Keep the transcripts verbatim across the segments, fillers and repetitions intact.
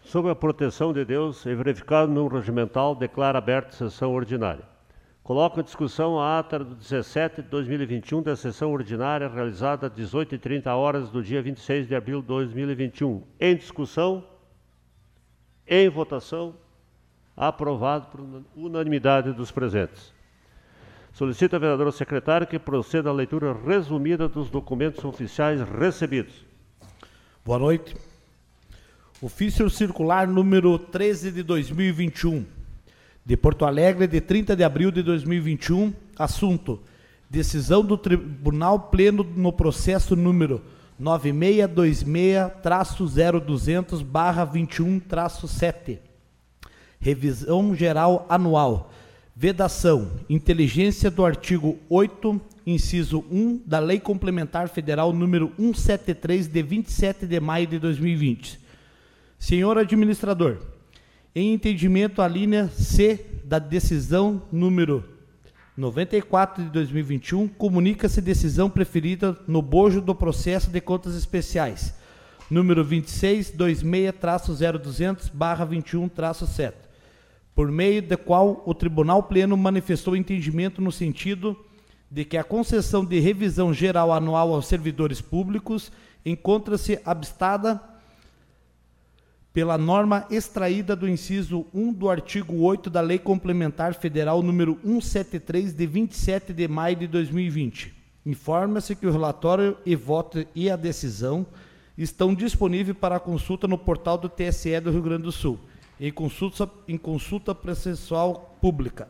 sob a proteção de Deus e verificado no regimental, declara aberta a sessão ordinária. Coloco em discussão a ata do dezessete de dois mil e vinte e um da sessão ordinária realizada às dezoito e trinta horas do dia vinte e seis de abril de dois mil e vinte e um. Em discussão, em votação, aprovado por unanimidade dos presentes. Solicito à vereadora secretária que proceda à leitura resumida dos documentos oficiais recebidos. Boa noite. Ofício circular número treze de dois mil e vinte e um, de Porto Alegre, de trinta de abril de dois mil e vinte e um, assunto: decisão do Tribunal Pleno no processo número nove seis dois seis zero duzentos barra vinte e um traço sete. Revisão geral anual. Vedação: inteligência do artigo oito, inciso um, da Lei Complementar Federal número cento e setenta e três, de vinte e sete de maio de dois mil e vinte. Senhor administrador, em entendimento à linha C da decisão número noventa e quatro de dois mil e vinte e um, comunica-se decisão preferida no bojo do processo de contas especiais, número vinte e seis dois seis zero duzentos barra vinte e um traço sete, por meio da qual o Tribunal Pleno manifestou entendimento no sentido de que a concessão de revisão geral anual aos servidores públicos encontra-se abstada pela norma extraída do inciso um do artigo oito da Lei Complementar Federal número cento e setenta e três, de vinte e sete de maio de dois mil e vinte. Informa-se que o relatório e voto e a decisão estão disponíveis para consulta no portal do T S E do Rio Grande do Sul, em consulta, em consulta processual pública.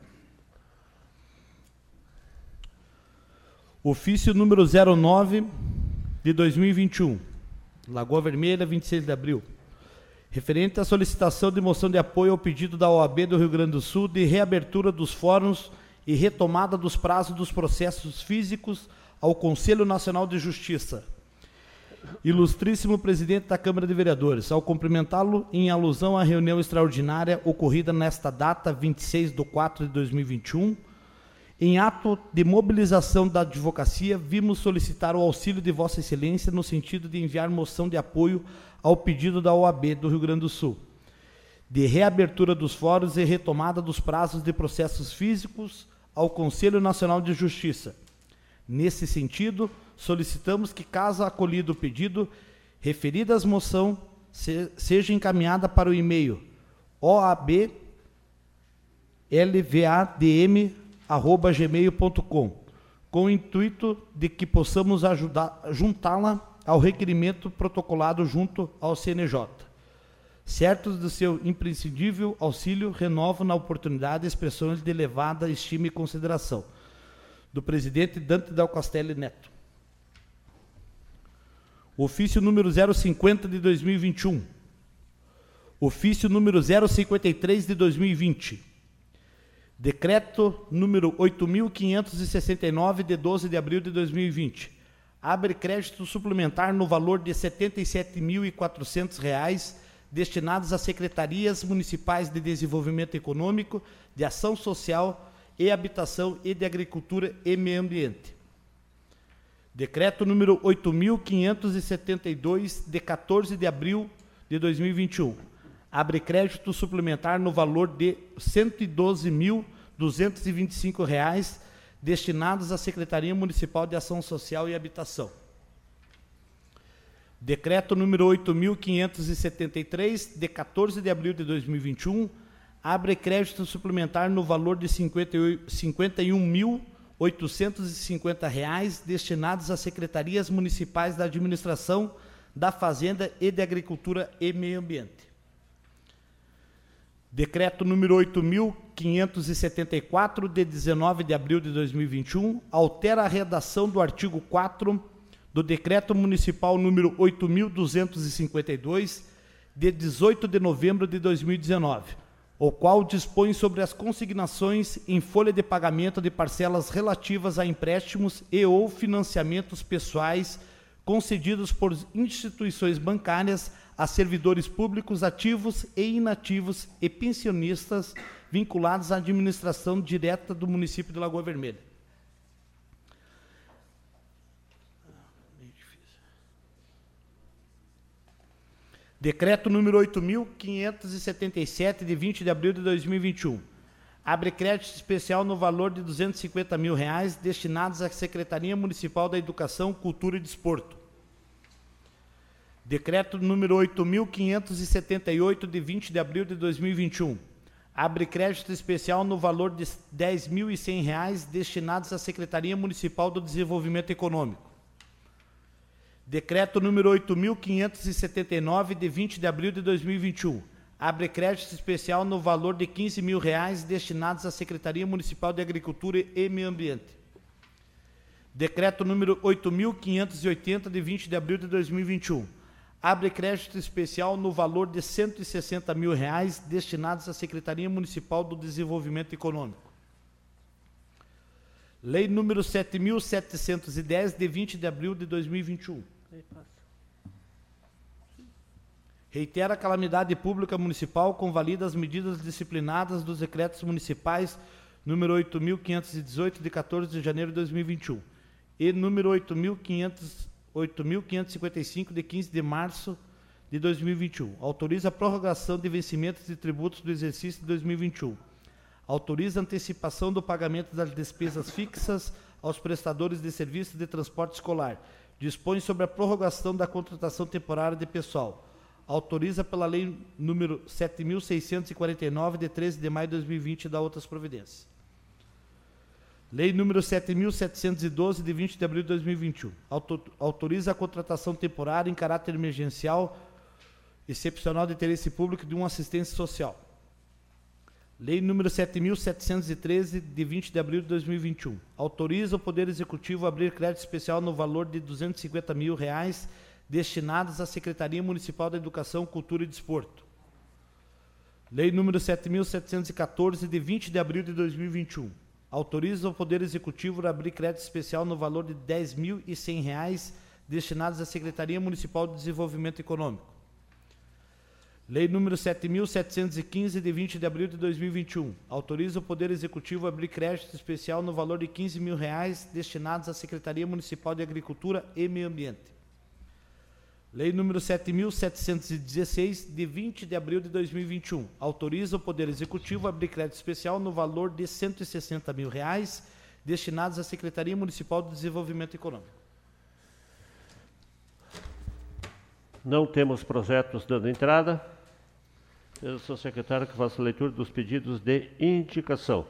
Ofício número zero nove de dois mil e vinte e um, Lagoa Vermelha, vinte e seis de abril. Referente à solicitação de moção de apoio ao pedido da O A B do Rio Grande do Sul de reabertura dos fóruns e retomada dos prazos dos processos físicos ao Conselho Nacional de Justiça. Ilustríssimo presidente da Câmara de Vereadores, ao cumprimentá-lo em alusão à reunião extraordinária ocorrida nesta data, vinte e seis de quatro de dois mil e vinte e um, em ato de mobilização da advocacia, vimos solicitar o auxílio de Vossa Excelência no sentido de enviar moção de apoio ao pedido da O A B do Rio Grande do Sul, de reabertura dos fóruns e retomada dos prazos de processos físicos ao Conselho Nacional de Justiça. Nesse sentido, solicitamos que, caso acolhido o pedido, referidas moção se, seja encaminhada para o e-mail o a b l v a d m arroba gmail ponto com, com o intuito de que possamos ajudar, juntá-la ao requerimento protocolado junto ao C N J. Certos do seu imprescindível auxílio, renovo na oportunidade expressões de elevada estima e consideração. Do presidente Dante Del Castelli Neto. Ofício número zero cinquenta de dois mil e vinte e um. Ofício número zero cinquenta e três de dois mil e vinte. Decreto número oito mil quinhentos e sessenta e nove de doze de abril de dois mil e vinte. Abre crédito suplementar no valor de setenta e sete mil e quatrocentos reais destinados às secretarias municipais de desenvolvimento econômico, de ação social e habitação e de agricultura e meio ambiente. Decreto número oito mil quinhentos e setenta e dois de quatorze de abril de dois mil e vinte e um. Abre crédito suplementar no valor de cento e doze mil duzentos e vinte e cinco reais destinados à Secretaria Municipal de Ação Social e Habitação. Decreto número oito mil quinhentos e setenta e três, de quatorze de abril de dois mil e vinte e um, abre crédito suplementar no valor de cinquenta e um mil oitocentos e cinquenta reais destinados às Secretarias Municipais da Administração, da Fazenda e de Agricultura e Meio Ambiente. Decreto número oito mil quinhentos e setenta e quatro, de dezenove de abril de dois mil e vinte e um, altera a redação do artigo quatro do Decreto Municipal número oito mil duzentos e cinquenta e dois, de dezoito de novembro de dois mil e dezenove, o qual dispõe sobre as consignações em folha de pagamento de parcelas relativas a empréstimos e ou financiamentos pessoais concedidos por instituições bancárias a servidores públicos ativos e inativos e pensionistas vinculados à administração direta do município de Lagoa Vermelha. Decreto número oito mil quinhentos e setenta e sete, de vinte de abril de dois mil e vinte e um. Abre crédito especial no valor de duzentos e cinquenta mil reais destinados à Secretaria Municipal da Educação, Cultura e Desporto. Decreto número oito mil quinhentos e setenta e oito, de vinte de abril de dois mil e vinte e um. Abre crédito especial no valor de dez mil e cem reais destinados à Secretaria Municipal do Desenvolvimento Econômico. Decreto número oito mil quinhentos e setenta e nove, de vinte de abril de dois mil e vinte e um. Abre crédito especial no valor de quinze mil reais destinados à Secretaria Municipal de Agricultura e Meio Ambiente. Decreto número oito mil quinhentos e oitenta, de vinte de abril de dois mil e vinte e um. Abre crédito especial no valor de cento e sessenta mil reais destinados à Secretaria Municipal do Desenvolvimento Econômico. Lei número sete mil setecentos e dez, de vinte de abril de dois mil e vinte e um. Reitera a calamidade pública municipal, convalida as medidas disciplinadas dos decretos municipais número oito mil quinhentos e dezoito, de quatorze de janeiro de dois mil e vinte e um, e número oito mil quinhentos e cinquenta e cinco, de quinze de março de dois mil e vinte e um. Autoriza a prorrogação de vencimentos de tributos do exercício de dois mil e vinte e um. Autoriza a antecipação do pagamento das despesas fixas aos prestadores de serviços de transporte escolar. Dispõe sobre a prorrogação da contratação temporária de pessoal. Autoriza pela Lei número sete mil seiscentos e quarenta e nove, de treze de maio de dois mil e vinte, da outras providências. Lei número sete mil setecentos e doze, de vinte de abril de dois mil e vinte e um. Autoriza a contratação temporária em caráter emergencial, excepcional de interesse público de uma assistência social. Lei número sete mil setecentos e treze, de vinte de abril de dois mil e vinte e um. Autoriza o Poder Executivo a abrir crédito especial no valor de duzentos e cinquenta mil reais destinados à Secretaria Municipal da Educação, Cultura e Desporto. Lei número sete mil setecentos e quatorze, de vinte de abril de dois mil e vinte e um. Autoriza o Poder Executivo a abrir crédito especial no valor de dez mil e cem reais destinados à Secretaria Municipal de Desenvolvimento Econômico. Lei número sete mil setecentos e quinze, de vinte de abril de dois mil e vinte e um. Autoriza o Poder Executivo a abrir crédito especial no valor de quinze mil reais destinados à Secretaria Municipal de Agricultura e Meio Ambiente. Lei número sete mil setecentos e dezesseis, de vinte de abril de dois mil e vinte e um. Autoriza o Poder Executivo a abrir crédito especial no valor de cento e sessenta mil reais destinados à Secretaria Municipal de Desenvolvimento Econômico. Não temos projetos dando entrada. Eu sou secretário que faço a leitura dos pedidos de indicação.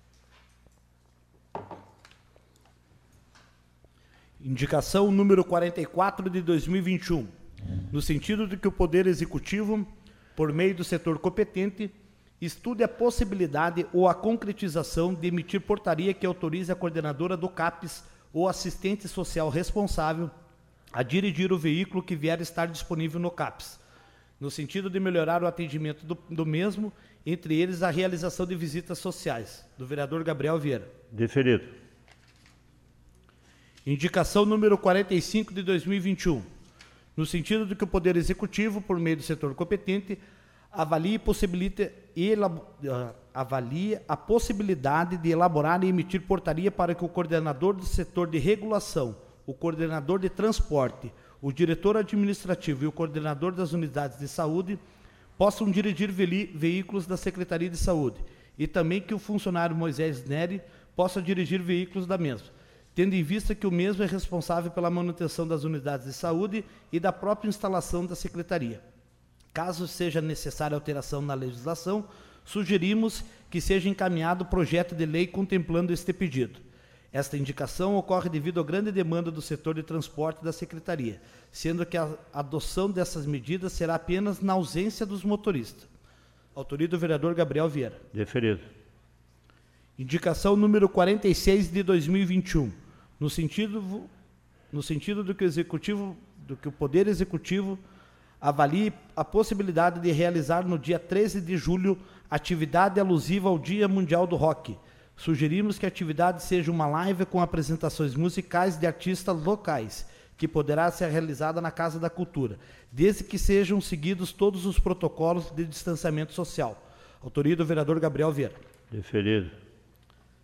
Indicação número quarenta e quatro, de dois mil e vinte e um, no sentido de que o Poder Executivo, por meio do setor competente, estude a possibilidade ou a concretização de emitir portaria que autorize a coordenadora do CAPES ou assistente social responsável a dirigir o veículo que vier a estar disponível no CAPES, no sentido de melhorar o atendimento do, do mesmo, entre eles a realização de visitas sociais. Do vereador Gabriel Vieira. Deferido. Indicação número quarenta e cinco, de dois mil e vinte e um, no sentido de que o Poder Executivo, por meio do setor competente, avalie, possibilite, elab, avalie a possibilidade de elaborar e emitir portaria para que o coordenador do setor de regulação, o coordenador de transporte, o diretor administrativo e o coordenador das unidades de saúde possam dirigir veículos da Secretaria de Saúde, e também que o funcionário Moisés Neri possa dirigir veículos da mesma, tendo em vista que o mesmo é responsável pela manutenção das unidades de saúde e da própria instalação da Secretaria. Caso seja necessária alteração na legislação, sugerimos que seja encaminhado projeto de lei contemplando este pedido. Esta indicação ocorre devido à grande demanda do setor de transporte da Secretaria, sendo que a adoção dessas medidas será apenas na ausência dos motoristas. Autoria do vereador Gabriel Vieira. Deferido. Indicação número quarenta e seis, de dois mil e vinte e um, no sentido, no sentido do que o Executivo, do que o Poder Executivo avalie a possibilidade de realizar no dia treze de julho atividade alusiva ao Dia Mundial do Rock. Sugerimos que a atividade seja uma live com apresentações musicais de artistas locais, que poderá ser realizada na Casa da Cultura, desde que sejam seguidos todos os protocolos de distanciamento social. Autoria do vereador Gabriel Vieira. Deferido.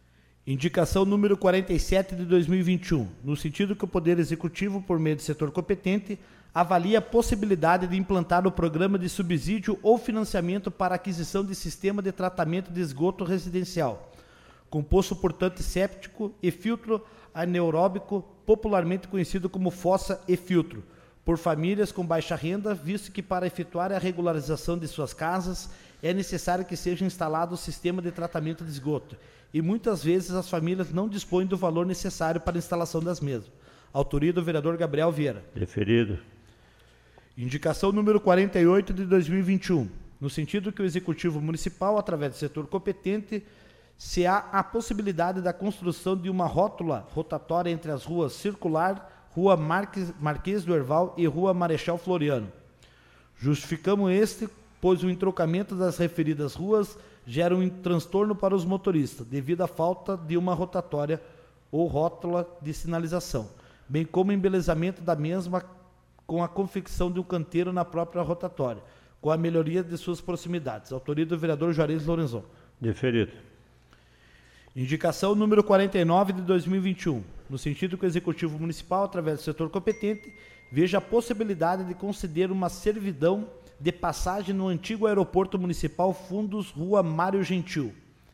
Indicação número quarenta e sete de dois mil e vinte e um, no sentido que o Poder Executivo, por meio do setor competente, avalia a possibilidade de implantar o programa de subsídio ou financiamento para aquisição de sistema de tratamento de esgoto residencial, composto por tanque séptico e filtro anaeróbico, popularmente conhecido como fossa e filtro, por famílias com baixa renda, visto que para efetuar a regularização de suas casas é necessário que seja instalado o sistema de tratamento de esgoto, e muitas vezes as famílias não dispõem do valor necessário para a instalação das mesmas. Autoria do vereador Gabriel Vieira. Deferido. Indicação número quarenta e oito de dois mil e vinte e um, no sentido que o Executivo Municipal, através do setor competente, se há a possibilidade da construção de uma rótula rotatória entre as ruas Circular, Rua Marques, Marquês do Herval e Rua Marechal Floriano. Justificamos este, pois o entrocamento das referidas ruas gera um transtorno para os motoristas, devido à falta de uma rotatória ou rótula de sinalização, bem como o embelezamento da mesma com a confecção de um canteiro na própria rotatória, com a melhoria de suas proximidades. Autoria do vereador Juarez Lorenzon. Deferido. Indicação número quarenta e nove de dois mil e vinte e um, no sentido que o Executivo Municipal, através do setor competente, veja a possibilidade de conceder uma servidão de passagem no antigo aeroporto municipal Fundos, Rua Mário Gentil.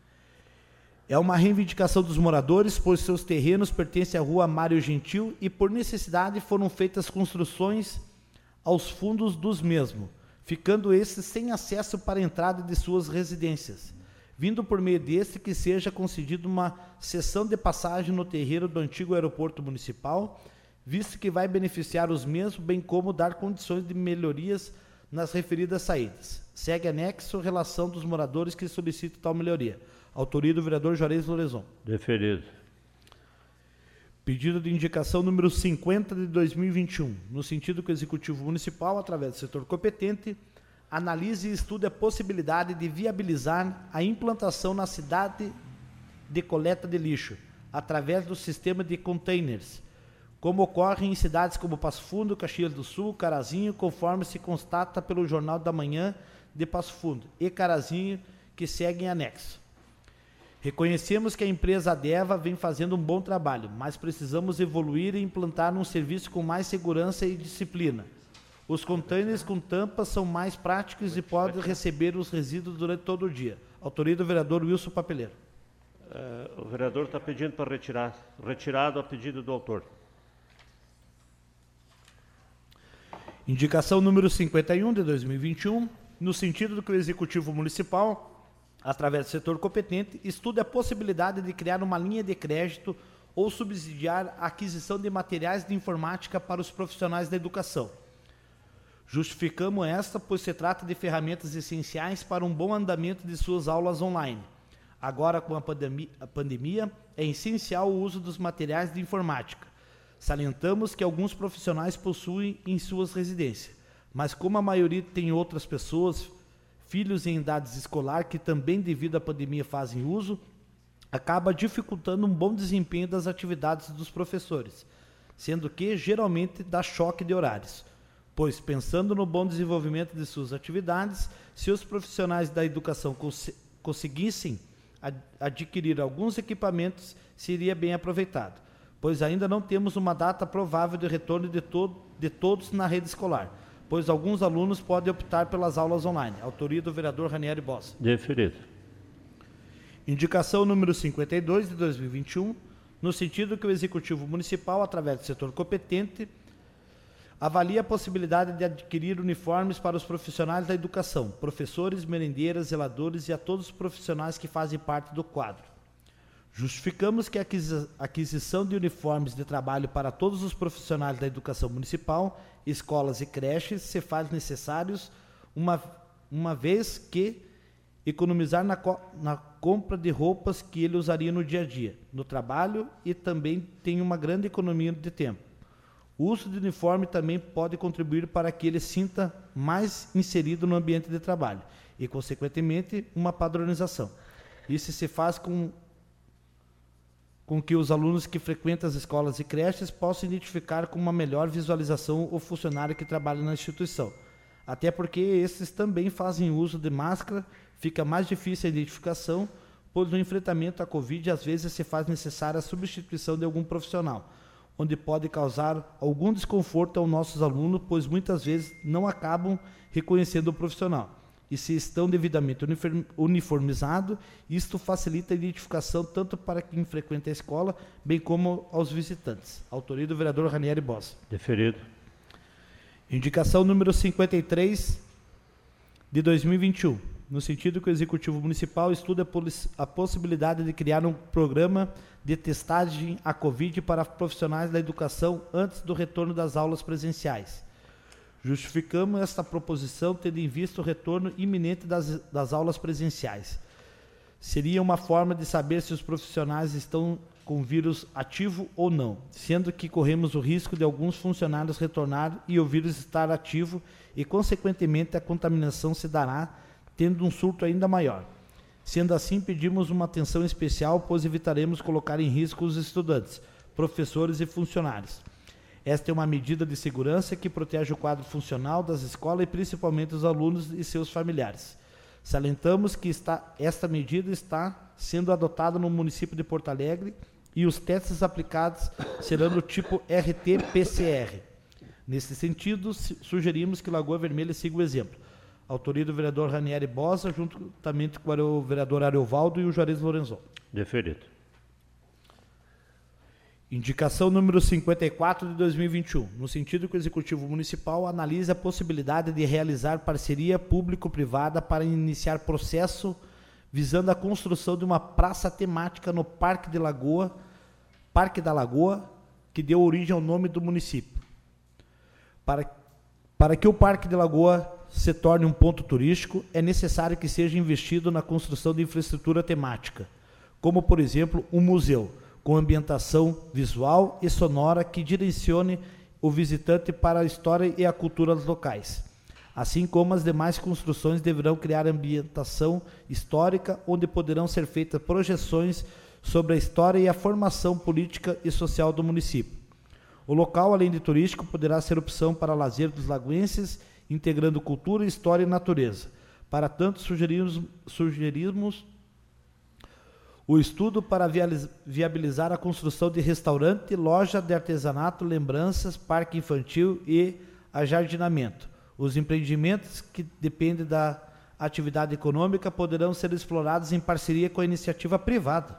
É uma reivindicação dos moradores, pois seus terrenos pertencem à Rua Mário Gentil e, por necessidade, foram feitas construções aos fundos dos mesmos, ficando esses sem acesso para a entrada de suas residências, vindo por meio deste que seja concedida uma cessão de passagem no terreno do antigo aeroporto municipal, visto que vai beneficiar os mesmos, bem como dar condições de melhorias nas referidas saídas. Segue anexo relação dos moradores que solicitam tal melhoria. Autoria do vereador Juarez Lorenzon. Deferido. Pedido de indicação número cinquenta de dois mil e vinte e um, no sentido que o Executivo Municipal, através do setor competente, analise e estude a possibilidade de viabilizar a implantação na cidade de coleta de lixo, através do sistema de containers, como ocorre em cidades como Passo Fundo, Caxias do Sul, Carazinho, conforme se constata pelo Jornal da Manhã de Passo Fundo e Carazinho, que seguem anexo. Reconhecemos que a empresa Adeva vem fazendo um bom trabalho, mas precisamos evoluir e implantar um serviço com mais segurança e disciplina. Os containers com tampas são mais práticos e podem receber os resíduos durante todo o dia. Autoria do vereador Wilson Papeleiro. Uh, o vereador está pedindo para retirar. Retirado a pedido do autor. Indicação número cinquenta e um de dois mil e vinte e um, no sentido de que o Executivo Municipal, através do setor competente, estude a possibilidade de criar uma linha de crédito ou subsidiar a aquisição de materiais de informática para os profissionais da educação. Justificamos esta, pois se trata de ferramentas essenciais para um bom andamento de suas aulas online. Agora, com a pandemia, a pandemia, é essencial o uso dos materiais de informática. Salientamos que alguns profissionais possuem em suas residências, mas como a maioria tem outras pessoas, filhos em idades escolar que também devido à pandemia fazem uso, acaba dificultando um bom desempenho das atividades dos professores, sendo que geralmente dá choque de horários, pois pensando no bom desenvolvimento de suas atividades, se os profissionais da educação cons- conseguissem ad- adquirir alguns equipamentos, seria bem aproveitado, pois ainda não temos uma data provável de retorno de, to- de todos na rede escolar, pois alguns alunos podem optar pelas aulas online. Autoria do vereador Ranieri Bossa. Deferido. Indicação número cinquenta e dois de dois mil e vinte e um, no sentido que o Executivo Municipal, através do setor competente, avalia a possibilidade de adquirir uniformes para os profissionais da educação, professores, merendeiras, zeladores e a todos os profissionais que fazem parte do quadro. Justificamos que a aquisição de uniformes de trabalho para todos os profissionais da educação municipal, escolas e creches se faz necessários, uma, uma vez que economizar na, co na compra de roupas que ele usaria no dia a dia, no trabalho, e também tem uma grande economia de tempo. O uso de uniforme também pode contribuir para que ele sinta mais inserido no ambiente de trabalho e, consequentemente, uma padronização. Isso se faz com com que os alunos que frequentam as escolas e creches possam identificar com uma melhor visualização o funcionário que trabalha na instituição. Até porque esses também fazem uso de máscara, fica mais difícil a identificação, pois no enfrentamento à Covid às vezes se faz necessária a substituição de algum profissional, onde pode causar algum desconforto aos nossos alunos, pois muitas vezes não acabam reconhecendo o profissional. E se estão devidamente uniformizados, isto facilita a identificação tanto para quem frequenta a escola, bem como aos visitantes. Autoria do vereador Ranieri Bossa. Deferido. Indicação número cinquenta e três de dois mil e vinte e um. No sentido que o Executivo Municipal estuda a possibilidade de criar um programa de testagem à Covid para profissionais da educação antes do retorno das aulas presenciais. Justificamos esta proposição tendo em vista o retorno iminente das, das aulas presenciais. Seria uma forma de saber se os profissionais estão com vírus ativo ou não, sendo que corremos o risco de alguns funcionários retornar e o vírus estar ativo e, consequentemente, a contaminação se dará, tendo um surto ainda maior. Sendo assim, pedimos uma atenção especial, pois evitaremos colocar em risco os estudantes, professores e funcionários. Esta é uma medida de segurança que protege o quadro funcional das escolas e principalmente os alunos e seus familiares. Salientamos que está, esta medida está sendo adotada no município de Porto Alegre e os testes aplicados serão do tipo R T P C R. Nesse sentido, sugerimos que Lagoa Vermelha siga o exemplo. Autoria do vereador Ranieri Bossa, juntamente com o vereador Ariovaldo e o Juarez Lorenzon. Deferido. Indicação número cinquenta e quatro de dois mil e vinte e um, no sentido que o Executivo Municipal analise a possibilidade de realizar parceria público-privada para iniciar processo visando a construção de uma praça temática no Parque de Lagoa, Parque da Lagoa, que deu origem ao nome do município. Para, para que o Parque de Lagoa se torne um ponto turístico, é necessário que seja investido na construção de infraestrutura temática, como, por exemplo, um museu, com ambientação visual e sonora que direcione o visitante para a história e a cultura dos locais. Assim como as demais construções deverão criar ambientação histórica, onde poderão ser feitas projeções sobre a história e a formação política e social do município. O local, além de turístico, poderá ser opção para lazer dos lagoenses, integrando cultura, história e natureza. Para tanto, sugerimos, sugerimos o estudo para viabilizar a construção de restaurante, loja de artesanato, lembranças, parque infantil e ajardinamento. Os empreendimentos que dependem da atividade econômica poderão ser explorados em parceria com a iniciativa privada.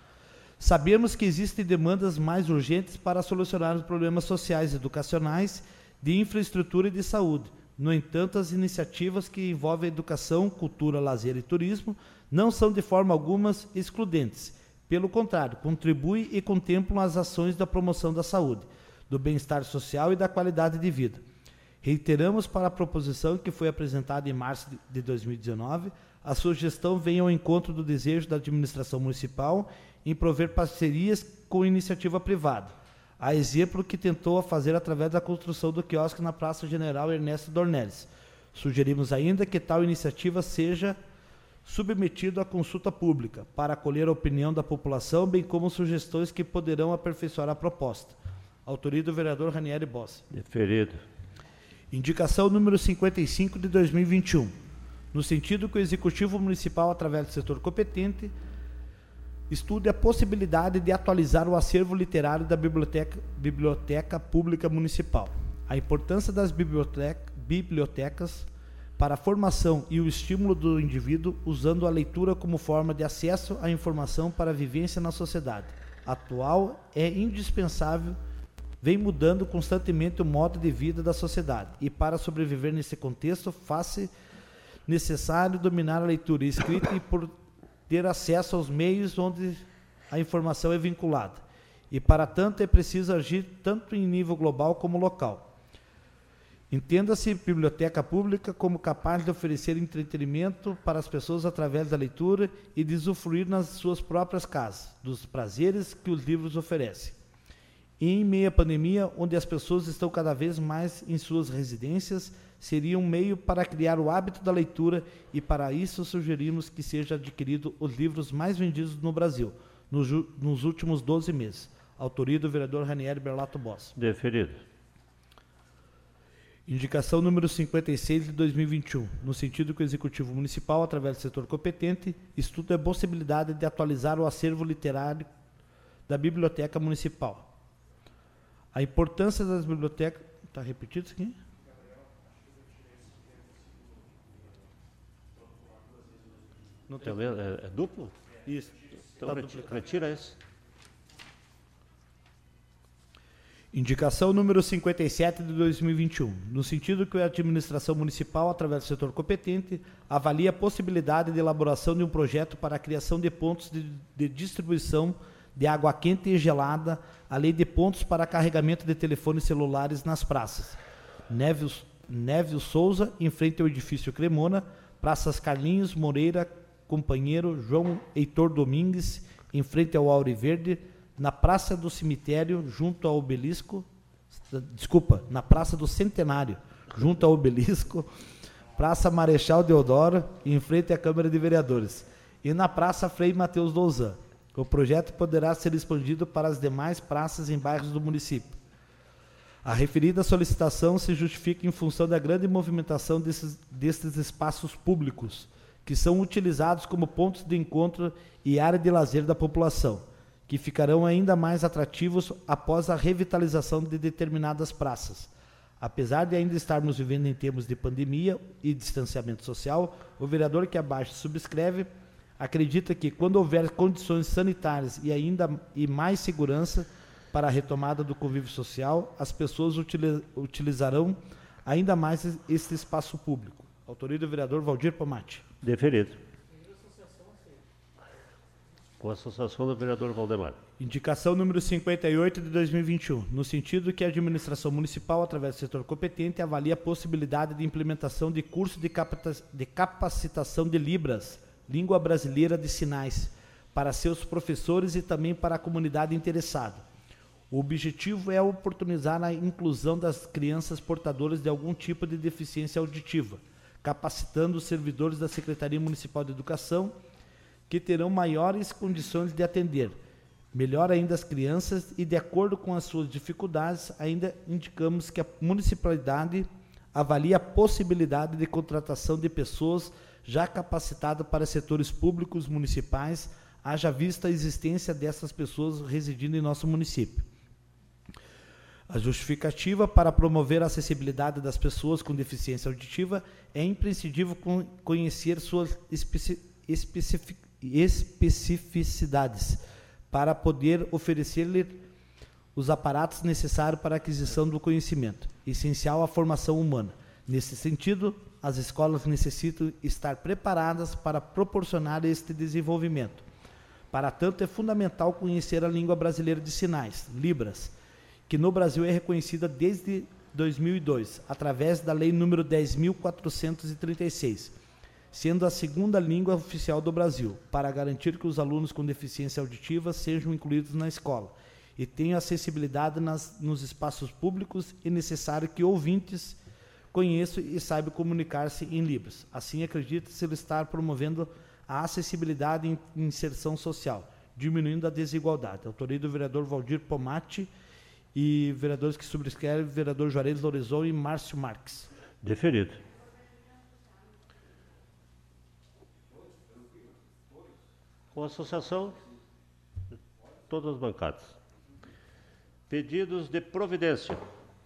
Sabemos que existem demandas mais urgentes para solucionar os problemas sociais, educacionais, de infraestrutura e de saúde. No entanto, as iniciativas que envolvem educação, cultura, lazer e turismo não são de forma alguma excludentes. Pelo contrário, contribuem e contemplam as ações da promoção da saúde, do bem-estar social e da qualidade de vida. Reiteramos para a proposição que foi apresentada em março de dois mil e dezenove, a sugestão vem ao encontro do desejo da administração municipal em prover parcerias com iniciativa privada, a exemplo que tentou fazer através da construção do quiosque na Praça General Ernesto Dornelles. Sugerimos ainda que tal iniciativa seja submetida à consulta pública, para acolher a opinião da população, bem como sugestões que poderão aperfeiçoar a proposta. Autoria do vereador Ranieri Bossa. Deferido. Indicação número cinquenta e cinco de dois mil e vinte e um, no sentido que o Executivo Municipal, através do setor competente, estude a possibilidade de atualizar o acervo literário da Biblioteca, Biblioteca Pública Municipal. A importância das biblioteca, bibliotecas para a formação e o estímulo do indivíduo, usando a leitura como forma de acesso à informação para a vivência na sociedade atual, é indispensável, vem mudando constantemente o modo de vida da sociedade, e para sobreviver nesse contexto, faz-se necessário dominar a leitura escrita e por ter acesso aos meios onde a informação é vinculada. E, para tanto, é preciso agir tanto em nível global como local. Entenda-se biblioteca pública como capaz de oferecer entretenimento para as pessoas através da leitura e de usufruir nas suas próprias casas, dos prazeres que os livros oferecem. E em meio à pandemia, onde as pessoas estão cada vez mais em suas residências, seria um meio para criar o hábito da leitura, e para isso sugerimos que seja adquirido os livros mais vendidos no Brasil, nos, nos últimos doze meses. Autoria do vereador Ranieri Berlato Bossa. Deferido. Indicação número cinquenta e seis de dois mil e vinte e um, no sentido que o Executivo Municipal, através do setor competente, estuda a possibilidade de atualizar o acervo literário da Biblioteca Municipal. A importância das bibliotecas... Está repetido isso aqui? Não tem. É, é duplo? Isso. Então tá retira, retira esse. Indicação número cinquenta e sete de dois mil e vinte e um, no sentido que a administração municipal, através do setor competente, avalia a possibilidade de elaboração de um projeto para a criação de pontos de, de distribuição de água quente e gelada, além de pontos para carregamento de telefones celulares nas praças. Névio, Névio Souza, em frente ao edifício Cremona, praças Carlinhos Moreira, Companheiro, João Heitor Domingues, em frente ao Auriverde, na Praça do Cemitério, junto ao Obelisco, desculpa, na Praça do Centenário, junto ao Obelisco, Praça Marechal Deodoro, em frente à Câmara de Vereadores, e na Praça Frei Mateus Douzan. O projeto poderá ser expandido para as demais praças em bairros do município. A referida solicitação se justifica em função da grande movimentação desses, destes espaços públicos, que são utilizados como pontos de encontro e área de lazer da população, que ficarão ainda mais atrativos após a revitalização de determinadas praças. Apesar de ainda estarmos vivendo em tempos de pandemia e distanciamento social, o vereador que abaixo subscreve acredita que, quando houver condições sanitárias e ainda e mais segurança para a retomada do convívio social, as pessoas utilizarão ainda mais este espaço público. Autoria do vereador Valdir Pomati. Deferido. Com a associação do vereador Valdemar. Indicação número cinquenta e oito de dois mil e vinte e um, no sentido que a administração municipal, através do setor competente, avalia a possibilidade de implementação de curso de, capta- de capacitação de Libras, língua brasileira de sinais, para seus professores e também para a comunidade interessada. O objetivo é oportunizar a inclusão das crianças portadoras de algum tipo de deficiência auditiva, capacitando os servidores da Secretaria Municipal de Educação, que terão maiores condições de atender, melhor ainda as crianças, e de acordo com as suas dificuldades, ainda indicamos que a municipalidade avalia a possibilidade de contratação de pessoas já capacitadas para setores públicos municipais, haja vista a existência dessas pessoas residindo em nosso município. A justificativa para promover a acessibilidade das pessoas com deficiência auditiva é imprescindível conhecer suas especi- especific- especificidades para poder oferecer-lhe os aparatos necessários para a aquisição do conhecimento, essencial à formação humana. Nesse sentido, as escolas necessitam estar preparadas para proporcionar este desenvolvimento. Para tanto, é fundamental conhecer a língua brasileira de sinais, Libras, que no Brasil é reconhecida desde dois mil e dois, através da Lei número dez mil quatrocentos e trinta e seis, sendo a segunda língua oficial do Brasil, para garantir que os alunos com deficiência auditiva sejam incluídos na escola e tenham acessibilidade nas, nos espaços públicos, é necessário que ouvintes conheçam e saibam comunicar-se em Libras. Assim, acredita-se estar promovendo a acessibilidade e inserção social, diminuindo a desigualdade. Autoria do vereador Valdir Pomati e vereadores que subscrevem, vereador Juarez Lorenzon e Márcio Marques. Deferido. Com a associação, todas as bancadas. Pedidos de providência.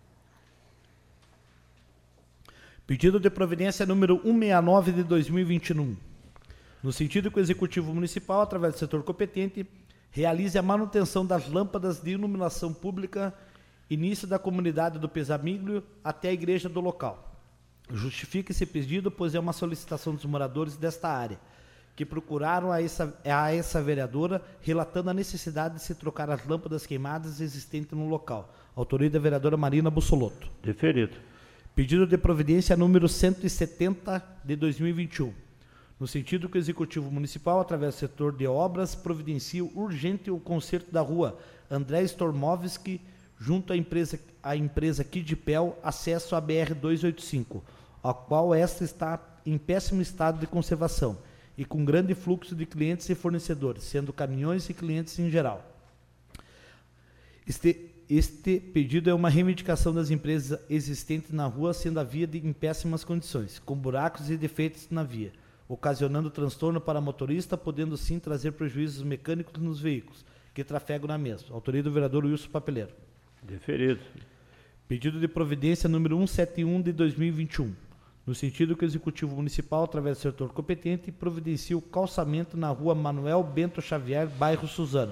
Pedido de providência número cento e sessenta e nove de dois mil e vinte e um. No sentido que o Executivo Municipal, através do setor competente, realize a manutenção das lâmpadas de iluminação pública, início da comunidade do Pesamíglio até a igreja do local. Justifica esse pedido, pois é uma solicitação dos moradores desta área, que procuraram a essa, a essa vereadora, relatando a necessidade de se trocar as lâmpadas queimadas existentes no local. Autoria da vereadora Marina Bussolotto. Deferido. Pedido de providência número cento e setenta de dois mil e vinte e um. No sentido que o Executivo Municipal, através do setor de obras, providencia urgente o conserto da rua André Stormovski, junto à empresa, à empresa Kidpel, acesso à B R duzentos e oitenta e cinco, a qual esta está em péssimo estado de conservação e com grande fluxo de clientes e fornecedores, sendo caminhões e clientes em geral. Este, Este pedido é uma reivindicação das empresas existentes na rua, sendo a via de, em péssimas condições, com buracos e defeitos na via, ocasionando transtorno para motorista, podendo sim trazer prejuízos mecânicos nos veículos que trafegam na mesma. Autoria do vereador Wilson Papeleiro. Deferido. Pedido de providência número cento e setenta e um de dois mil e vinte e um, no sentido que o Executivo Municipal, através do setor competente, providencia o calçamento na rua Manuel Bento Xavier, bairro Suzano.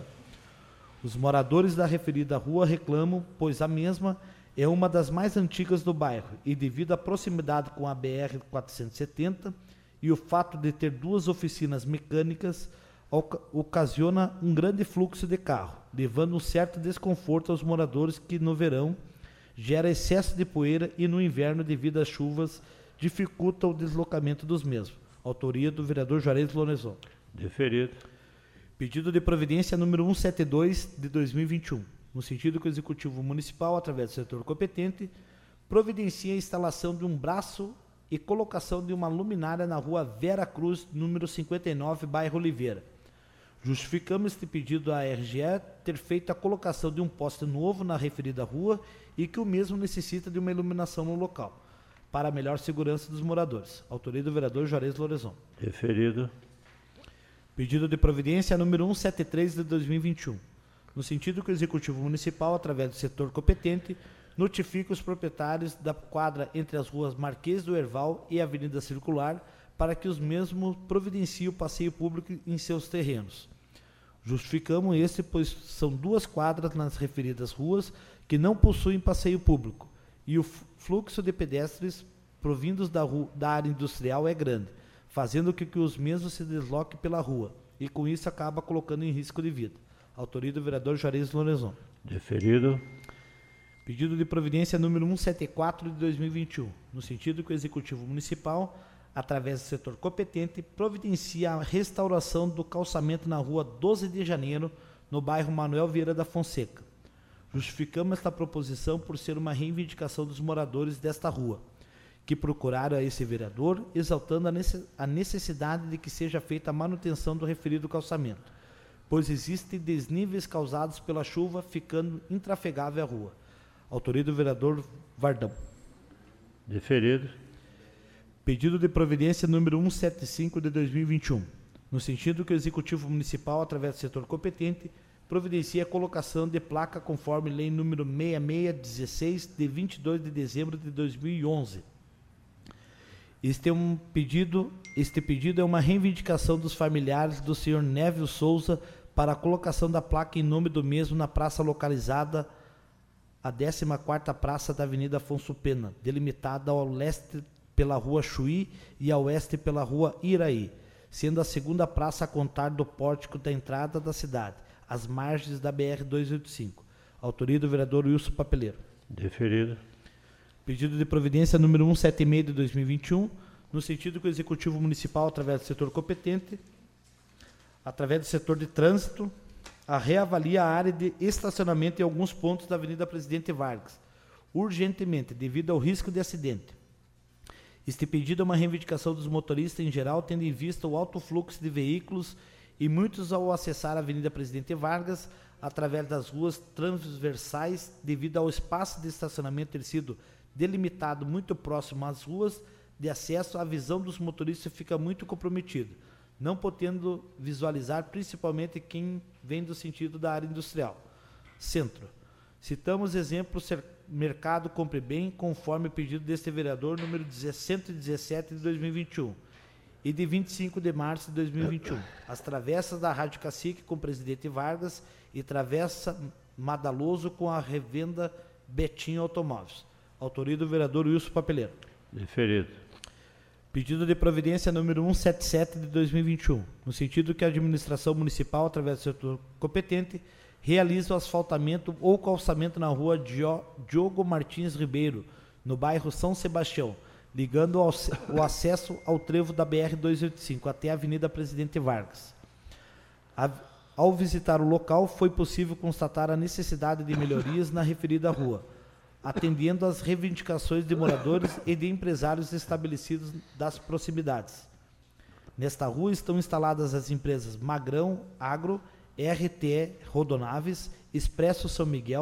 Os moradores da referida rua reclamam, pois a mesma é uma das mais antigas do bairro e, devido à proximidade com a B R quatrocentos e setenta e o fato de ter duas oficinas mecânicas, ocasiona um grande fluxo de carro, levando um certo desconforto aos moradores que no verão gera excesso de poeira e no inverno, devido às chuvas, dificulta o deslocamento dos mesmos. Autoria do vereador Juarez Lorenzo. Deferido. Pedido de providência número cento e setenta e dois de dois mil e vinte e um, no sentido que o Executivo Municipal, através do setor competente, providencia a instalação de um braço e colocação de uma luminária na rua Vera Cruz, número cinquenta e nove, bairro Oliveira. Justificamos este pedido à R G E ter feito a colocação de um poste novo na referida rua e que o mesmo necessita de uma iluminação no local, para a melhor segurança dos moradores. Autoria do vereador Juarez Lorenzo. Deferido. Pedido de providência número cento e setenta e três de dois mil e vinte e um, no sentido que o Executivo Municipal, através do setor competente, notifica os proprietários da quadra entre as ruas Marquês do Herval e Avenida Circular para que os mesmos providenciem o passeio público em seus terrenos. Justificamos este, pois são duas quadras nas referidas ruas que não possuem passeio público e o fluxo de pedestres provindos da, rua, da área industrial é grande, fazendo com que os mesmos se desloquem pela rua, e com isso acaba colocando em risco de vida. Autoria do vereador Juarez Lorenzo. Deferido. Pedido de providência número cento e setenta e quatro de dois mil e vinte e um, no sentido que o Executivo Municipal, através do setor competente, providencia a restauração do calçamento na rua doze de janeiro, no bairro Manuel Vieira da Fonseca. Justificamos esta proposição por ser uma reivindicação dos moradores desta rua, que procuraram a esse vereador, exaltando a necessidade de que seja feita a manutenção do referido calçamento, pois existem desníveis causados pela chuva, ficando intrafegável a rua. Autoria do vereador Vardão. Deferido. Pedido de providência número cento e setenta e cinco de dois mil e vinte e um, no sentido que o Executivo Municipal, através do setor competente, providencia a colocação de placa conforme lei número seis seis um seis de vinte e dois de dezembro de dois mil e onze. Este, é um pedido, este pedido é uma reivindicação dos familiares do senhor Névio Souza para a colocação da placa em nome do mesmo na praça localizada a décima quarta Praça da Avenida Afonso Pena, delimitada ao leste pela Rua Chuí e ao oeste pela Rua Iraí, sendo a segunda praça a contar do pórtico da entrada da cidade, às margens da B R duzentos e oitenta e cinco. Autoria do vereador Wilson Papeleiro. Deferido. Pedido de providência número cento e setenta e seis de dois mil e vinte e um, no sentido que o Executivo Municipal, através do setor competente, através do setor de trânsito, a reavalia a área de estacionamento em alguns pontos da Avenida Presidente Vargas, urgentemente, devido ao risco de acidente. Este pedido é uma reivindicação dos motoristas em geral, tendo em vista o alto fluxo de veículos e muitos ao acessar a Avenida Presidente Vargas através das ruas transversais, devido ao espaço de estacionamento ter sido delimitado muito próximo às ruas de acesso, a visão dos motoristas fica muito comprometida, não podendo visualizar principalmente quem vem do sentido da área industrial. Centro. Citamos exemplos Mercado Compre Bem, conforme o pedido deste vereador número cento e dezessete de dois mil e vinte e um e de vinte e cinco de março de dois mil e vinte e um. As travessas da Rádio Cacique com o Presidente Vargas e travessa Madaloso com a revenda Betinho Automóveis. Autoria do vereador Wilson Papeleiro. Deferido. Pedido de providência número cento e setenta e sete de dois mil e vinte e um, no sentido que a administração municipal, através do setor competente, realiza o asfaltamento ou calçamento na rua Diogo Martins Ribeiro, no bairro São Sebastião, ligando ao, o acesso ao trevo da B R duzentos e oitenta e cinco até a Avenida Presidente Vargas. A, ao visitar o local, foi possível constatar a necessidade de melhorias na referida rua, atendendo às reivindicações de moradores e de empresários estabelecidos das proximidades. Nesta rua estão instaladas as empresas Magrão Agro, R T E Rodonaves, Expresso São Miguel,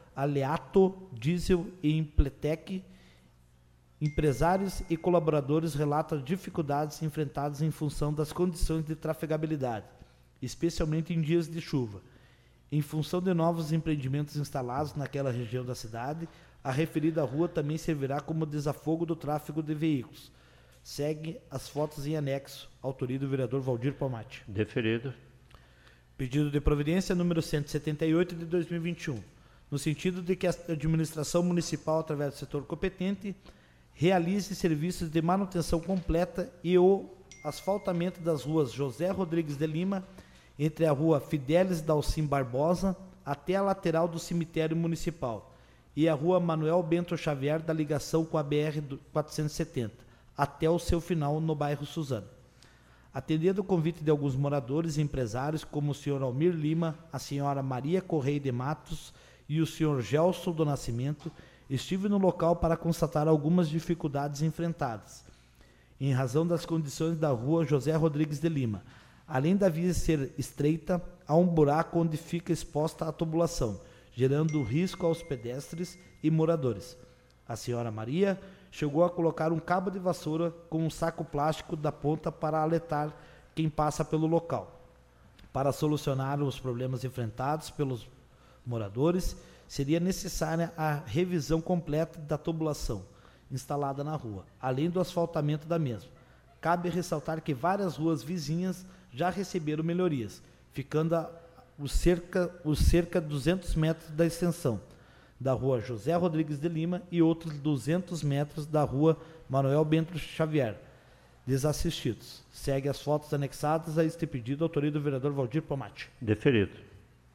Aleato Diesel e Impletec. Empresários e colaboradores relatam dificuldades enfrentadas em função das condições de trafegabilidade, especialmente em dias de chuva. Em função de novos empreendimentos instalados naquela região da cidade, a referida rua também servirá como desafogo do tráfego de veículos. Segue as fotos em anexo. Autoria do vereador Valdir Palmati. Deferido. Pedido de providência número cento e setenta e oito de dois mil e vinte e um, no sentido de que a administração municipal, através do setor competente, realize serviços de manutenção completa e o asfaltamento das ruas José Rodrigues de Lima, entre a rua Fidélis Dalcim Barbosa até a lateral do cemitério municipal, e a rua Manuel Bento Xavier, da ligação com a B R quatrocentos e setenta, até o seu final no bairro Suzano. Atendendo o convite de alguns moradores e empresários, como o senhor Almir Lima, a senhora Maria Correia de Matos e o senhor Gelson do Nascimento, estive no local para constatar algumas dificuldades enfrentadas, em razão das condições da rua José Rodrigues de Lima. Além da via ser estreita, há um buraco onde fica exposta a tubulação, gerando risco aos pedestres e moradores. A senhora Maria chegou a colocar um cabo de vassoura com um saco plástico da ponta para alertar quem passa pelo local. Para solucionar os problemas enfrentados pelos moradores, seria necessária a revisão completa da tubulação instalada na rua, além do asfaltamento da mesma. Cabe ressaltar que várias ruas vizinhas já receberam melhorias, ficando a, os, cerca, os cerca de duzentos metros da extensão da rua José Rodrigues de Lima e outros duzentos metros da rua Manuel Bento Xavier, desassistidos. Segue as fotos anexadas a este pedido, autoria do vereador Valdir Palmati. Deferido.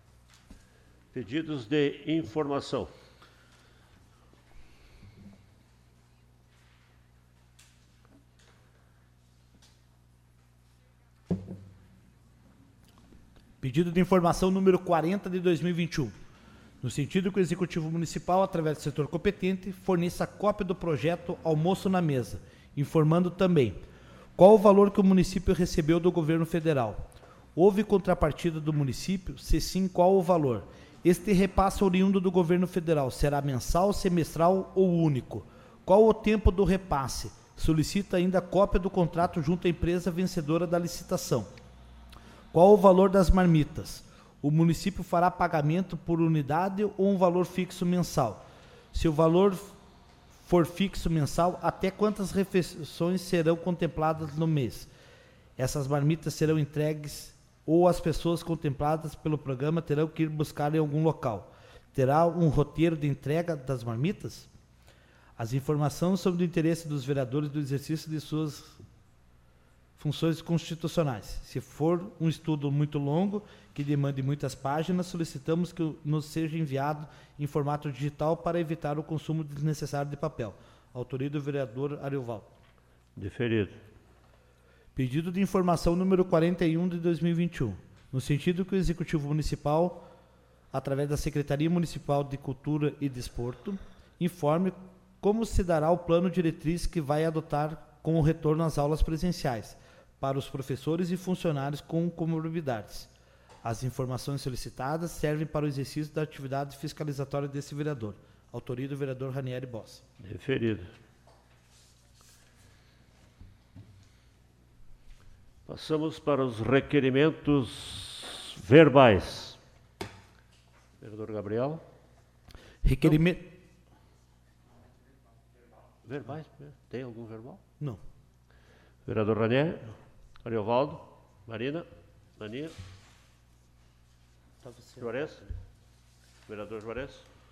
Pedidos de informação. Pedido de informação número quarenta de dois mil e vinte e um. No sentido que o Executivo Municipal, através do setor competente, forneça cópia do projeto Almoço na Mesa, informando também qual o valor que o município recebeu do governo federal. Houve contrapartida do município? Se sim, qual o valor? Este repasse oriundo do governo federal será mensal, semestral ou único? Qual o tempo do repasse? Solicita ainda cópia do contrato junto à empresa vencedora da licitação. Qual o valor das marmitas? O município fará pagamento por unidade ou um valor fixo mensal? Se o valor for fixo mensal, até quantas refeições serão contempladas no mês? Essas marmitas serão entregues ou as pessoas contempladas pelo programa terão que ir buscar em algum local? Terá um roteiro de entrega das marmitas? As informações são do interesse dos vereadores do exercício de suas funções constitucionais. Se for um estudo muito longo, que demande muitas páginas, solicitamos que nos seja enviado em formato digital para evitar o consumo desnecessário de papel. Autoria do vereador Ariovaldo. Deferido. Pedido de informação número quarenta e um de dois mil e vinte e um, no sentido que o Executivo Municipal, através da Secretaria Municipal de Cultura e Desporto, informe como se dará o plano diretriz que vai adotar com o retorno às aulas presenciais para os professores e funcionários com comorbidades. As informações solicitadas servem para o exercício da atividade fiscalizatória desse vereador. Autoria do vereador Ranieri Bossa. Deferido. Passamos para os requerimentos verbais. Vereador Gabriel. Requerimento. Verbais? Tem algum verbal? Não. Vereador Ranieri. Ariovaldo. Marina. Maninha. Juarez. Vereador Juarez.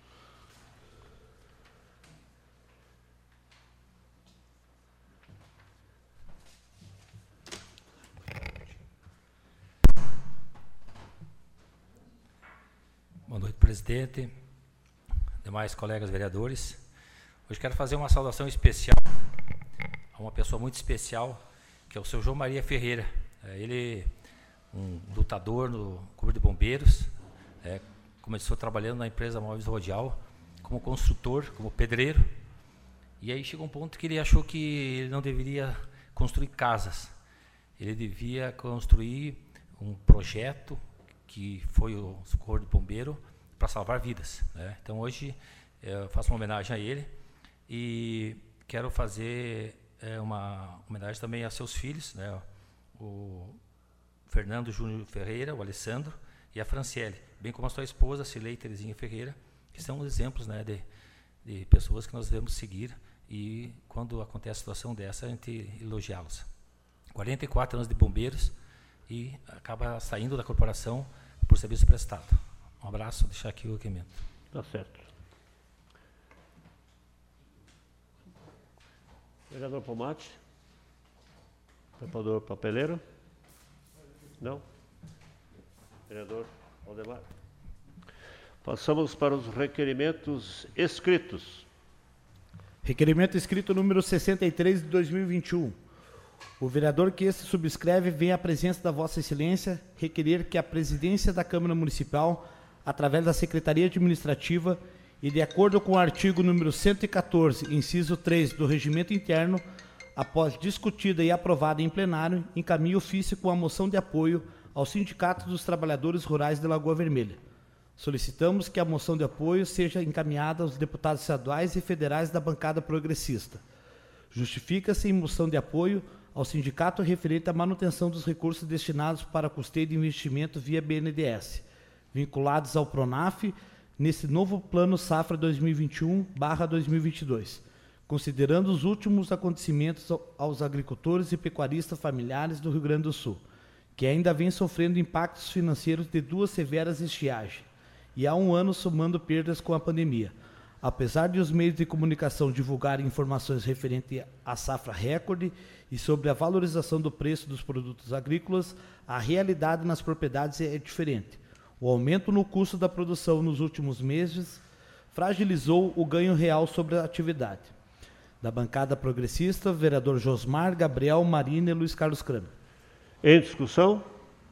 Boa noite, presidente, demais colegas vereadores. Hoje quero fazer uma saudação especial a uma pessoa muito especial, que é o seu João Maria Ferreira. Ele um lutador no Corpo de Bombeiros, é, começou trabalhando na empresa Móveis Rodial, como construtor, como pedreiro, e aí chegou um ponto que ele achou que ele não deveria construir casas, ele devia construir um projeto, que foi o Corpo de Bombeiro, para salvar vidas, né? Então hoje eu faço uma homenagem a ele e quero fazer é, uma homenagem também a seus filhos, né? O Fernando Júnior Ferreira, o Alessandro e a Franciele, bem como a sua esposa, Cilei Terezinha Ferreira, que são exemplos, né, de, de pessoas que nós devemos seguir e, quando acontece a situação dessa, a gente elogiá-los. quarenta e quatro anos de bombeiros e acaba saindo da corporação por serviço prestado. Um abraço, deixar aqui o requerimento. Tá certo. Vereador Pomate. Vereador Papeleiro. Não? Vereador Aldemar. Passamos para os requerimentos escritos. Requerimento escrito número sessenta e três de dois mil e vinte e um. O vereador que este subscreve vem à presença da Vossa Excelência requerer que a presidência da Câmara Municipal, através da Secretaria Administrativa e de acordo com o artigo número cento e quatorze, inciso três do Regimento Interno, após discutida e aprovada em plenário, encaminhe ofício com a moção de apoio ao Sindicato dos Trabalhadores Rurais de Lagoa Vermelha. Solicitamos que a moção de apoio seja encaminhada aos deputados estaduais e federais da bancada progressista. Justifica-se em moção de apoio ao sindicato referente à manutenção dos recursos destinados para custeio de investimento via B N D E S, vinculados ao PRONAF, nesse novo Plano Safra dois mil e vinte e um barra dois mil e vinte e dois, considerando os últimos acontecimentos aos agricultores e pecuaristas familiares do Rio Grande do Sul, que ainda vem sofrendo impactos financeiros de duas severas estiagens, e há um ano somando perdas com a pandemia. Apesar de os meios de comunicação divulgarem informações referentes à safra recorde e sobre a valorização do preço dos produtos agrícolas, a realidade nas propriedades é diferente. O aumento no custo da produção nos últimos meses fragilizou o ganho real sobre a atividade. Da bancada progressista, vereador Josmar, Gabriel, Marina e Luiz Carlos Kramer. Em discussão?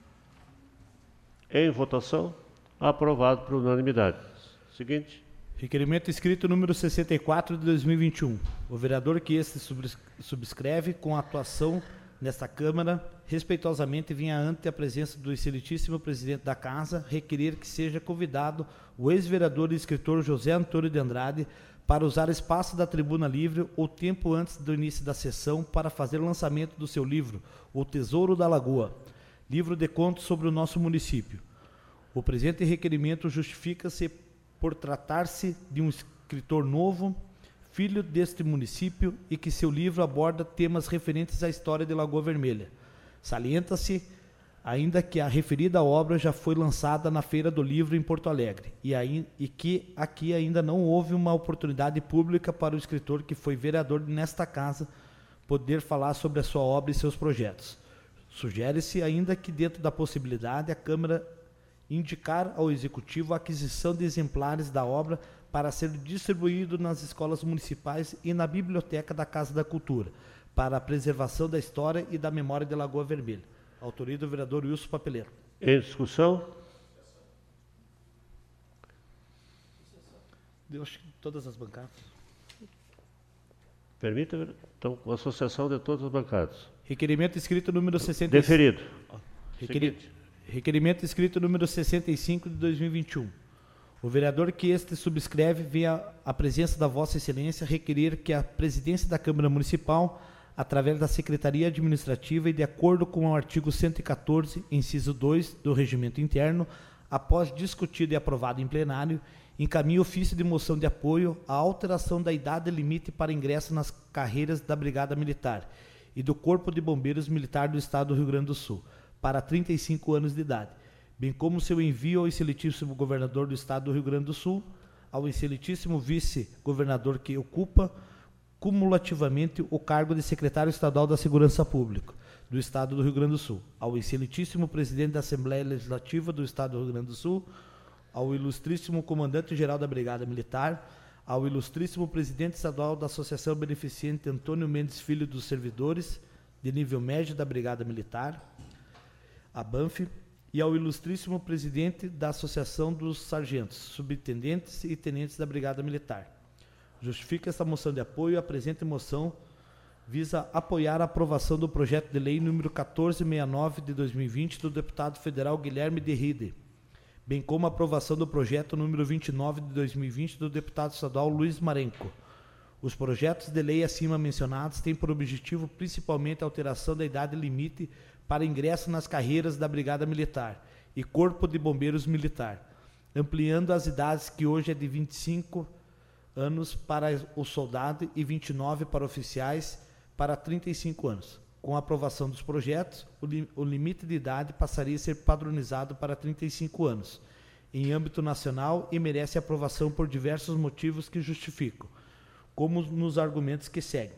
Em votação? Aprovado por unanimidade. Seguinte. Requerimento escrito número sessenta e quatro de dois mil e vinte e um. O vereador que este subscreve com a atuação nesta Câmara, respeitosamente vinha ante a presença do excelentíssimo presidente da Casa, requerer que seja convidado o ex-vereador e escritor José Antônio de Andrade para usar espaço da tribuna livre ou tempo antes do início da sessão para fazer o lançamento do seu livro, O Tesouro da Lagoa, livro de contos sobre o nosso município. O presente requerimento justifica-se por tratar-se de um escritor novo, filho deste município, e que seu livro aborda temas referentes à história de Lagoa Vermelha. Salienta-se ainda que a referida obra já foi lançada na Feira do Livro em Porto Alegre, e, aí, e que aqui ainda não houve uma oportunidade pública para o escritor que foi vereador nesta casa poder falar sobre a sua obra e seus projetos. Sugere-se ainda que, dentro da possibilidade, a Câmara indicar ao Executivo a aquisição de exemplares da obra para ser distribuído nas escolas municipais e na biblioteca da Casa da Cultura, para a preservação da história e da memória de Lagoa Vermelha. Autoria do vereador Wilson Papeleiro. Em discussão? Eu acho que todas as bancadas. Permita, então, uma associação de todas as bancadas. Requerimento escrito número sessenta e cinco. Deferido. Requer... Requerimento escrito número sessenta e cinco de dois mil e vinte e um. O vereador que este subscreve vem à presença da Vossa Excelência requerer que a presidência da Câmara Municipal, através da Secretaria Administrativa e de acordo com o artigo cento e quatorze, inciso dois do Regimento Interno, após discutido e aprovado em plenário, encaminhe ofício de moção de apoio à alteração da idade limite para ingresso nas carreiras da Brigada Militar e do Corpo de Bombeiros Militar do Estado do Rio Grande do Sul, para trinta e cinco anos de idade, bem como seu envio ao excelentíssimo governador do Estado do Rio Grande do Sul, ao excelentíssimo vice-governador que ocupa cumulativamente o cargo de secretário estadual da Segurança Pública do Estado do Rio Grande do Sul, ao excelentíssimo presidente da Assembleia Legislativa do Estado do Rio Grande do Sul, ao ilustríssimo comandante-geral da Brigada Militar, ao ilustríssimo presidente estadual da Associação Beneficente Antônio Mendes Filho dos Servidores, de nível médio da Brigada Militar, a Banf, e ao ilustríssimo presidente da Associação dos Sargentos, Subtenentes e Tenentes da Brigada Militar. Justifica esta moção de apoio. A presente moção visa apoiar a aprovação do projeto de lei número quatorze sessenta e nove de dois mil e vinte do deputado federal Guilherme de Ride, bem como a aprovação do projeto número vinte e nove de dois mil e vinte do deputado estadual Luiz Marenco. Os projetos de lei acima mencionados têm por objetivo principalmente a alteração da idade limite para ingresso nas carreiras da Brigada Militar e Corpo de Bombeiros Militar, ampliando as idades que hoje é de vinte e cinco anos para o soldado e vinte e nove para oficiais para trinta e cinco anos. Com a aprovação dos projetos, o, li, o limite de idade passaria a ser padronizado para trinta e cinco anos, em âmbito nacional, e merece aprovação por diversos motivos que justificam, como nos argumentos que seguem.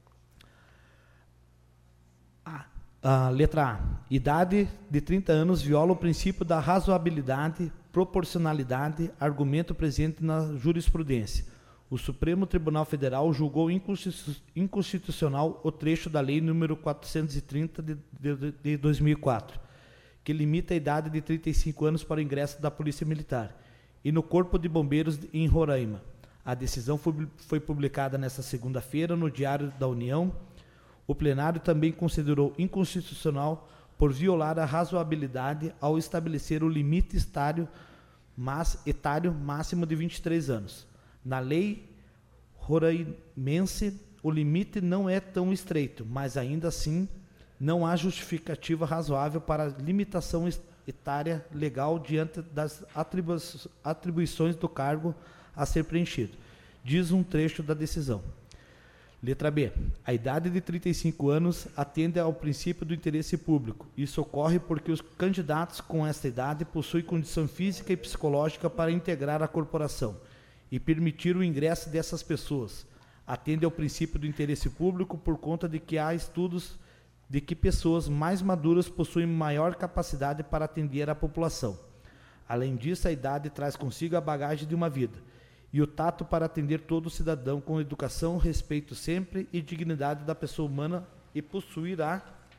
A, a letra A. Idade de trinta anos viola o princípio da razoabilidade, proporcionalidade, argumento presente na jurisprudência. O Supremo Tribunal Federal julgou inconstitucional o trecho da Lei número quatrocentos e trinta de, de, de dois mil e quatro, que limita a idade de trinta e cinco anos para o ingresso da Polícia Militar e no Corpo de Bombeiros em Roraima. A decisão foi, foi publicada nesta segunda-feira no Diário da União. O plenário também considerou inconstitucional por violar a razoabilidade ao estabelecer o limite etário, mas, etário máximo de vinte e três anos. Na lei roraimense, o limite não é tão estreito, mas ainda assim não há justificativa razoável para a limitação etária legal diante das atribu- atribuições do cargo a ser preenchido, diz um trecho da decisão. Letra B. A idade de trinta e cinco anos atende ao princípio do interesse público. Isso ocorre porque os candidatos com esta idade possuem condição física e psicológica para integrar a corporação e permitir o ingresso dessas pessoas. Atende ao princípio do interesse público por conta de que há estudos de que pessoas mais maduras possuem maior capacidade para atender a população. Além disso, a idade traz consigo a bagagem de uma vida e o tato para atender todo cidadão com educação, respeito sempre e dignidade da pessoa humana e possuirá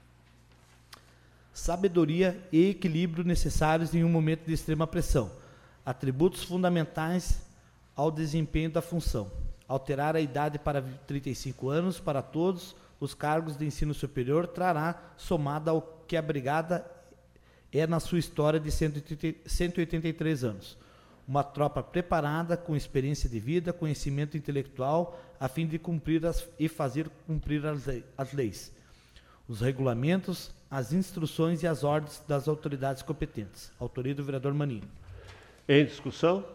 sabedoria e equilíbrio necessários em um momento de extrema pressão, atributos fundamentais ao desempenho da função. Alterar a idade para trinta e cinco anos para todos os cargos de ensino superior trará, somada ao que a Brigada é na sua história de cento e oitenta e três anos, uma tropa preparada, com experiência de vida, conhecimento intelectual, a fim de cumprir as, e fazer cumprir as, lei, as leis, os regulamentos, as instruções e as ordens das autoridades competentes. Autoria do vereador Maninho. Em discussão?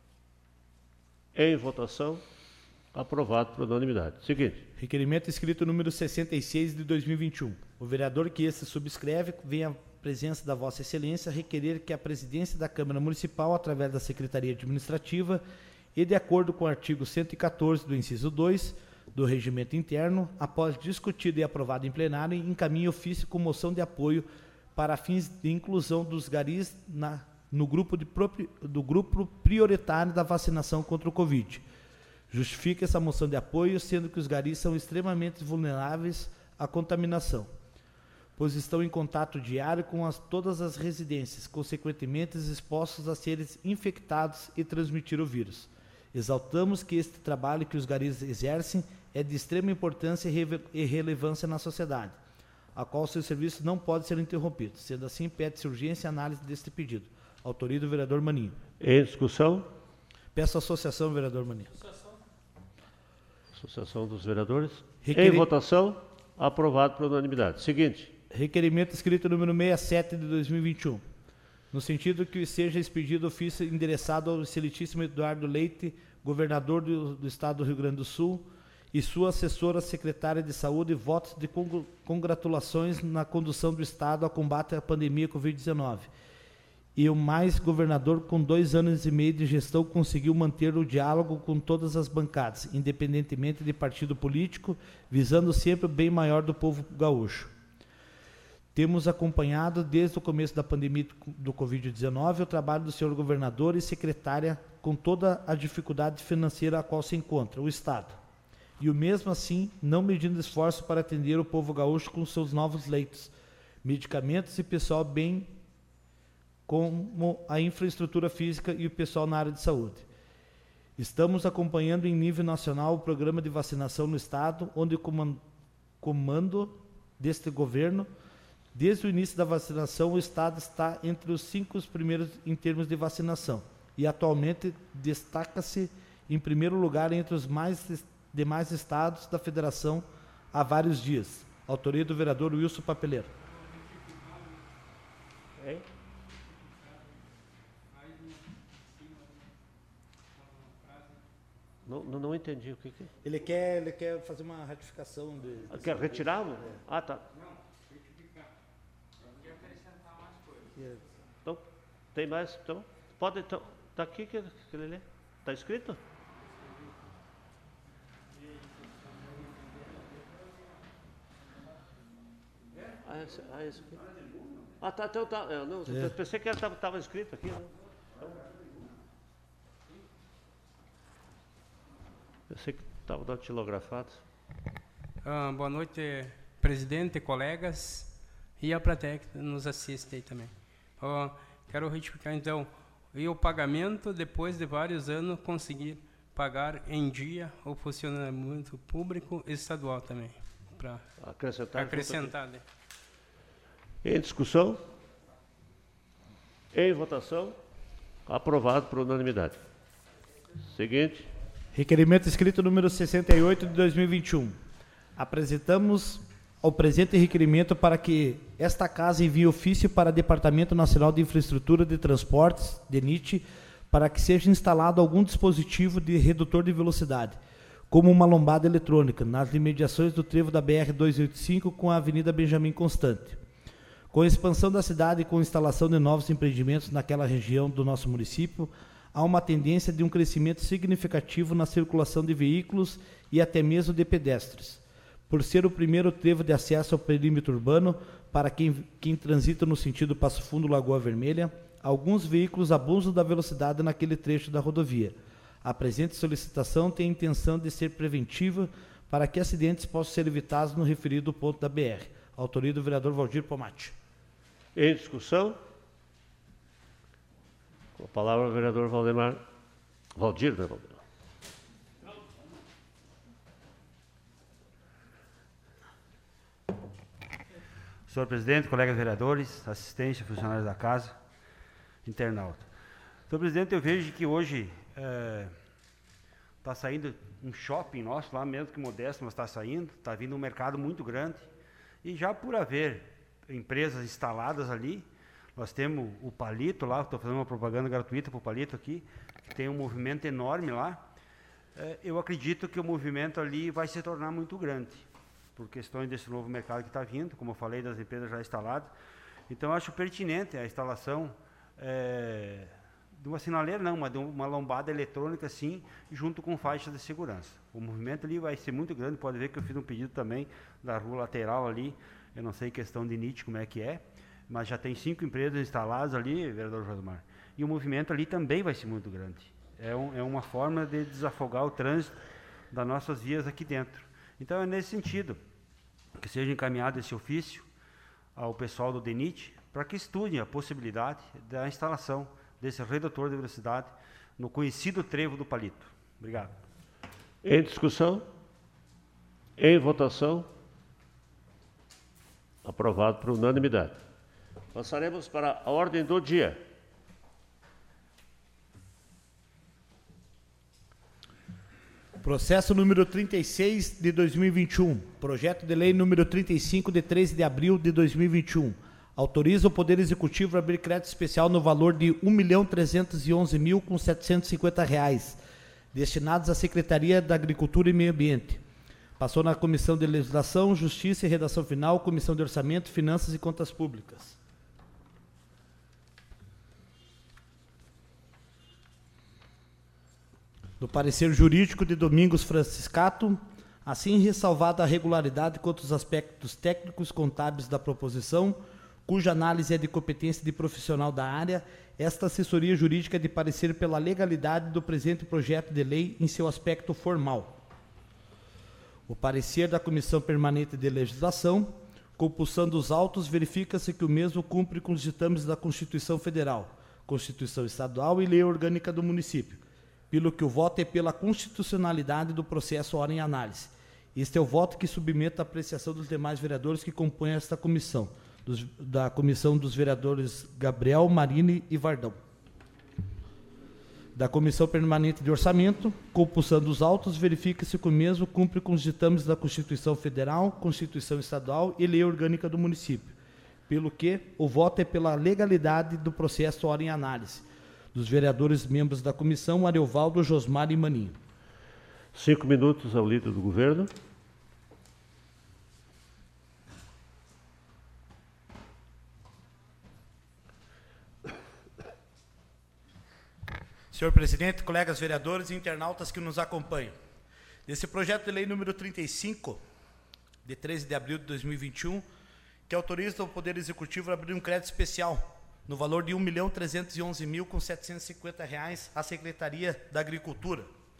Em votação? Aprovado por unanimidade. Seguinte. Requerimento escrito número sessenta e seis de dois mil e vinte e um. O vereador que este subscreve vem à presença da Vossa Excelência requerer que a presidência da Câmara Municipal, através da Secretaria Administrativa e de acordo com o artigo cento e quatorze do inciso dois do Regimento Interno, após discutido e aprovado em plenário, encaminhe ofício com moção de apoio para fins de inclusão dos garis na no grupo, de, do grupo prioritário da vacinação contra o Covid. Justifica essa moção de apoio, sendo que os garis são extremamente vulneráveis à contaminação, pois estão em contato diário com as, todas as residências, consequentemente expostos a seres infectados e transmitir o vírus. Exaltamos que este trabalho que os garis exercem é de extrema importância e, re, e relevância na sociedade, a qual seu serviço não pode ser interrompido. Sendo assim, pede-se urgência e análise deste pedido. Autoria do vereador Maninho. Em discussão? Peço associação, vereador Maninho. Associação, associação dos vereadores. Requer... Em votação, aprovado por unanimidade. Seguinte. Requerimento escrito número sessenta e sete de dois mil e vinte e um. No sentido que seja expedido ofício endereçado ao excelentíssimo Eduardo Leite, governador do, do Estado do Rio Grande do Sul, e sua assessora secretária de Saúde, votos de congratulações na condução do Estado ao combate à pandemia covid dezenove. E o mais governador, com dois anos e meio de gestão, conseguiu manter o diálogo com todas as bancadas, independentemente de partido político, visando sempre o bem maior do povo gaúcho. Temos acompanhado, desde o começo da pandemia do covid dezenove, o trabalho do senhor governador e secretária com toda a dificuldade financeira a qual se encontra o Estado. E o mesmo assim, não medindo esforço para atender o povo gaúcho com seus novos leitos, medicamentos e pessoal bem como a infraestrutura física e o pessoal na área de saúde. Estamos acompanhando em nível nacional o programa de vacinação no Estado, onde o comando deste governo Desde o início da vacinação, o Estado está entre os cinco primeiros em termos de vacinação e atualmente destaca-se em primeiro lugar entre os mais demais estados da Federação há vários dias. Autoria do vereador Wilson Papeleiro. Hein? Não, não, não entendi o que que... Ele quer, ele quer fazer uma ratificação de... Ah, quer retirar? É. Ah, tá. Não, retificar. Eu queria acrescentar mais coisas. Yeah. Então, tem mais? Então, pode... Então, tá aqui que, que ele lê. Tá escrito? Ah, esse, ah, esse aqui. Ah, tá, então tá. Eu, não, É. eu pensei que estava escrito aqui, né? Então, pensei que estava datilografado. Ah, boa noite, presidente, colegas e a plateia que nos assiste aí também. Ah, quero retificar, então, e o pagamento, depois de vários anos, conseguir pagar em dia o funcionamento público e estadual também, para Acrescentar. acrescentar. Né? Em discussão? Em votação? Aprovado por unanimidade. Seguinte. Requerimento escrito número sessenta e oito de dois mil e vinte e um. Apresentamos ao presente requerimento para que esta casa envie ofício para o Departamento Nacional de Infraestrutura de Transportes, DENIT, para que seja instalado algum dispositivo de redutor de velocidade, como uma lombada eletrônica, nas imediações do trevo da B R duzentos e oitenta e cinco com a Avenida Benjamin Constante. Com a expansão da cidade e com a instalação de novos empreendimentos naquela região do nosso município, há uma tendência de um crescimento significativo na circulação de veículos e até mesmo de pedestres. Por ser o primeiro trevo de acesso ao perímetro urbano para quem, quem transita no sentido Passo Fundo-Lagoa Vermelha, alguns veículos abusam da velocidade naquele trecho da rodovia. A presente solicitação tem a intenção de ser preventiva para que acidentes possam ser evitados no referido ponto da B R. Autoria do vereador Valdir Pomati. Em discussão? Com a palavra o vereador Valdemar. Valdir, né, Valdemar? Senhor presidente, colegas vereadores, assistência, funcionários da casa, internauta. Senhor presidente, eu vejo que hoje está é, saindo um shopping nosso, lá mesmo que modesto, mas está saindo, está vindo um mercado muito grande. E já por haver empresas instaladas ali, nós temos o Palito lá, estou fazendo uma propaganda gratuita para o Palito aqui, que tem um movimento enorme lá. É, eu acredito que o movimento ali vai se tornar muito grande, por questões desse novo mercado que está vindo, como eu falei, das empresas já instaladas. Então, eu acho pertinente a instalação é, de uma sinaleira, não, mas de uma lombada eletrônica, sim, junto com faixa de segurança. O movimento ali vai ser muito grande, pode ver que eu fiz um pedido também da rua lateral ali, eu não sei questão de N I T como é que é, mas já tem cinco empresas instaladas ali, vereador Josmar, e o movimento ali também vai ser muito grande. É, um, é uma forma de desafogar o trânsito das nossas vias aqui dentro. Então, é nesse sentido que seja encaminhado esse ofício ao pessoal do DENIT para que estudem a possibilidade da instalação desse redutor de velocidade no conhecido trevo do Palito. Obrigado. Em discussão? Em votação? Aprovado por unanimidade. Passaremos para a ordem do dia. Processo número trinta e seis de dois mil e vinte e um. Projeto de lei número trinta e cinco de treze de abril de dois mil e vinte e um. Autoriza o Poder Executivo a abrir crédito especial no valor de um milhão trezentos e onze mil setecentos e cinquenta reais, destinados à Secretaria da Agricultura e Meio Ambiente. Passou na Comissão de Legislação, Justiça e Redação Final, Comissão de Orçamento, Finanças e Contas Públicas. Do parecer jurídico de Domingos Franciscato, assim ressalvada a regularidade quanto aos aspectos técnicos contábeis da proposição, cuja análise é de competência de profissional da área, esta assessoria jurídica é de parecer pela legalidade do presente projeto de lei em seu aspecto formal. O parecer da Comissão Permanente de Legislação, compulsando os autos, verifica-se que o mesmo cumpre com os ditames da Constituição Federal, Constituição Estadual e Lei Orgânica do Município, pelo que o voto é pela constitucionalidade do processo ora em análise. Este é o voto que submeto à apreciação dos demais vereadores que compõem esta comissão. dos, da comissão dos vereadores Gabriel, Marini e Vardão. Da Comissão Permanente de Orçamento, compulsando os autos, verifica-se que o mesmo cumpre com os ditames da Constituição Federal, Constituição Estadual e Lei Orgânica do Município, pelo que o voto é pela legalidade do processo ora em análise. Dos vereadores membros da comissão, Ariovaldo, Josmar e Maninho. Cinco minutos ao líder do governo. Senhor presidente, colegas vereadores e internautas que nos acompanham. Desse projeto de lei número trinta e cinco, de treze de abril de dois mil e vinte e um, que autoriza o Poder Executivo a abrir um crédito especial no valor de um milhão trezentos e onze mil setecentos e cinquenta reais à Secretaria da Agricultura.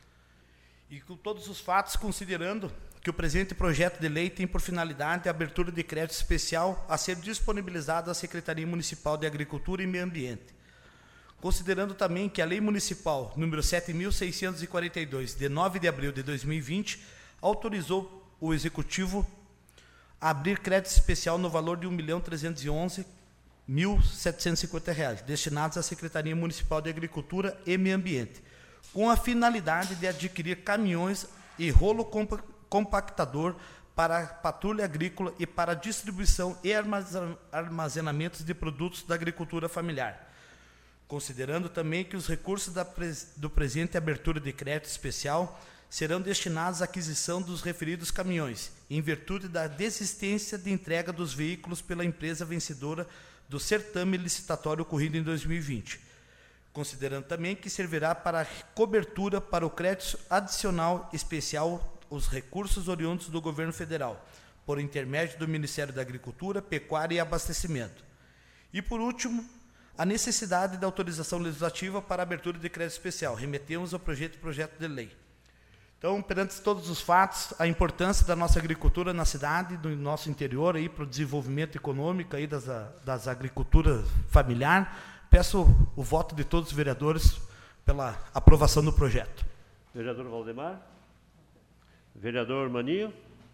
E com todos os fatos, considerando que o presente projeto de lei tem por finalidade a abertura de crédito especial a ser disponibilizado à Secretaria Municipal de Agricultura e Meio Ambiente. Considerando também que a Lei Municipal número sete mil seiscentos e quarenta e dois, de nove de abril de dois mil e vinte, autorizou o Executivo a abrir crédito especial no valor de um milhão trezentos e onze mil setecentos e cinquenta reais, destinados à Secretaria Municipal de Agricultura e Meio Ambiente, com a finalidade de adquirir caminhões e rolo compa compactador para a patrulha agrícola e para a distribuição e armazenamentos de produtos da agricultura familiar. Considerando também que os recursos da pres do presente abertura de crédito especial serão destinados à aquisição dos referidos caminhões, em virtude da desistência de entrega dos veículos pela empresa vencedora do certame licitatório ocorrido em dois mil e vinte. Considerando também que servirá para cobertura para o crédito adicional especial os recursos oriundos do governo federal, por intermédio do Ministério da Agricultura, Pecuária e Abastecimento. E, por último, a necessidade da autorização legislativa para a abertura de crédito especial. Remetemos ao projeto projeto de lei. Então, perante todos os fatos, a importância da nossa agricultura na cidade, do nosso interior, aí, para o desenvolvimento econômico aí das, das agriculturas familiar, peço o voto de todos os vereadores pela aprovação do projeto. Vereador Valdemar. Vereador Maninho.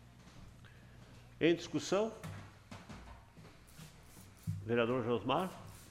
Em discussão. Vereador Josmar.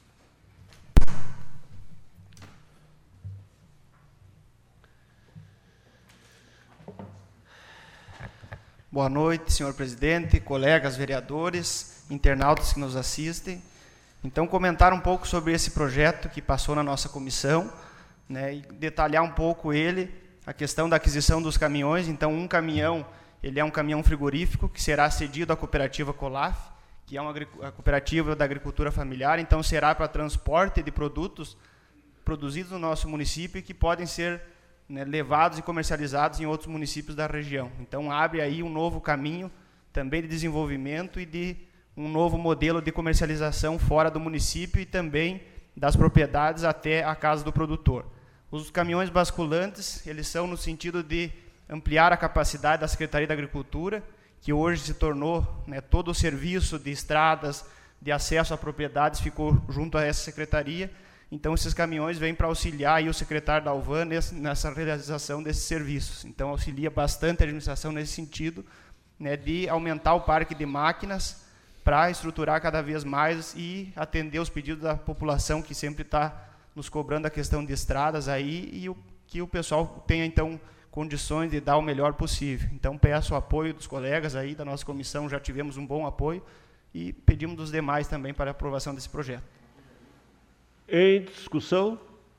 Boa noite, senhor presidente, colegas vereadores, internautas que nos assistem. Então, comentar um pouco sobre esse projeto que passou na nossa comissão, né, e detalhar um pouco ele, a questão da aquisição dos caminhões. Então, um caminhão, ele é um caminhão frigorífico que será cedido à cooperativa Colaf, que é uma a cooperativa da agricultura familiar. Então, será para transporte de produtos produzidos no nosso município e que podem ser, né, levados e comercializados em outros municípios da região. Então, abre aí um novo caminho também de desenvolvimento e de um novo modelo de comercialização fora do município e também das propriedades até a casa do produtor. Os caminhões basculantes, eles são no sentido de ampliar a capacidade da Secretaria da Agricultura, que hoje se tornou, né, todo o serviço de estradas, de acesso a propriedades, ficou junto a essa secretaria. Então, esses caminhões vêm para auxiliar aí o secretário da Alvan nessa realização desses serviços. Então, auxilia bastante a administração nesse sentido, né, de aumentar o parque de máquinas para estruturar cada vez mais e atender os pedidos da população que sempre está nos cobrando a questão de estradas aí e o, que o pessoal tenha, então, condições de dar o melhor possível. Então, peço o apoio dos colegas aí da nossa comissão, já tivemos um bom apoio e pedimos dos demais também para a aprovação desse projeto. Em discussão,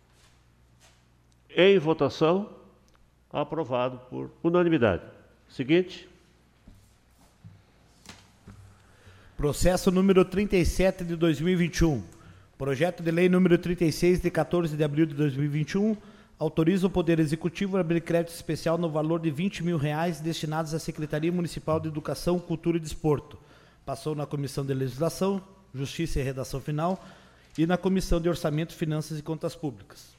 em votação, aprovado por unanimidade. Seguinte. Processo número trinta e sete de dois mil e vinte e um. Projeto de lei número trinta e seis de quatorze de abril de dois mil e vinte e um autoriza o Poder Executivo a abrir crédito especial no valor de vinte mil reais destinados à Secretaria Municipal de Educação, Cultura e Desporto. Passou na Comissão de Legislação, Justiça e Redação Final e na Comissão de Orçamento, Finanças e Contas Públicas.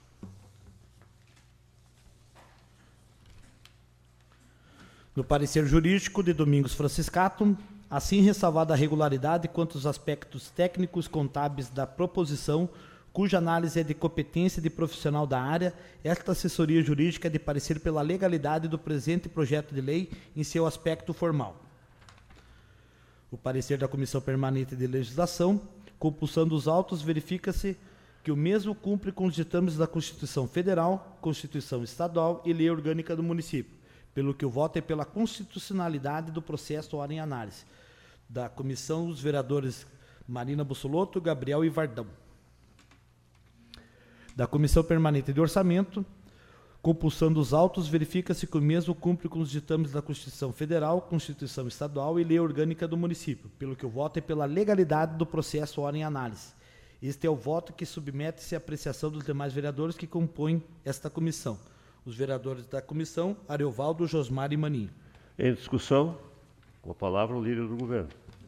No parecer jurídico de Domingos Franciscato, assim ressalvada a regularidade quanto aos aspectos técnicos contábeis da proposição, cuja análise é de competência de profissional da área, esta assessoria jurídica é de parecer pela legalidade do presente projeto de lei em seu aspecto formal. O parecer da Comissão Permanente de Legislação, compulsando os autos, verifica-se que o mesmo cumpre com os ditames da Constituição Federal, Constituição Estadual e Lei Orgânica do Município, pelo que o voto é pela constitucionalidade do processo ora em análise. Da comissão, os vereadores Marina Bussolotto, Gabriel e Vardão. Da Comissão Permanente de Orçamento, compulsando os autos, verifica-se que o mesmo cumpre com os ditames da Constituição Federal, Constituição Estadual e Lei Orgânica do Município, pelo que o voto é pela legalidade do processo ora em análise. Este é o voto que submete-se à apreciação dos demais vereadores que compõem esta comissão. Os vereadores da comissão, Ariovaldo, Josmar e Maninho. Em discussão, com a palavra o líder do governo.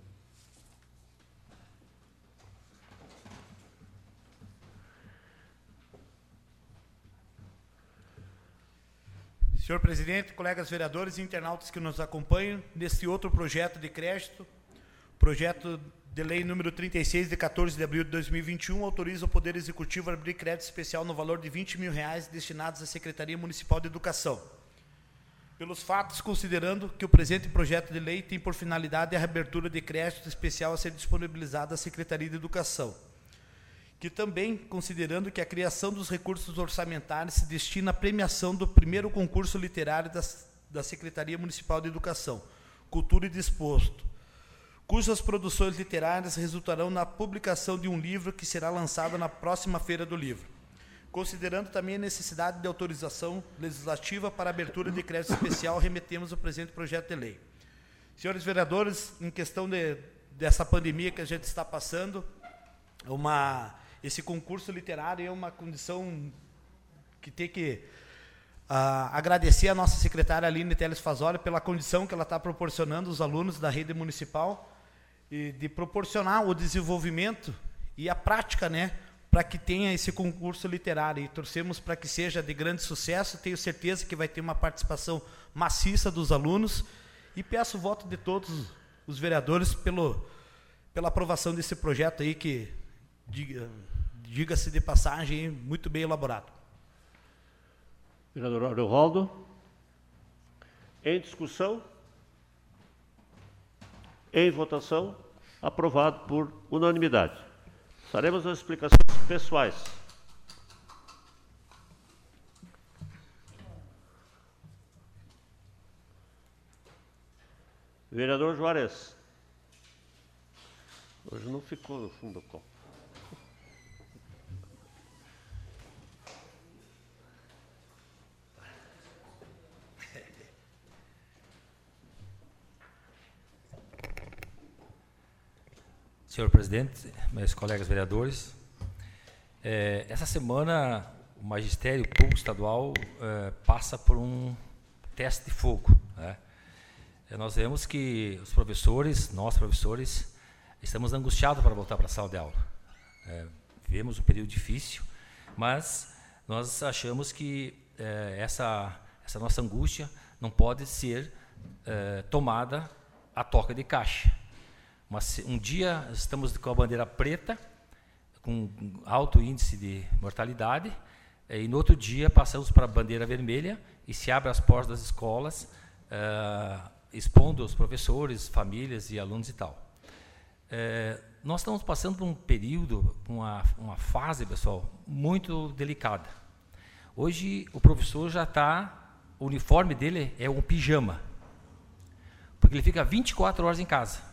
Senhor presidente, colegas vereadores e internautas que nos acompanham, neste outro projeto de crédito, projeto de lei número trinta e seis, de quatorze de abril de dois mil e vinte e um, autoriza o Poder Executivo a abrir crédito especial no valor de vinte mil reais destinados à Secretaria Municipal de Educação. Pelos fatos, considerando que o presente projeto de lei tem por finalidade a reabertura de crédito especial a ser disponibilizado à Secretaria de Educação, que também, considerando que a criação dos recursos orçamentários se destina à premiação do primeiro concurso literário das, da Secretaria Municipal de Educação, Cultura e Disposto, cujas produções literárias resultarão na publicação de um livro que será lançado na próxima Feira do Livro. Considerando também a necessidade de autorização legislativa para a abertura de crédito especial, remetemos o presente projeto de lei. Senhores vereadores, em questão de, dessa pandemia que a gente está passando, uma, esse concurso literário é uma condição que tem que uh, agradecer a nossa secretária Aline Teles Fazoli pela condição que ela está proporcionando aos alunos da rede municipal e de proporcionar o desenvolvimento e a prática, né, para que tenha esse concurso literário. E torcemos para que seja de grande sucesso. Tenho certeza que vai ter uma participação maciça dos alunos e peço o voto de todos os vereadores pelo, pela aprovação desse projeto aí que, diga, diga-se de passagem, muito bem elaborado. Vereador Ariovaldo. Em discussão. Em votação. Aprovado por unanimidade. Faremos as explicações pessoais. Vereador Juarez. Hoje não ficou no fundo do copo. Senhor presidente, meus colegas vereadores, é, essa semana o Magistério Público Estadual é, passa por um teste de fogo, né? É, nós vemos que os professores, nós professores, estamos angustiados para voltar para a sala de aula. É, vivemos um período difícil, mas nós achamos que é, essa, essa nossa angústia não pode ser é, tomada a toca de caixa. Mas um dia estamos com a bandeira preta, com alto índice de mortalidade, e no outro dia passamos para a bandeira vermelha e se abre as portas das escolas, uh, expondo os professores, famílias e alunos e tal. Uh, nós estamos passando por um período, uma, uma fase, pessoal, muito delicada. Hoje o professor já está, o uniforme dele é um pijama, porque ele fica vinte e quatro horas em casa.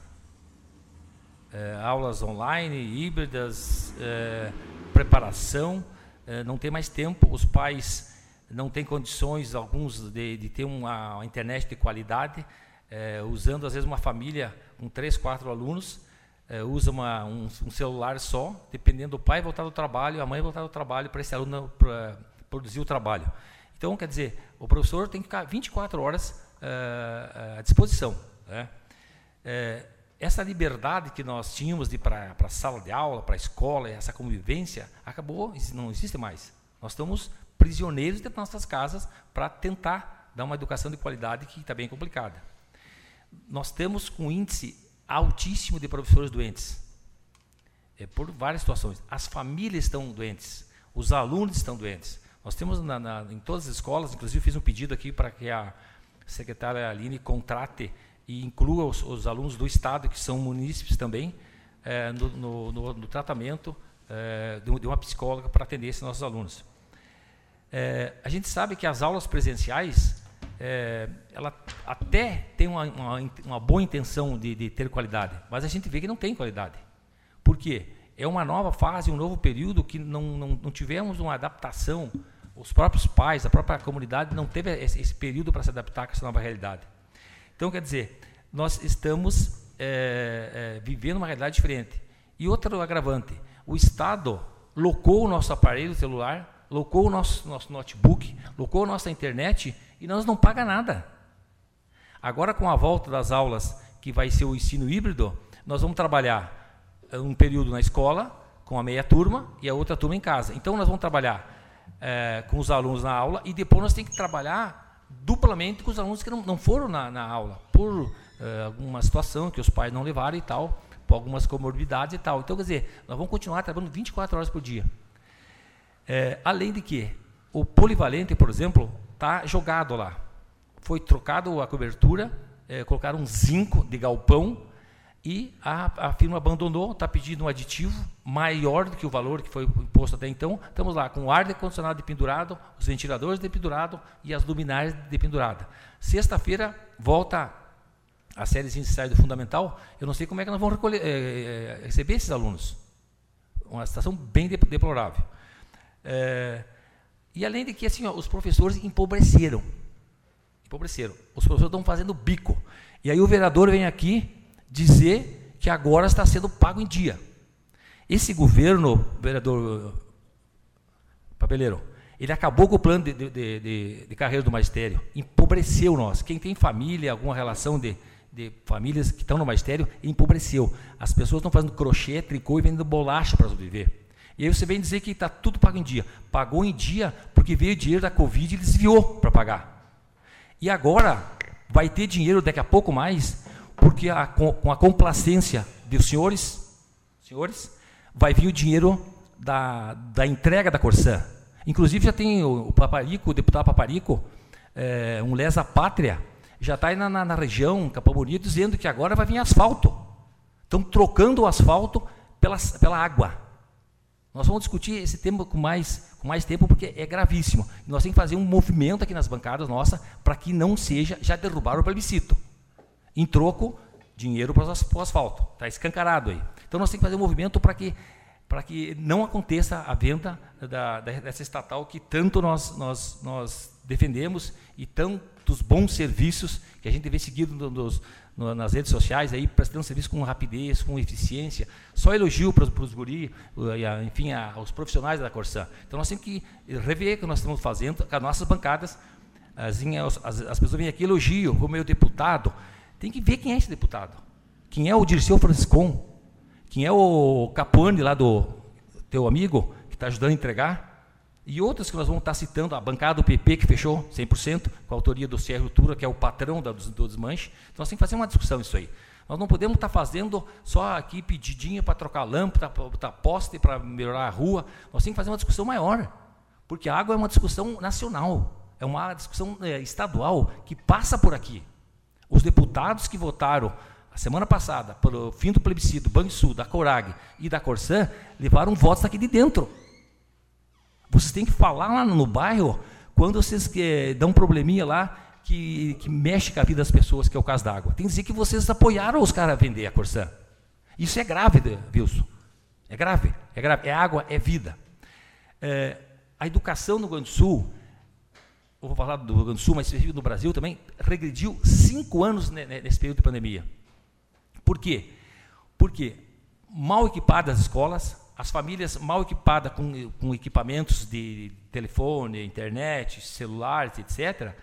É, aulas online, híbridas, é, preparação, é, não tem mais tempo, os pais não têm condições, alguns, de, de ter uma, uma internet de qualidade, é, usando às vezes uma família com três, quatro alunos, é, usa uma, um, um celular só, dependendo do pai voltar do trabalho, a mãe voltar do trabalho, para esse aluno pra, produzir o trabalho. Então, quer dizer, o professor tem que ficar vinte e quatro horas é, à disposição, né? É, essa liberdade que nós tínhamos de ir para a sala de aula, para a escola, essa convivência, acabou, não existe mais. Nós estamos prisioneiros de nossas casas para tentar dar uma educação de qualidade que está bem complicada. Nós temos um índice altíssimo de professores doentes, é, por várias situações. As famílias estão doentes, os alunos estão doentes. Nós temos na, na, em todas as escolas, inclusive fiz um pedido aqui para que a secretária Aline contrate e inclua os, os alunos do Estado, que são munícipes também, é, no, no, no, no tratamento é, de, de uma psicóloga para atender esses nossos alunos. É, a gente sabe que as aulas presenciais, é, ela até tem uma, uma, uma boa intenção de, de ter qualidade, mas a gente vê que não tem qualidade. Por quê? É uma nova fase, um novo período que não, não, não tivemos uma adaptação, os próprios pais, a própria comunidade não teve esse, esse período para se adaptar com essa nova realidade. Então, quer dizer, nós estamos é, é, vivendo uma realidade diferente. E outro agravante, o Estado locou o nosso aparelho celular, locou o nosso, nosso notebook, locou a nossa internet e nós não pagamos nada. Agora, com a volta das aulas, que vai ser o ensino híbrido, nós vamos trabalhar um período na escola, com a meia turma, e a outra turma em casa. Então, nós vamos trabalhar é, com os alunos na aula, e depois nós temos que trabalhar duplamente com os alunos que não, não foram na, na aula, por é, alguma situação que os pais não levaram e tal, por algumas comorbidades e tal. Então, quer dizer, nós vamos continuar trabalhando vinte e quatro horas por dia. É, além de que o polivalente, por exemplo, está jogado lá. Foi trocado a cobertura, é, colocaram um zinco de galpão, e a, a firma abandonou, está pedindo um aditivo maior do que o valor que foi imposto até então. Estamos lá com o ar de-condicionado dependurado, os ventiladores dependurados e as luminárias dependuradas. Sexta-feira volta a série iniciais do Fundamental. Eu não sei como é que nós vamos recolher, é, é, receber esses alunos. Uma situação bem deplorável. É, e além de que assim, ó, os professores empobreceram. Empobreceram. Os professores estão fazendo bico. E aí o vereador vem aqui dizer que agora está sendo pago em dia. Esse governo, vereador Papeleiro, ele acabou com o plano de, de, de, de carreira do magistério, empobreceu nós. Quem tem família, alguma relação de, de famílias que estão no magistério, empobreceu. As pessoas estão fazendo crochê, tricô e vendendo bolacha para sobreviver. E aí você vem dizer que está tudo pago em dia. Pagou em dia porque veio dinheiro da Covid e desviou para pagar. E agora vai ter dinheiro daqui a pouco mais, porque a, com, com a complacência dos senhores, senhores, vai vir o dinheiro da, da entrega da Corsã. Inclusive já tem o, o Paparico, o deputado Paparico, é, um lesa pátria, já está aí na, na, na região, Capão Bonito, dizendo que agora vai vir asfalto. Estão trocando o asfalto pela, pela água. Nós vamos discutir esse tema com mais, com mais tempo, porque é gravíssimo. Nós temos que fazer um movimento aqui nas bancadas nossas para que não seja já derrubar o plebiscito. Em troco, dinheiro para o asfalto. Está escancarado aí. Então, nós temos que fazer um movimento para que, para que não aconteça a venda da, dessa estatal que tanto nós, nós, nós defendemos e tantos bons serviços que a gente vê seguido nos, no, nas redes sociais, aí, prestando serviço com rapidez, com eficiência. Só elogio para os guris, enfim, a, aos profissionais da Corsã. Então, nós temos que rever o que nós estamos fazendo com as nossas bancadas. As, as, as pessoas vêm aqui, elogiam, como meu deputado. Tem que ver quem é esse deputado. Quem é o Dirceu Franciscon? Quem é o Capone, lá do teu amigo, que está ajudando a entregar? E outros que nós vamos estar citando, a bancada do P P, que fechou cem por cento, com a autoria do Sérgio Tura, que é o patrão da, do, do desmanche. Então, nós temos que fazer uma discussão isso aí. Nós não podemos estar fazendo só aqui pedidinha para trocar lâmpada, para botar poste, para melhorar a rua. Nós temos que fazer uma discussão maior, porque a água é uma discussão nacional, é uma discussão é, estadual, que passa por aqui. Os deputados que votaram a semana passada pelo fim do plebiscito, do Banrisul, da Corag e da Corsã, levaram votos daqui de dentro. Vocês têm que falar lá no bairro, quando vocês que, dão um probleminha lá, que, que mexe com a vida das pessoas, que é o caso da água. Tem que dizer que vocês apoiaram os caras a vender a Corsã. Isso é grave, Wilson. É grave, é grave. É água, é vida. É, a educação no Rio Grande do Sul, eu vou falar do Rio Grande do Sul, mas no Brasil também, regrediu cinco anos nesse período de pandemia. Por quê? Porque mal equipadas as escolas, as famílias mal equipadas com, com equipamentos de telefone, internet, celulares, etcétera,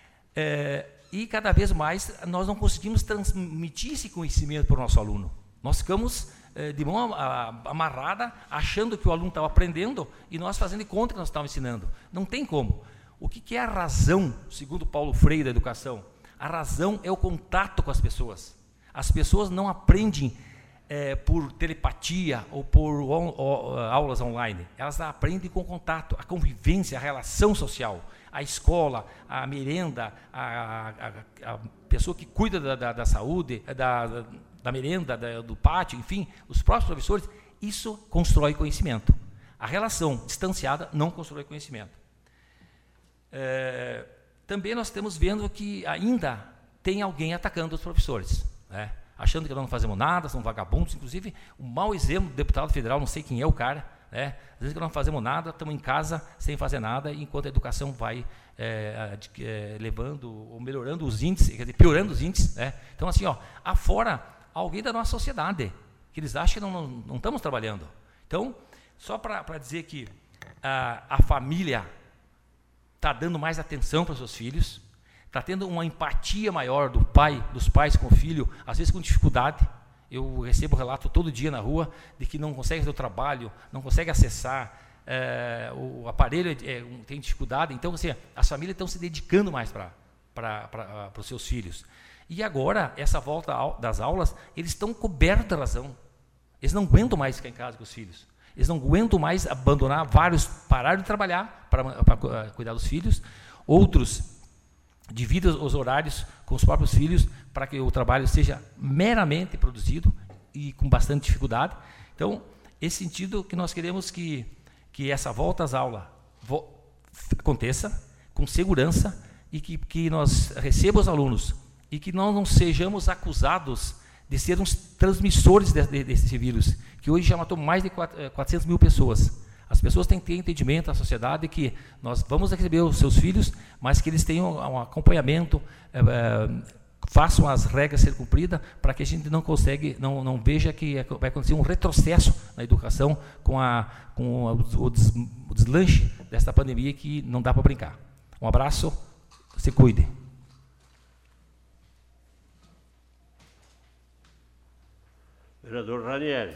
é, e cada vez mais nós não conseguimos transmitir esse conhecimento para o nosso aluno. Nós ficamos é, de mão amarrada, achando que o aluno estava aprendendo e nós fazendo de conta que nós estávamos ensinando. Não tem como. O que é a razão, segundo Paulo Freire da educação? A razão é o contato com as pessoas. As pessoas não aprendem é, por telepatia ou por on, ou, aulas online. Elas aprendem com contato, a convivência, a relação social. a escola, a merenda, a, a, a pessoa que cuida da, da, da saúde, da, da, da merenda, da, do pátio, enfim, os próprios professores, isso constrói conhecimento. A relação distanciada não constrói conhecimento. É, também nós estamos vendo que ainda tem alguém atacando os professores, né? Achando que nós não fazemos nada, são vagabundos. Inclusive, um mau exemplo do deputado federal, não sei quem é o cara, né? Às vezes que nós não fazemos nada, estamos em casa sem fazer nada, enquanto a educação vai é, é, levando ou melhorando os índices, quer dizer, piorando os índices, né? Então, assim, ó, afora alguém da nossa sociedade, que eles acham que não, não, não estamos trabalhando. Então, só para dizer que a, a família está dando mais atenção para os seus filhos, está tendo uma empatia maior do pai, dos pais com o filho, às vezes com dificuldade. Eu recebo relato todo dia na rua de que não consegue fazer o trabalho, não consegue acessar, é, o aparelho é, tem dificuldade. Então, assim, as famílias estão se dedicando mais para os seus filhos. E agora, essa volta das aulas, eles estão cobertos da razão. Eles não aguentam mais ficar em casa com os filhos. Eles não aguentam mais abandonar vários, parar de trabalhar para cuidar dos filhos. Outros dividem os horários com os próprios filhos para que o trabalho seja meramente produzido e com bastante dificuldade. Então, esse sentido que nós queremos que, que essa volta às aulas vo, aconteça com segurança e que, que nós recebamos os alunos e que nós não sejamos acusados de ser uns transmissores de, de, desse vírus, que hoje já matou mais de quatrocentas mil pessoas. As pessoas têm que ter entendimento, a sociedade, que nós vamos receber os seus filhos, mas que eles tenham um acompanhamento, é, é, façam as regras ser cumpridas, para que a gente não consegue, não, não veja que vai acontecer um retrocesso na educação com, a, com a, o, des, o deslanche desta pandemia, que não dá para brincar. Um abraço, se cuide. Vereador Ranieri.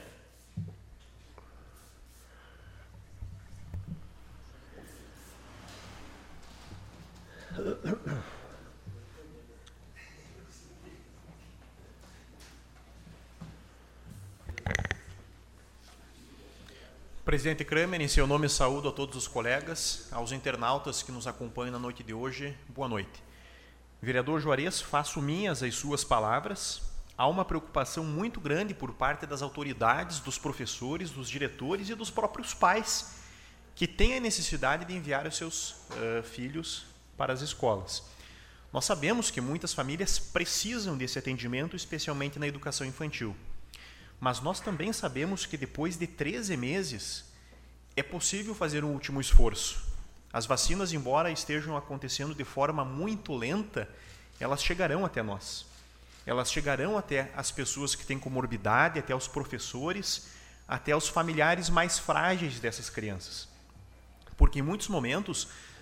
Presidente Kramer, em seu nome saúdo a todos os colegas, aos internautas que nos acompanham na noite de hoje, boa noite. Vereador Juarez, faço minhas as suas palavras. Há uma preocupação muito grande por parte das autoridades, dos professores, dos diretores e dos próprios pais, que têm a necessidade de enviar os seus uh, filhos para as escolas. Nós sabemos que muitas famílias precisam desse atendimento, especialmente na educação infantil. Mas nós também sabemos que depois de treze meses é possível fazer um último esforço. As vacinas, embora estejam acontecendo de forma muito lenta, elas chegarão até nós. Elas chegarão até as pessoas que têm comorbidade, até os professores, até os familiares mais frágeis dessas crianças. Porque em muitos momentos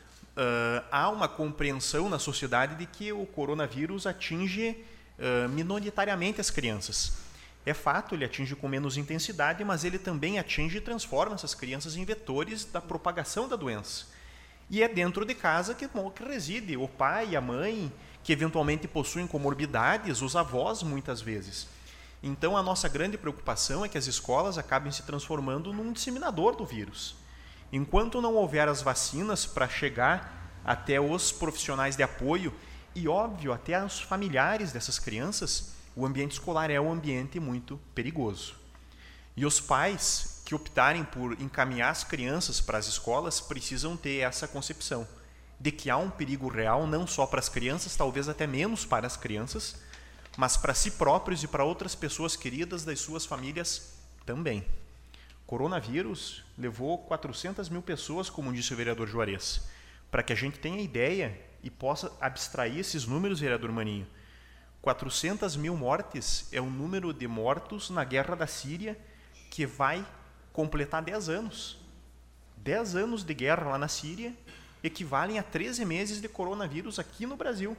uh, há uma compreensão na sociedade de que o coronavírus atinge uh, minoritariamente as crianças. É fato, ele atinge com menos intensidade, mas ele também atinge e transforma essas crianças em vetores da propagação da doença. E é dentro de casa que, que reside o pai e a mãe, que eventualmente possuem comorbidades, os avós muitas vezes. Então a nossa grande preocupação é que as escolas acabem se transformando num disseminador do vírus. Enquanto não houver as vacinas para chegar até os profissionais de apoio e, óbvio, até os familiares dessas crianças, o ambiente escolar é um ambiente muito perigoso. E os pais que optarem por encaminhar as crianças para as escolas precisam ter essa concepção de que há um perigo real, não só para as crianças, talvez até menos para as crianças, mas para si próprios e para outras pessoas queridas das suas famílias também. O coronavírus levou quatrocentas mil pessoas, como disse o vereador Juarez. Para que a gente tenha ideia e possa abstrair esses números, vereador Maninho, quatrocentas mil mortes é o número de mortos na guerra da Síria, que vai completar dez anos. dez anos de guerra lá na Síria equivalem a treze meses de coronavírus aqui no Brasil.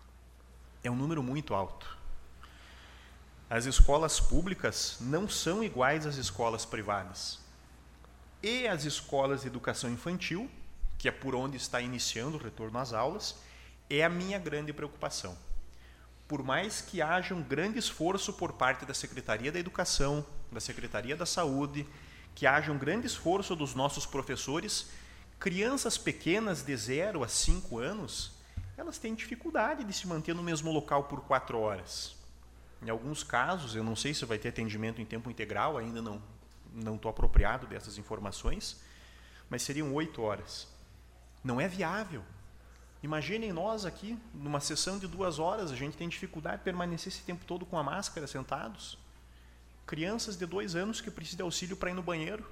É um número muito alto. As escolas públicas não são iguais às escolas privadas. E as escolas de educação infantil, que é por onde está iniciando o retorno às aulas, é a minha grande preocupação. Por mais que haja um grande esforço por parte da Secretaria da Educação, da Secretaria da Saúde, que haja um grande esforço dos nossos professores, Crianças pequenas de zero a cinco anos, elas têm dificuldade de se manter no mesmo local por quatro horas. Em alguns casos, eu não sei se vai ter atendimento em tempo integral, ainda não não estou apropriado dessas informações, mas seriam oito horas. Não é viável. Imaginem nós aqui, numa sessão de duas horas, a gente tem dificuldade de permanecer esse tempo todo com a máscara, sentados. Crianças de dois anos que precisam de auxílio para ir no banheiro.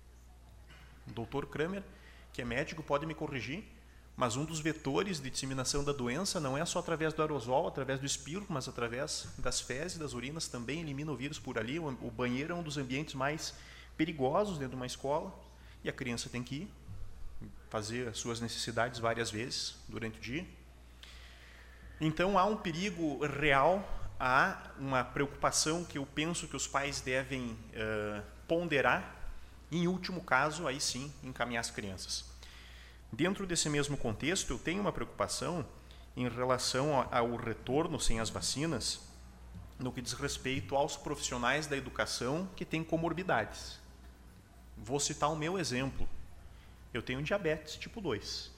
O doutor Kramer, que é médico, pode me corrigir, mas um dos vetores de disseminação da doença não é só através do aerosol, através do espirro, mas através das fezes, das urinas, também elimina o vírus por ali. O banheiro é um dos ambientes mais perigosos dentro de uma escola, e a criança tem que ir fazer as suas necessidades várias vezes durante o dia. Então há um perigo real, há uma preocupação que eu penso que os pais devem uh, ponderar, e, em último caso, aí sim, encaminhar as crianças. Dentro desse mesmo contexto, eu tenho uma preocupação em relação ao retorno sem as vacinas, no que diz respeito aos profissionais da educação que têm comorbidades. Vou citar o meu exemplo. Eu tenho diabetes tipo dois.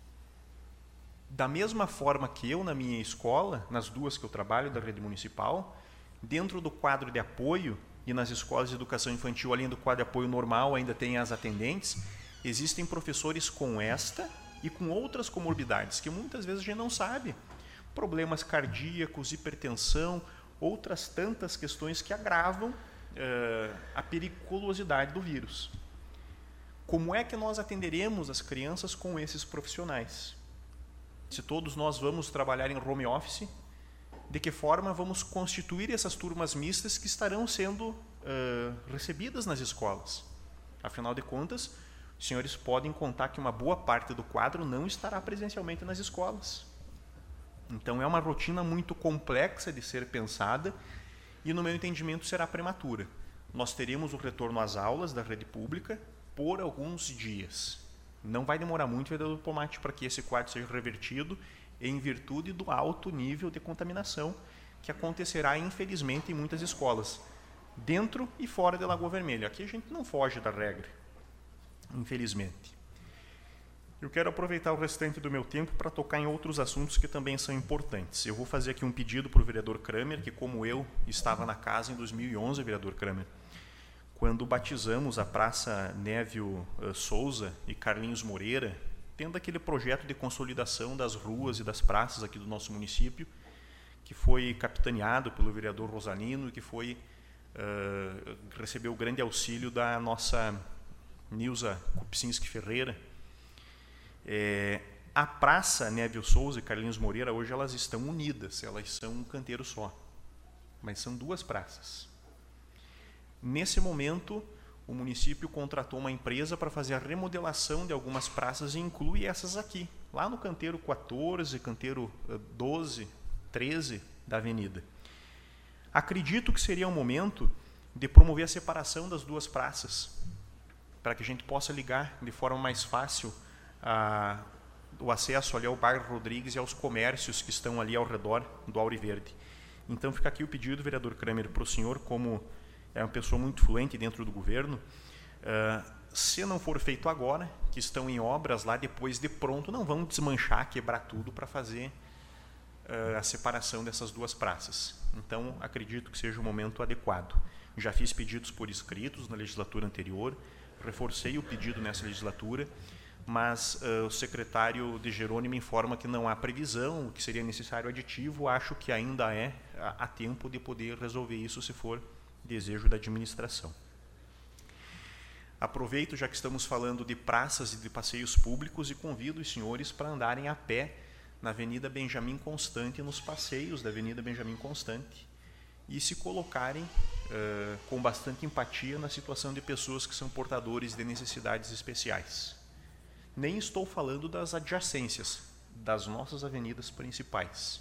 Da mesma forma que eu, na minha escola, nas duas que eu trabalho da rede municipal, dentro do quadro de apoio e nas escolas de educação infantil, além do quadro de apoio normal, ainda tem as atendentes, existem professores com esta e com outras comorbidades, que muitas vezes a gente não sabe. Problemas cardíacos, hipertensão, outras tantas questões que agravam uh, a periculosidade do vírus. Como é que nós atenderemos as crianças com esses profissionais? Se todos nós vamos trabalhar em home office, de que forma vamos constituir essas turmas mistas que estarão sendo uh, recebidas nas escolas? Afinal de contas, os senhores podem contar que uma boa parte do quadro não estará presencialmente nas escolas. Então é uma rotina muito complexa de ser pensada e, no meu entendimento, será prematura. Nós teremos o retorno às aulas da rede pública por alguns dias. Não vai demorar muito, vereador Pomate, para que esse quadro seja revertido em virtude do alto nível de contaminação que acontecerá, infelizmente, em muitas escolas, dentro e fora de Lagoa Vermelha. Aqui a gente não foge da regra, infelizmente. Eu quero aproveitar o restante do meu tempo para tocar em outros assuntos que também são importantes. Eu vou fazer aqui um pedido para o vereador Kramer, que, como eu, estava na casa em dois mil e onze, vereador Kramer, quando batizamos a Praça Névio uh, Souza e Carlinhos Moreira, tendo aquele projeto de consolidação das ruas e das praças aqui do nosso município, que foi capitaneado pelo vereador Rosalino e que foi, uh, recebeu o grande auxílio da nossa Nilza Kupczynski Ferreira. É, a Praça Névio Souza e Carlinhos Moreira, hoje elas estão unidas, elas são um canteiro só, mas são duas praças. Nesse momento, o município contratou uma empresa para fazer a remodelação de algumas praças e inclui essas aqui, lá no canteiro quatorze, canteiro doze, treze da avenida. Acredito que seria um momento de promover a separação das duas praças, para que a gente possa ligar de forma mais fácil a, o acesso ali ao bairro Rodrigues e aos comércios que estão ali ao redor do Auriverde. Então fica aqui o pedido, vereador Kramer, para o senhor, como é uma pessoa muito fluente dentro do governo, uh, se não for feito agora, que estão em obras lá, depois de pronto, não vão desmanchar, quebrar tudo para fazer uh, a separação dessas duas praças. Então, acredito que seja o momento adequado. Já fiz pedidos por escritos na legislatura anterior, reforcei o pedido nessa legislatura, mas uh, o secretário de Jerônimo informa que não há previsão, que seria necessário aditivo. Acho que ainda é a, a tempo de poder resolver isso, se for desejo da administração. Aproveito, já que estamos falando de praças e de passeios públicos, e convido os senhores para andarem a pé na Avenida Benjamin Constant, nos passeios da Avenida Benjamin Constant, e se colocarem uh, com bastante empatia na situação de pessoas que são portadores de necessidades especiais. Nem estou falando das adjacências, das nossas avenidas principais.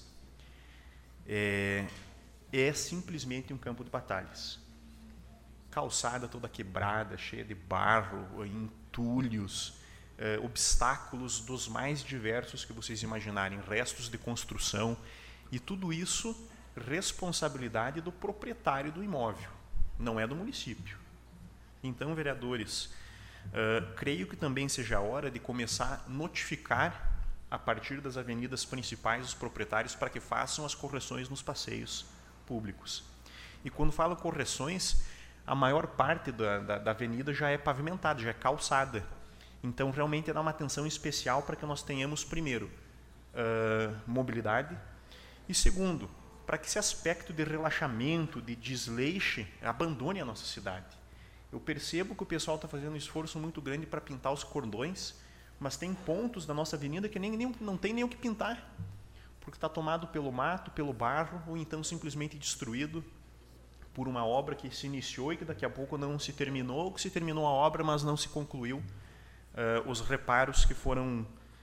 É, é simplesmente um campo de batalhas. Calçada toda quebrada, cheia de barro, entulhos, é, obstáculos dos mais diversos que vocês imaginarem, restos de construção, e tudo isso responsabilidade do proprietário do imóvel, não é do município. Então, vereadores, Uh, creio que também seja a hora de começar a notificar, a partir das avenidas principais, os proprietários para que façam as correções nos passeios públicos. E quando falo correções, a maior parte da, da, da avenida já é pavimentada, já é calçada. Então, realmente, é dar uma atenção especial para que nós tenhamos, primeiro, uh, mobilidade, e segundo, para que esse aspecto de relaxamento, de desleixo, abandone a nossa cidade. Eu percebo que o pessoal está fazendo um esforço muito grande para pintar os cordões, mas tem pontos da nossa avenida que nem, nem, não tem nem o que pintar, porque está tomado pelo mato, pelo barro, ou então simplesmente destruído por uma obra que se iniciou e que daqui a pouco não se terminou, ou que se terminou a obra, mas não se concluiu uh, os reparos que foram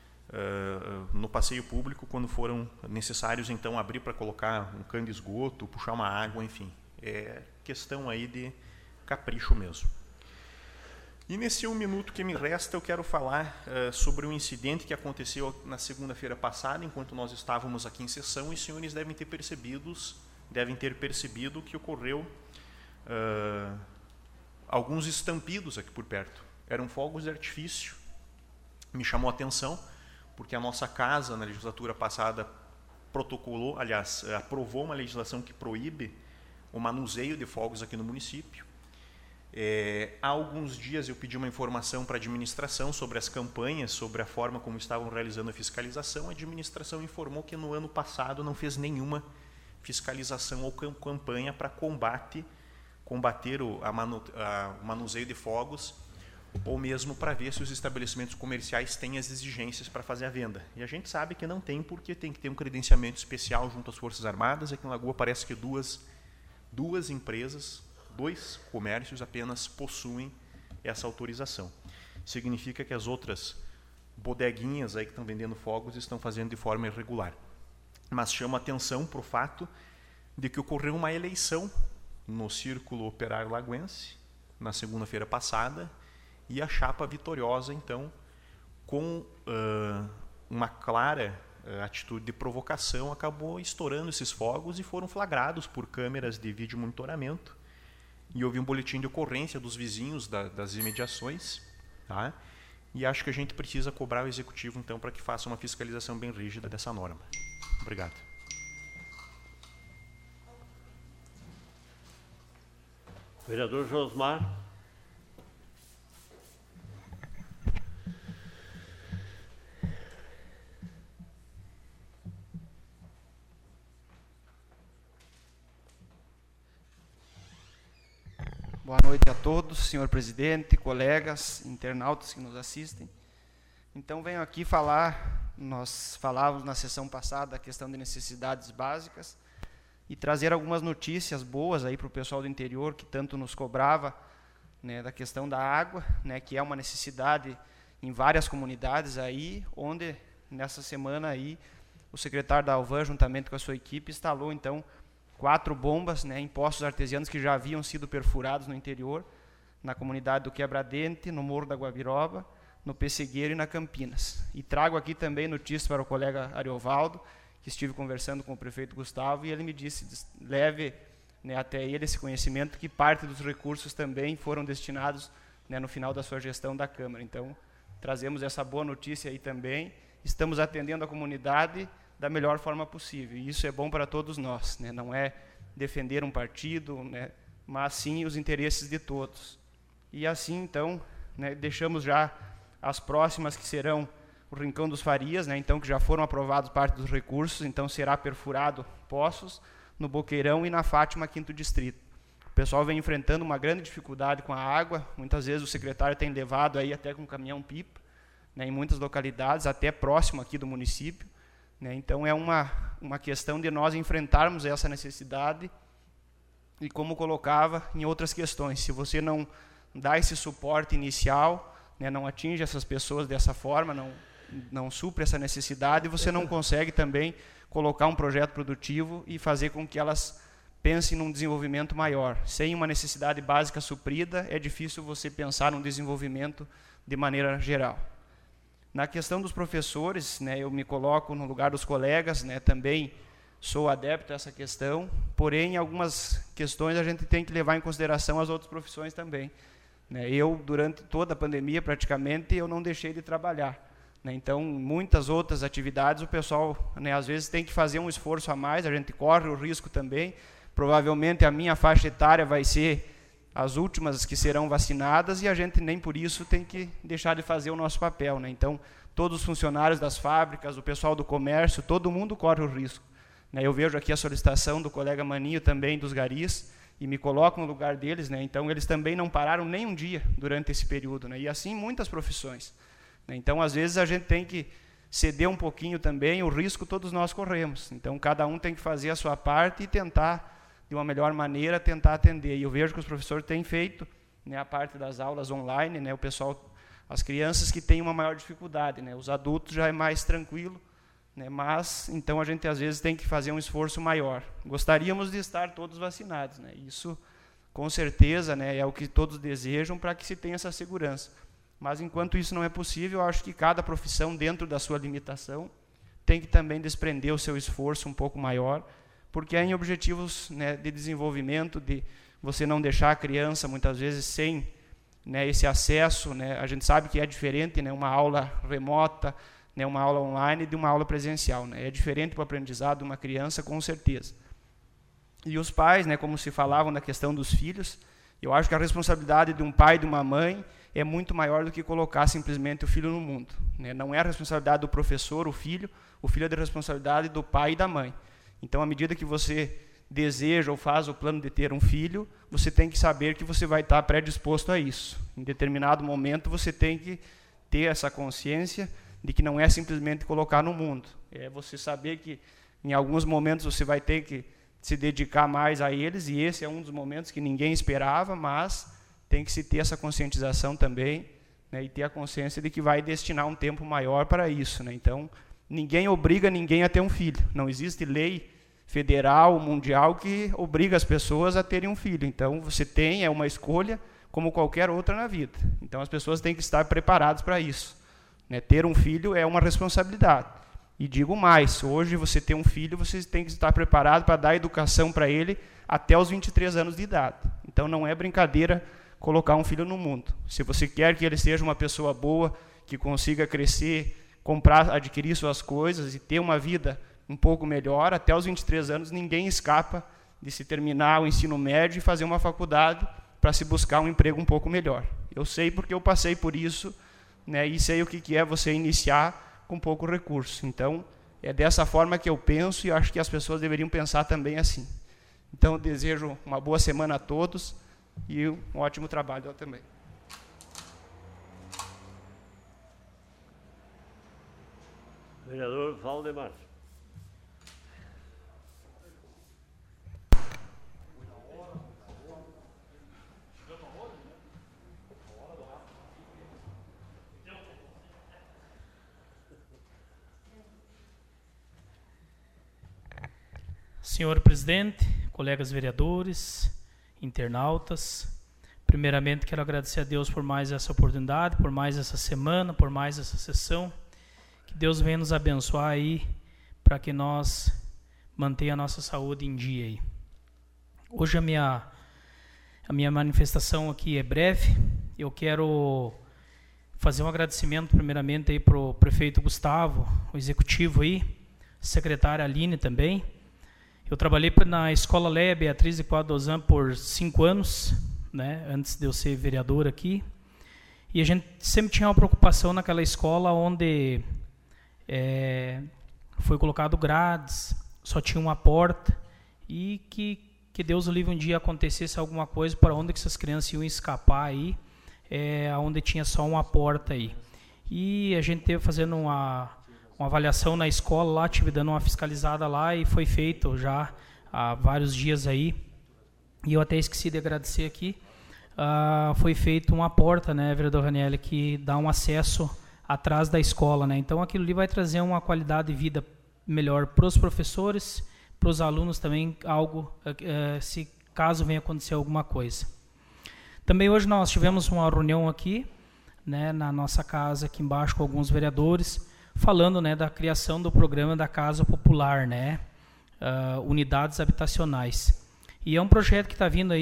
uh, no passeio público, quando foram necessários, então, abrir para colocar um cano de esgoto, puxar uma água, enfim. É questão aí de capricho mesmo. E nesse um minuto que me resta, eu quero falar uh, sobre um incidente que aconteceu na segunda-feira passada, enquanto nós estávamos aqui em sessão, e os senhores devem ter percebido, devem ter percebido que ocorreu uh, alguns estampidos aqui por perto. Eram fogos de artifício. Me chamou a atenção, porque a nossa casa, na legislatura passada, protocolou, aliás, aprovou uma legislação que proíbe o manuseio de fogos aqui no município. É, há alguns dias eu pedi uma informação para a administração sobre as campanhas, sobre a forma como estavam realizando a fiscalização. A administração informou que no ano passado não fez nenhuma fiscalização ou campanha para combate, combater o, a manu, a, o manuseio de fogos, ou mesmo para ver se os estabelecimentos comerciais têm as exigências para fazer a venda. E a gente sabe que não tem, porque tem que ter um credenciamento especial junto às Forças Armadas. Aqui em Lagoa parece que duas, duas empresas, dois comércios apenas possuem essa autorização. Significa que as outras bodeguinhas aí que estão vendendo fogos estão fazendo de forma irregular. Mas chama atenção para o fato de que ocorreu uma eleição no Círculo Operário Lagoense, na segunda-feira passada, e a chapa vitoriosa, então, com uh, uma clara uh, atitude de provocação, acabou estourando esses fogos e foram flagrados por câmeras de vídeo monitoramento. E houve um boletim de ocorrência dos vizinhos da, das imediações, tá? E acho que a gente precisa cobrar o Executivo, então, para que faça uma fiscalização bem rígida dessa norma. Obrigado. Vereador Josmar. Boa noite a todos, senhor presidente, colegas, internautas que nos assistem. Então, venho aqui falar, nós falávamos na sessão passada a questão de necessidades básicas e trazer algumas notícias boas aí para o pessoal do interior que tanto nos cobrava, né, da questão da água, né, que é uma necessidade em várias comunidades aí, onde nessa semana aí o secretário da Alvan, juntamente com a sua equipe, instalou então quatro bombas, né, em poços artesianos que já haviam sido perfurados no interior, na comunidade do Quebra-Dente, no Morro da Guabiroba, no Pessegueiro e na Campinas. E trago aqui também notícias para o colega Ariovaldo, que estive conversando com o prefeito Gustavo, e ele me disse, leve, né, até ele esse conhecimento, que parte dos recursos também foram destinados, né, no final da sua gestão da Câmara. Então, trazemos essa boa notícia aí também. Estamos atendendo a comunidade da melhor forma possível. E isso é bom para todos nós, né? Não é defender um partido, né? Mas sim os interesses de todos. E assim, então, né, deixamos já as próximas, que serão o Rincão dos Farias, né, então, que já foram aprovados parte dos recursos, então será perfurado poços no Boqueirão e na Fátima, quinto distrito. O pessoal vem enfrentando uma grande dificuldade com a água, muitas vezes o secretário tem levado aí até com caminhão-pipa, né, em muitas localidades, até próximo aqui do município. Né, então, é uma, uma questão de nós enfrentarmos essa necessidade e, como colocava, em outras questões. Se você não dá esse suporte inicial, né, não atinge essas pessoas dessa forma, não, não supre essa necessidade, você não consegue também colocar um projeto produtivo e fazer com que elas pensem num desenvolvimento maior. Sem uma necessidade básica suprida, é difícil você pensar num desenvolvimento de maneira geral. Na questão dos professores, né, eu me coloco no lugar dos colegas, né, também sou adepto a essa questão, porém, em algumas questões a gente tem que levar em consideração as outras profissões também. né? Eu, durante toda a pandemia, praticamente, eu não deixei de trabalhar. Né? Então, muitas outras atividades, o pessoal, né, às vezes tem que fazer um esforço a mais, a gente corre o risco também. Provavelmente a minha faixa etária vai ser as últimas que serão vacinadas e a gente nem por isso tem que deixar de fazer o nosso papel. Né? Então, todos os funcionários das fábricas, o pessoal do comércio, todo mundo corre o risco. Né? Eu vejo aqui a solicitação do colega Maninho também, dos garis, e me coloco no lugar deles. Né? Então, eles também não pararam nem um dia durante esse período. Né? E assim muitas profissões. Né? Então, às vezes, a gente tem que ceder um pouquinho também, o risco todos nós corremos. Então, cada um tem que fazer a sua parte e tentar, de uma melhor maneira, tentar atender. E eu vejo que os professores têm feito, né, a parte das aulas online, né, o pessoal, as crianças que têm uma maior dificuldade, né, os adultos já é mais tranquilo, né, mas, então, a gente às vezes tem que fazer um esforço maior. Gostaríamos de estar todos vacinados, né, isso, com certeza, né, é o que todos desejam para que se tenha essa segurança. Mas, enquanto isso não é possível, eu acho que cada profissão, dentro da sua limitação, tem que também desprender o seu esforço um pouco maior, porque é em objetivos, né, de desenvolvimento, de você não deixar a criança, muitas vezes, sem, né, esse acesso. Né, a gente sabe que é diferente, né, uma aula remota, né, uma aula online de uma aula presencial. Né, é diferente para o aprendizado de uma criança, com certeza. E os pais, né, como se falavam na questão dos filhos, eu acho que a responsabilidade de um pai e de uma mãe é muito maior do que colocar simplesmente o filho no mundo. Né, não é a responsabilidade do professor, o filho, o filho é da responsabilidade do pai e da mãe. Então, à medida que você deseja ou faz o plano de ter um filho, você tem que saber que você vai estar predisposto a isso. Em determinado momento, você tem que ter essa consciência de que não é simplesmente colocar no mundo. É você saber que, em alguns momentos, você vai ter que se dedicar mais a eles, e esse é um dos momentos que ninguém esperava, mas tem que se ter essa conscientização também, né, e ter a consciência de que vai destinar um tempo maior para isso. Né? Então, ninguém obriga ninguém a ter um filho. Não existe lei federal, mundial, que obriga as pessoas a terem um filho. Então, você tem, é uma escolha, como qualquer outra na vida. Então, as pessoas têm que estar preparadas para isso. Né? Ter um filho é uma responsabilidade. E digo mais, hoje você ter um filho, você tem que estar preparado para dar educação para ele até os vinte e três anos de idade. Então, não é brincadeira colocar um filho no mundo. Se você quer que ele seja uma pessoa boa, que consiga crescer, comprar, adquirir suas coisas e ter uma vida um pouco melhor, até os vinte e três anos ninguém escapa de se terminar o ensino médio e fazer uma faculdade para se buscar um emprego um pouco melhor. Eu sei porque eu passei por isso, né, e sei o que é você iniciar com pouco recurso. Então, é dessa forma que eu penso e acho que as pessoas deveriam pensar também assim. Então, eu desejo uma boa semana a todos e um ótimo trabalho também. Vereador Valdemar. Senhor presidente, colegas vereadores, internautas, primeiramente quero agradecer a Deus por mais essa oportunidade, por mais essa semana, por mais essa sessão. Que Deus venha nos abençoar aí, para que nós mantenha a nossa saúde em dia aí. Hoje a minha, a minha manifestação aqui é breve. Eu quero fazer um agradecimento primeiramente aí para o prefeito Gustavo, o executivo aí, secretária Aline também. Eu trabalhei na Escola Leia Beatriz de Quadozan por cinco anos, né, antes de eu ser vereador aqui. E a gente sempre tinha uma preocupação naquela escola onde é, foi colocado grades, só tinha uma porta, e que, que Deus o livre um dia acontecesse alguma coisa, para onde que essas crianças iam escapar aí, é, onde tinha só uma porta aí. E a gente teve fazendo uma, uma avaliação na escola lá, tive dando uma fiscalizada lá, e foi feito já há vários dias aí, e eu até esqueci de agradecer aqui, uh, foi feito uma porta, né, vereador Ranieri, que dá um acesso atrás da escola, né? Então aquilo ali vai trazer uma qualidade de vida melhor para os professores, para os alunos também, algo, uh, se caso venha acontecer alguma coisa. Também hoje nós tivemos uma reunião aqui, né, na nossa casa aqui embaixo com alguns vereadores, falando, né, da criação do programa da Casa Popular, né, uh, unidades habitacionais. E é um projeto que está vindo aí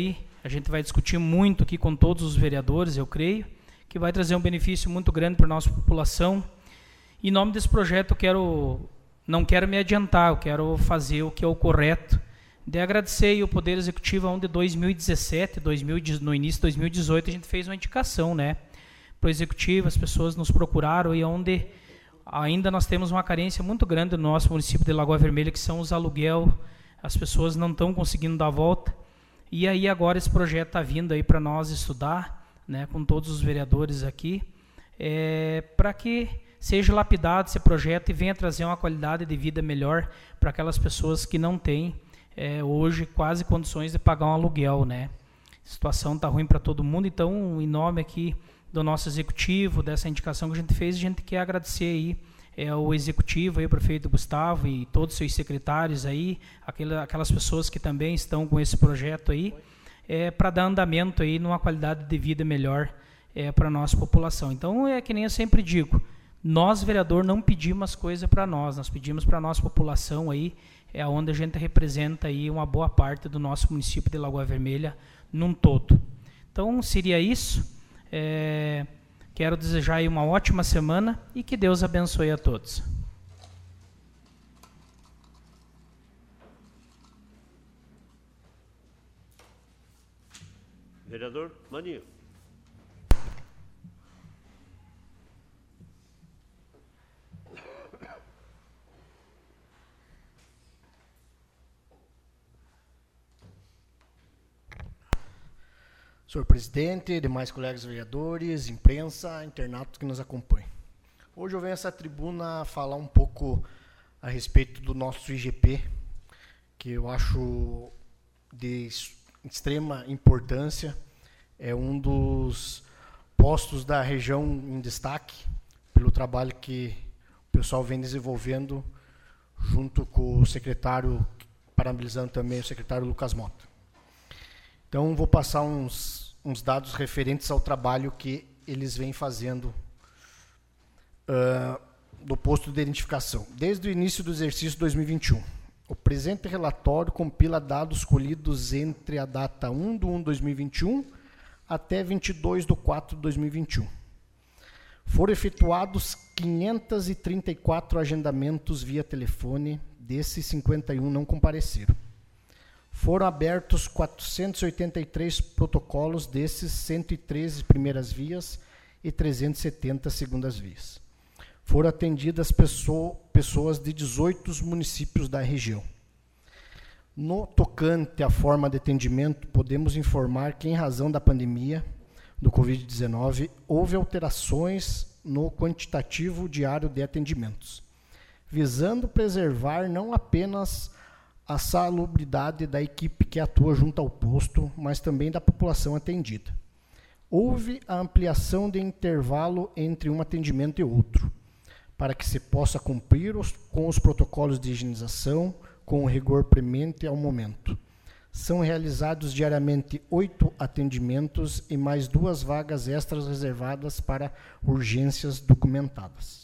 a gente vai discutir muito aqui com todos os vereadores, eu creio, que vai trazer um benefício muito grande para a nossa população. Em nome desse projeto, eu quero, não quero me adiantar, eu quero fazer o que é o correto, de agradecer o Poder Executivo, onde dois mil e dezessete, dois mil, no início de dois mil e dezoito, a gente fez uma indicação, né, para o Executivo, as pessoas nos procuraram, e onde ainda nós temos uma carência muito grande no nosso município de Lagoa Vermelha, que são os aluguel, as pessoas não estão conseguindo dar a volta, e aí agora esse projeto está vindo aí para nós estudar, né, com todos os vereadores aqui, é, para que seja lapidado esse projeto e venha trazer uma qualidade de vida melhor para aquelas pessoas que não têm é, hoje quase condições de pagar um aluguel, né? A situação está ruim para todo mundo, então, em nome aqui do nosso executivo, dessa indicação que a gente fez, a gente quer agradecer aí é, o executivo, aí, o prefeito Gustavo e todos os seus secretários aí, aquelas, aquelas pessoas que também estão com esse projeto aí, é, para dar andamento aí numa qualidade de vida melhor é, para a nossa população. Então, é que nem eu sempre digo, nós, vereador, não pedimos as coisas para nós, nós pedimos para a nossa população aí, é onde a gente representa aí uma boa parte do nosso município de Lagoa Vermelha num todo. Então, seria isso. É, quero desejar aí uma ótima semana e que Deus abençoe a todos. Vereador Maninho. Senhor presidente, demais colegas vereadores, imprensa, internautas que nos acompanham. Hoje eu venho a essa tribuna falar um pouco a respeito do nosso I G P, que eu acho de extrema importância, é um dos postos da região em destaque, pelo trabalho que o pessoal vem desenvolvendo, junto com o secretário, parabenizando também o secretário Lucas Mota. Então, vou passar uns, uns dados referentes ao trabalho que eles vêm fazendo uh, do posto de identificação. Desde o início do exercício dois mil e vinte e um, o presente relatório compila dados colhidos entre a data um de um de dois mil e vinte e um até vinte e dois de quatro de dois mil e vinte e um. Foram efetuados quinhentos e trinta e quatro agendamentos via telefone, desses cinquenta e um não compareceram. Foram abertos quatrocentos e oitenta e três protocolos, desses cento e treze primeiras vias e trezentas e setenta segundas vias. Foram atendidas pessoa, pessoas de dezoito municípios da região. No tocante à forma de atendimento, podemos informar que, em razão da pandemia do covid dezenove, houve alterações no quantitativo diário de atendimentos, visando preservar não apenas a salubridade da equipe que atua junto ao posto, mas também da população atendida. Houve a ampliação de intervalo entre um atendimento e outro, para que se possa cumprir os, com os protocolos de higienização, com o rigor premente ao momento. São realizados diariamente oito atendimentos e mais duas vagas extras reservadas para urgências documentadas.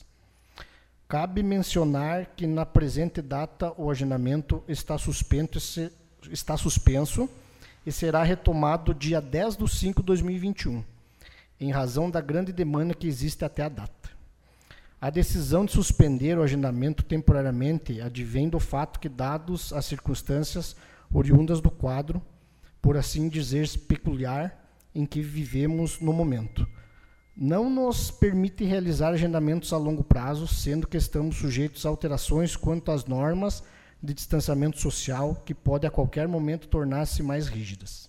Cabe mencionar que, na presente data, o agendamento está suspenso, está suspenso e será retomado dia dez de cinco de dois mil e vinte e um, em razão da grande demanda que existe até a data. A decisão de suspender o agendamento temporariamente advém do fato que, dados as circunstâncias oriundas do quadro, por assim dizer, peculiar, em que vivemos no momento, não nos permite realizar agendamentos a longo prazo, sendo que estamos sujeitos a alterações quanto às normas de distanciamento social, que podem a qualquer momento tornar-se mais rígidas.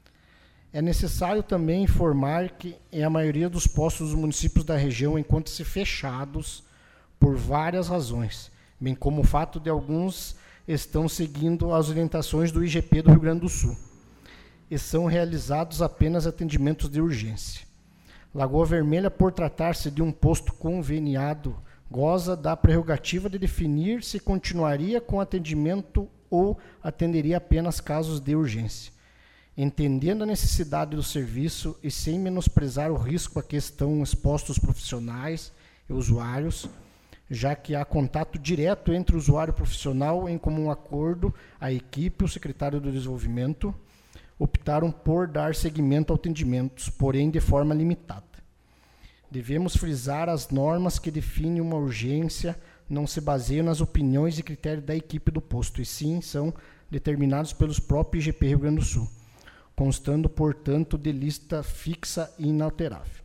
É necessário também informar que, em a maioria dos postos dos municípios da região, encontram-se fechados por várias razões, bem como o fato de alguns estão seguindo as orientações do I G P do Rio Grande do Sul, e são realizados apenas atendimentos de urgência. Lagoa Vermelha, por tratar-se de um posto conveniado, goza da prerrogativa de definir se continuaria com atendimento ou atenderia apenas casos de urgência. Entendendo a necessidade do serviço e sem menosprezar o risco a que estão expostos profissionais e usuários, já que há contato direto entre o usuário profissional em comum acordo, a equipe e o secretário do Desenvolvimento, optaram por dar seguimento a atendimentos, porém de forma limitada. Devemos frisar as normas que definem uma urgência não se baseiam nas opiniões e critérios da equipe do posto, e sim são determinados pelos próprios I G P Rio Grande do Sul, constando, portanto, de lista fixa e inalterável.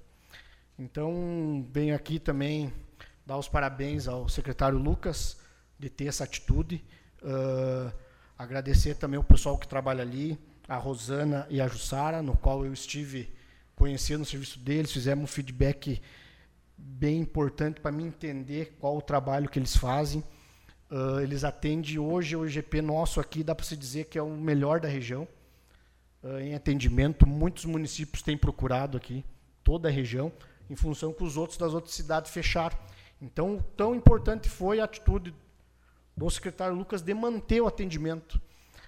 Então, venho aqui também dar os parabéns ao secretário Lucas de ter essa atitude, uh, agradecer também o pessoal que trabalha ali, a Rosana e a Jussara, no qual eu estive conhecendo o serviço deles, fizemos um feedback bem importante para mim entender qual o trabalho que eles fazem. Uh, eles atendem hoje o I G P nosso aqui, dá para se dizer que é o melhor da região uh, em atendimento. Muitos municípios têm procurado aqui, toda a região, em função que os outros das outras cidades fecharam. Então, tão importante foi a atitude do secretário Lucas de manter o atendimento.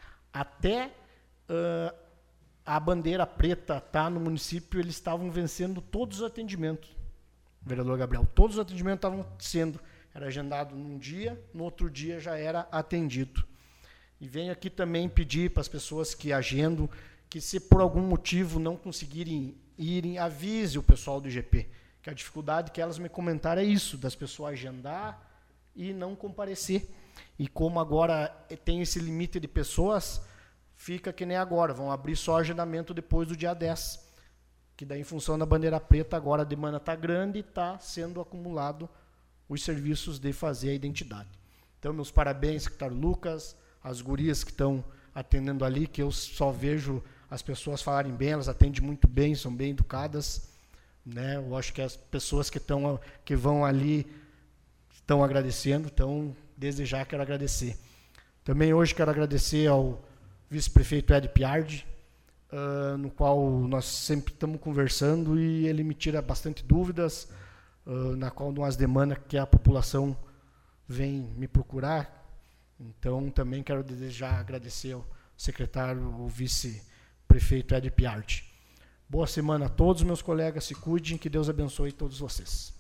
Até uh, a bandeira preta estar tá no município, eles estavam vencendo todos os atendimentos. Vereador Gabriel, todos os atendimentos estavam sendo, era agendado num dia, no outro dia já era atendido. E venho aqui também pedir para as pessoas que agendam, que se por algum motivo não conseguirem irem, avise o pessoal do I G P, que a dificuldade que elas me comentaram é isso, das pessoas agendar e não comparecer. E como agora tem esse limite de pessoas, fica que nem agora, vão abrir só agendamento depois do dia dez. Que daí, em função da bandeira preta, agora a demanda está grande e está sendo acumulado os serviços de fazer a identidade. Então, meus parabéns, secretário Lucas, as gurias que estão atendendo ali, que eu só vejo as pessoas falarem bem, elas atendem muito bem, são bem educadas, né? Eu acho que as pessoas que, estão, que vão ali estão agradecendo, então, desde já quero agradecer. Também hoje quero agradecer ao vice-prefeito Ed Piardi, Uh, no qual nós sempre estamos conversando e ele me tira bastante dúvidas, uh, na qual umas demandas que a população vem me procurar. Então, também quero desejar agradecer ao secretário, o vice-prefeito Ed Piardi. Boa semana a todos, meus colegas, se cuidem, que Deus abençoe todos vocês.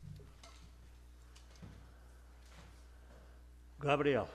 Gabriel.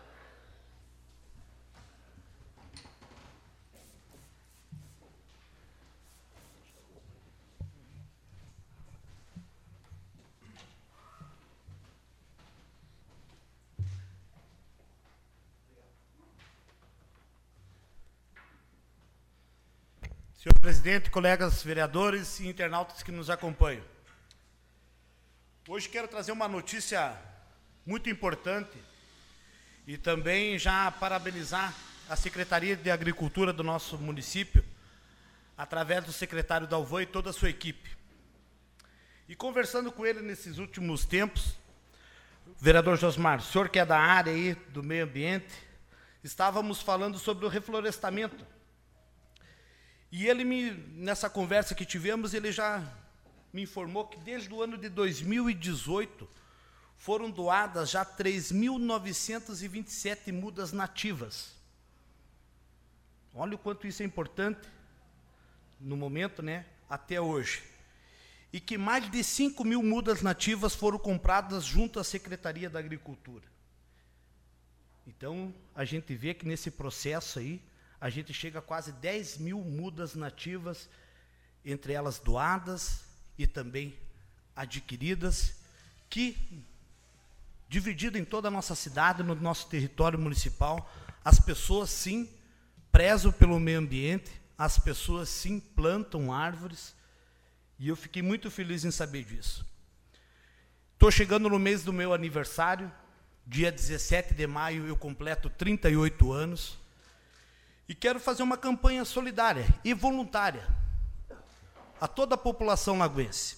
Senhor presidente, colegas vereadores e internautas que nos acompanham. Hoje quero trazer uma notícia muito importante e também já parabenizar a Secretaria de Agricultura do nosso município, através do secretário Dalvan e toda a sua equipe. E conversando com ele nesses últimos tempos, vereador Josmar, o senhor que é da área aí do meio ambiente, estávamos falando sobre o reflorestamento. E ele, me, nessa conversa que tivemos, ele já me informou que desde o ano de dois mil e dezoito foram doadas já três mil novecentas e vinte e sete mudas nativas. Olha o quanto isso é importante no momento, né, até hoje. E que mais de cinco mil mudas nativas foram compradas junto à Secretaria da Agricultura. Então, a gente vê que nesse processo aí, a gente chega a quase dez mil mudas nativas, entre elas doadas e também adquiridas, que, dividida em toda a nossa cidade, no nosso território municipal, as pessoas sim prezam pelo meio ambiente, as pessoas sim plantam árvores, e eu fiquei muito feliz em saber disso. Estou chegando no mês do meu aniversário, dia dezessete de maio eu completo trinta e oito anos, e quero fazer uma campanha solidária e voluntária a toda a população lagoense,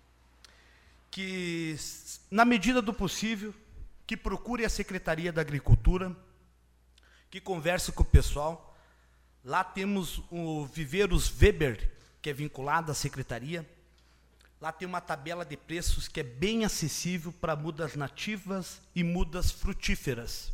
que, na medida do possível, que procure a Secretaria da Agricultura, que converse com o pessoal. Lá temos o Viveiros Weber, que é vinculado à Secretaria. Lá tem uma tabela de preços que é bem acessível para mudas nativas e mudas frutíferas.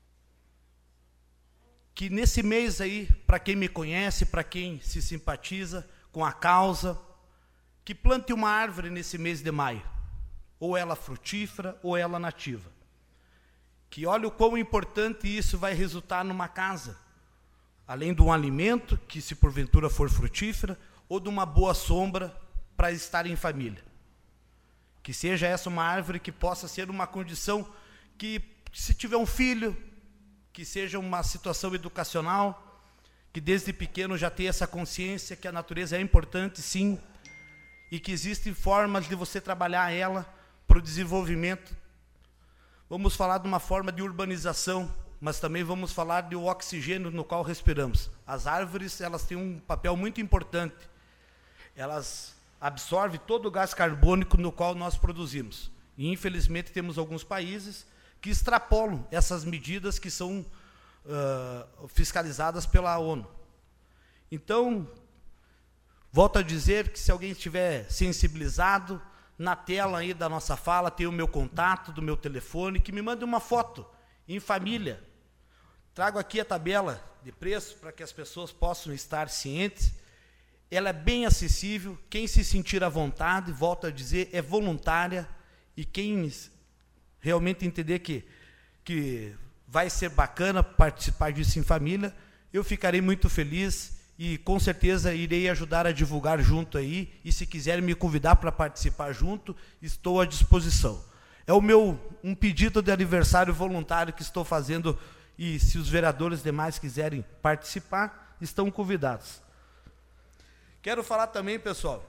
Que nesse mês aí, para quem me conhece, para quem se simpatiza com a causa, que plante uma árvore nesse mês de maio, ou ela frutífera, ou ela nativa. Que olha o quão importante isso vai resultar numa casa, além de um alimento, que se porventura for frutífera, ou de uma boa sombra para estar em família. Que seja essa uma árvore que possa ser uma condição que, se tiver um filho, que seja uma situação educacional, que desde pequeno já tenha essa consciência que a natureza é importante, sim, e que existem formas de você trabalhar ela para o desenvolvimento. Vamos falar de uma forma de urbanização, mas também vamos falar do oxigênio no qual respiramos. As árvores, elas têm um papel muito importante. Elas absorvem todo o gás carbônico no qual nós produzimos. E, infelizmente, temos alguns países que extrapolam essas medidas que são uh, fiscalizadas pela ONU. Então, volto a dizer que se alguém estiver sensibilizado, na tela aí da nossa fala tem o meu contato, do meu telefone, que me mande uma foto em família. Trago aqui a tabela de preço para que as pessoas possam estar cientes. Ela é bem acessível, quem se sentir à vontade, volto a dizer, é voluntária, e quem realmente entender que, que vai ser bacana participar disso em família, eu ficarei muito feliz e com certeza irei ajudar a divulgar junto aí, e se quiserem me convidar para participar junto, estou à disposição. É o meu um pedido de aniversário voluntário que estou fazendo, e se os vereadores demais quiserem participar, estão convidados. Quero falar também, pessoal,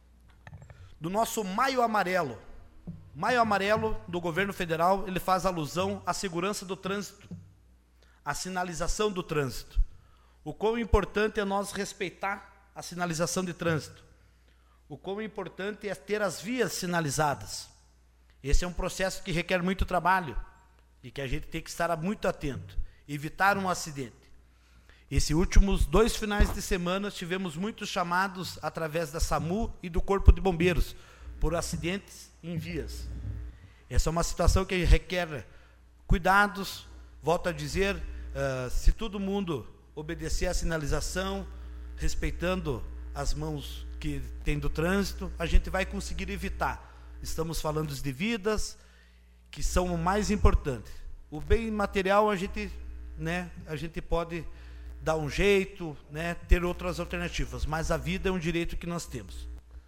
do nosso Maio Amarelo. Maio Amarelo do governo federal, ele faz alusão à segurança do trânsito, à sinalização do trânsito. O quão importante é nós respeitar a sinalização de trânsito. O quão importante é ter as vias sinalizadas. Esse é um processo que requer muito trabalho e que a gente tem que estar muito atento, evitar um acidente. Esses últimos dois finais de semana tivemos muitos chamados através da SAMU e do Corpo de Bombeiros por acidentes em vias. Essa é uma situação que requer cuidados. Volto a dizer, uh, se todo mundo obedecer à sinalização, respeitando as mãos que tem do trânsito, a gente vai conseguir evitar. Estamos falando de vidas, que são o mais importante. O bem material a gente, né, a gente pode dar um jeito, né, ter outras alternativas, mas a vida é um direito que nós temos.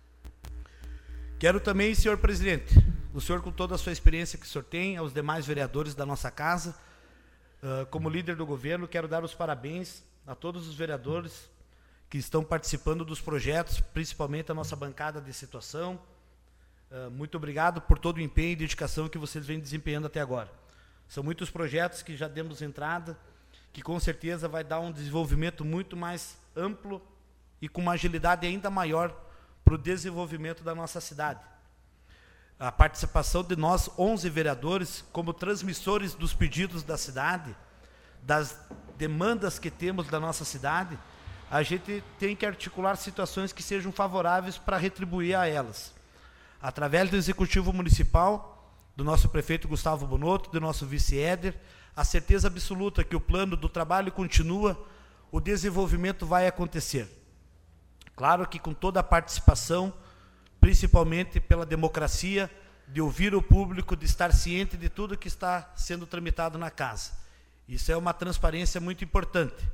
Quero também, senhor presidente, o senhor com toda a sua experiência que o senhor tem, aos demais vereadores da nossa casa, uh, como líder do governo, quero dar os parabéns a todos os vereadores que estão participando dos projetos, principalmente a nossa bancada de situação. Uh, muito obrigado por todo o empenho e dedicação que vocês vêm desempenhando até agora. São muitos projetos que já demos entrada, que com certeza vai dar um desenvolvimento muito mais amplo e com uma agilidade ainda maior para o desenvolvimento da nossa cidade. A participação de nós, onze vereadores, como transmissores dos pedidos da cidade, das demandas que temos da nossa cidade, a gente tem que articular situações que sejam favoráveis para retribuir a elas. Através do Executivo Municipal, do nosso prefeito Gustavo Bonotto, do nosso vice Éder, a certeza absoluta que o plano do trabalho continua, o desenvolvimento vai acontecer. Claro que com toda a participação, principalmente pela democracia, de ouvir o público, de estar ciente de tudo que está sendo tramitado na casa. Isso é uma transparência muito importante.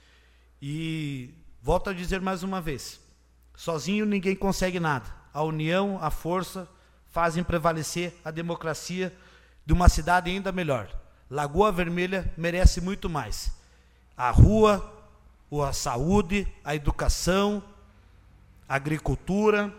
E volto a dizer mais uma vez, sozinho ninguém consegue nada. A união, a força, fazem prevalecer a democracia de uma cidade ainda melhor. Lagoa Vermelha merece muito mais. A rua, a saúde, a educação, a agricultura,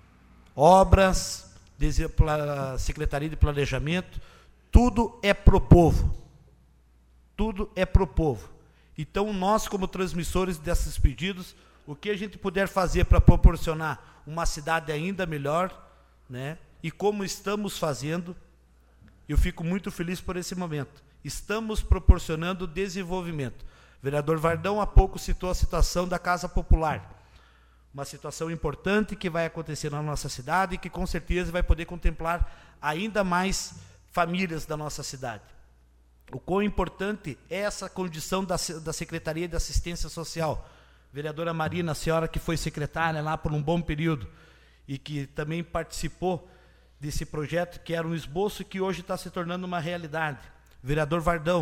obras, a Secretaria de Planejamento, tudo é pro povo. Tudo é pro povo. Então, nós, como transmissores desses pedidos, o que a gente puder fazer para proporcionar uma cidade ainda melhor, né? E como estamos fazendo, eu fico muito feliz por esse momento. Estamos proporcionando desenvolvimento. O vereador Vardão há pouco citou a situação da Casa Popular. Uma situação importante que vai acontecer na nossa cidade e que com certeza vai poder contemplar ainda mais famílias da nossa cidade. O quão importante é essa condição da, da Secretaria de Assistência Social. Vereadora Marina, a senhora que foi secretária lá por um bom período e que também participou desse projeto, que era um esboço que hoje está se tornando uma realidade. Vereador Vardão,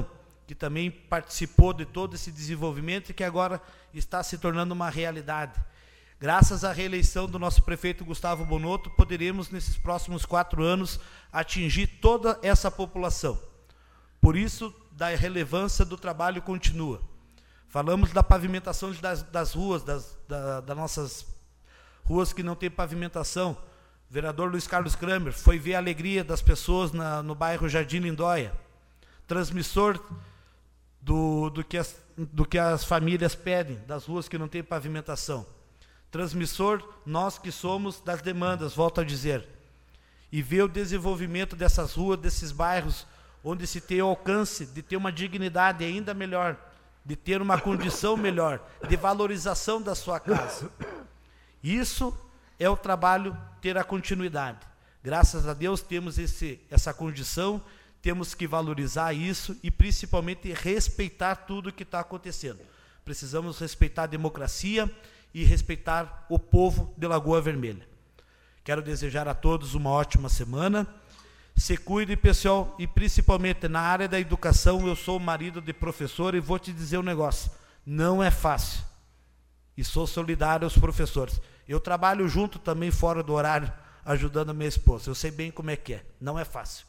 que também participou de todo esse desenvolvimento e que agora está se tornando uma realidade. Graças à reeleição do nosso prefeito Gustavo Bonotto, poderemos, nesses próximos quatro anos, atingir toda essa população. Por isso, da relevância do trabalho continua. Falamos da pavimentação das, das ruas, das, da, das nossas ruas que não têm pavimentação. O vereador Luiz Carlos Kramer foi ver a alegria das pessoas na, no bairro Jardim Lindóia. Transmissor do, do, que as, do que as famílias pedem, das ruas que não têm pavimentação. Transmissor, nós que somos das demandas, volto a dizer. E ver o desenvolvimento dessas ruas, desses bairros, onde se tem o alcance de ter uma dignidade ainda melhor, de ter uma condição melhor, de valorização da sua casa. Isso é o trabalho ter a continuidade. Graças a Deus temos esse, essa condição, temos que valorizar isso e principalmente respeitar tudo o que está acontecendo. Precisamos respeitar a democracia e respeitar o povo de Lagoa Vermelha. Quero desejar a todos uma ótima semana. Se cuide, pessoal, e principalmente na área da educação. Eu sou marido de professor e vou te dizer um negócio, não é fácil. E sou solidário aos professores. Eu trabalho junto também fora do horário, ajudando a minha esposa. Eu sei bem como é que é, não é fácil.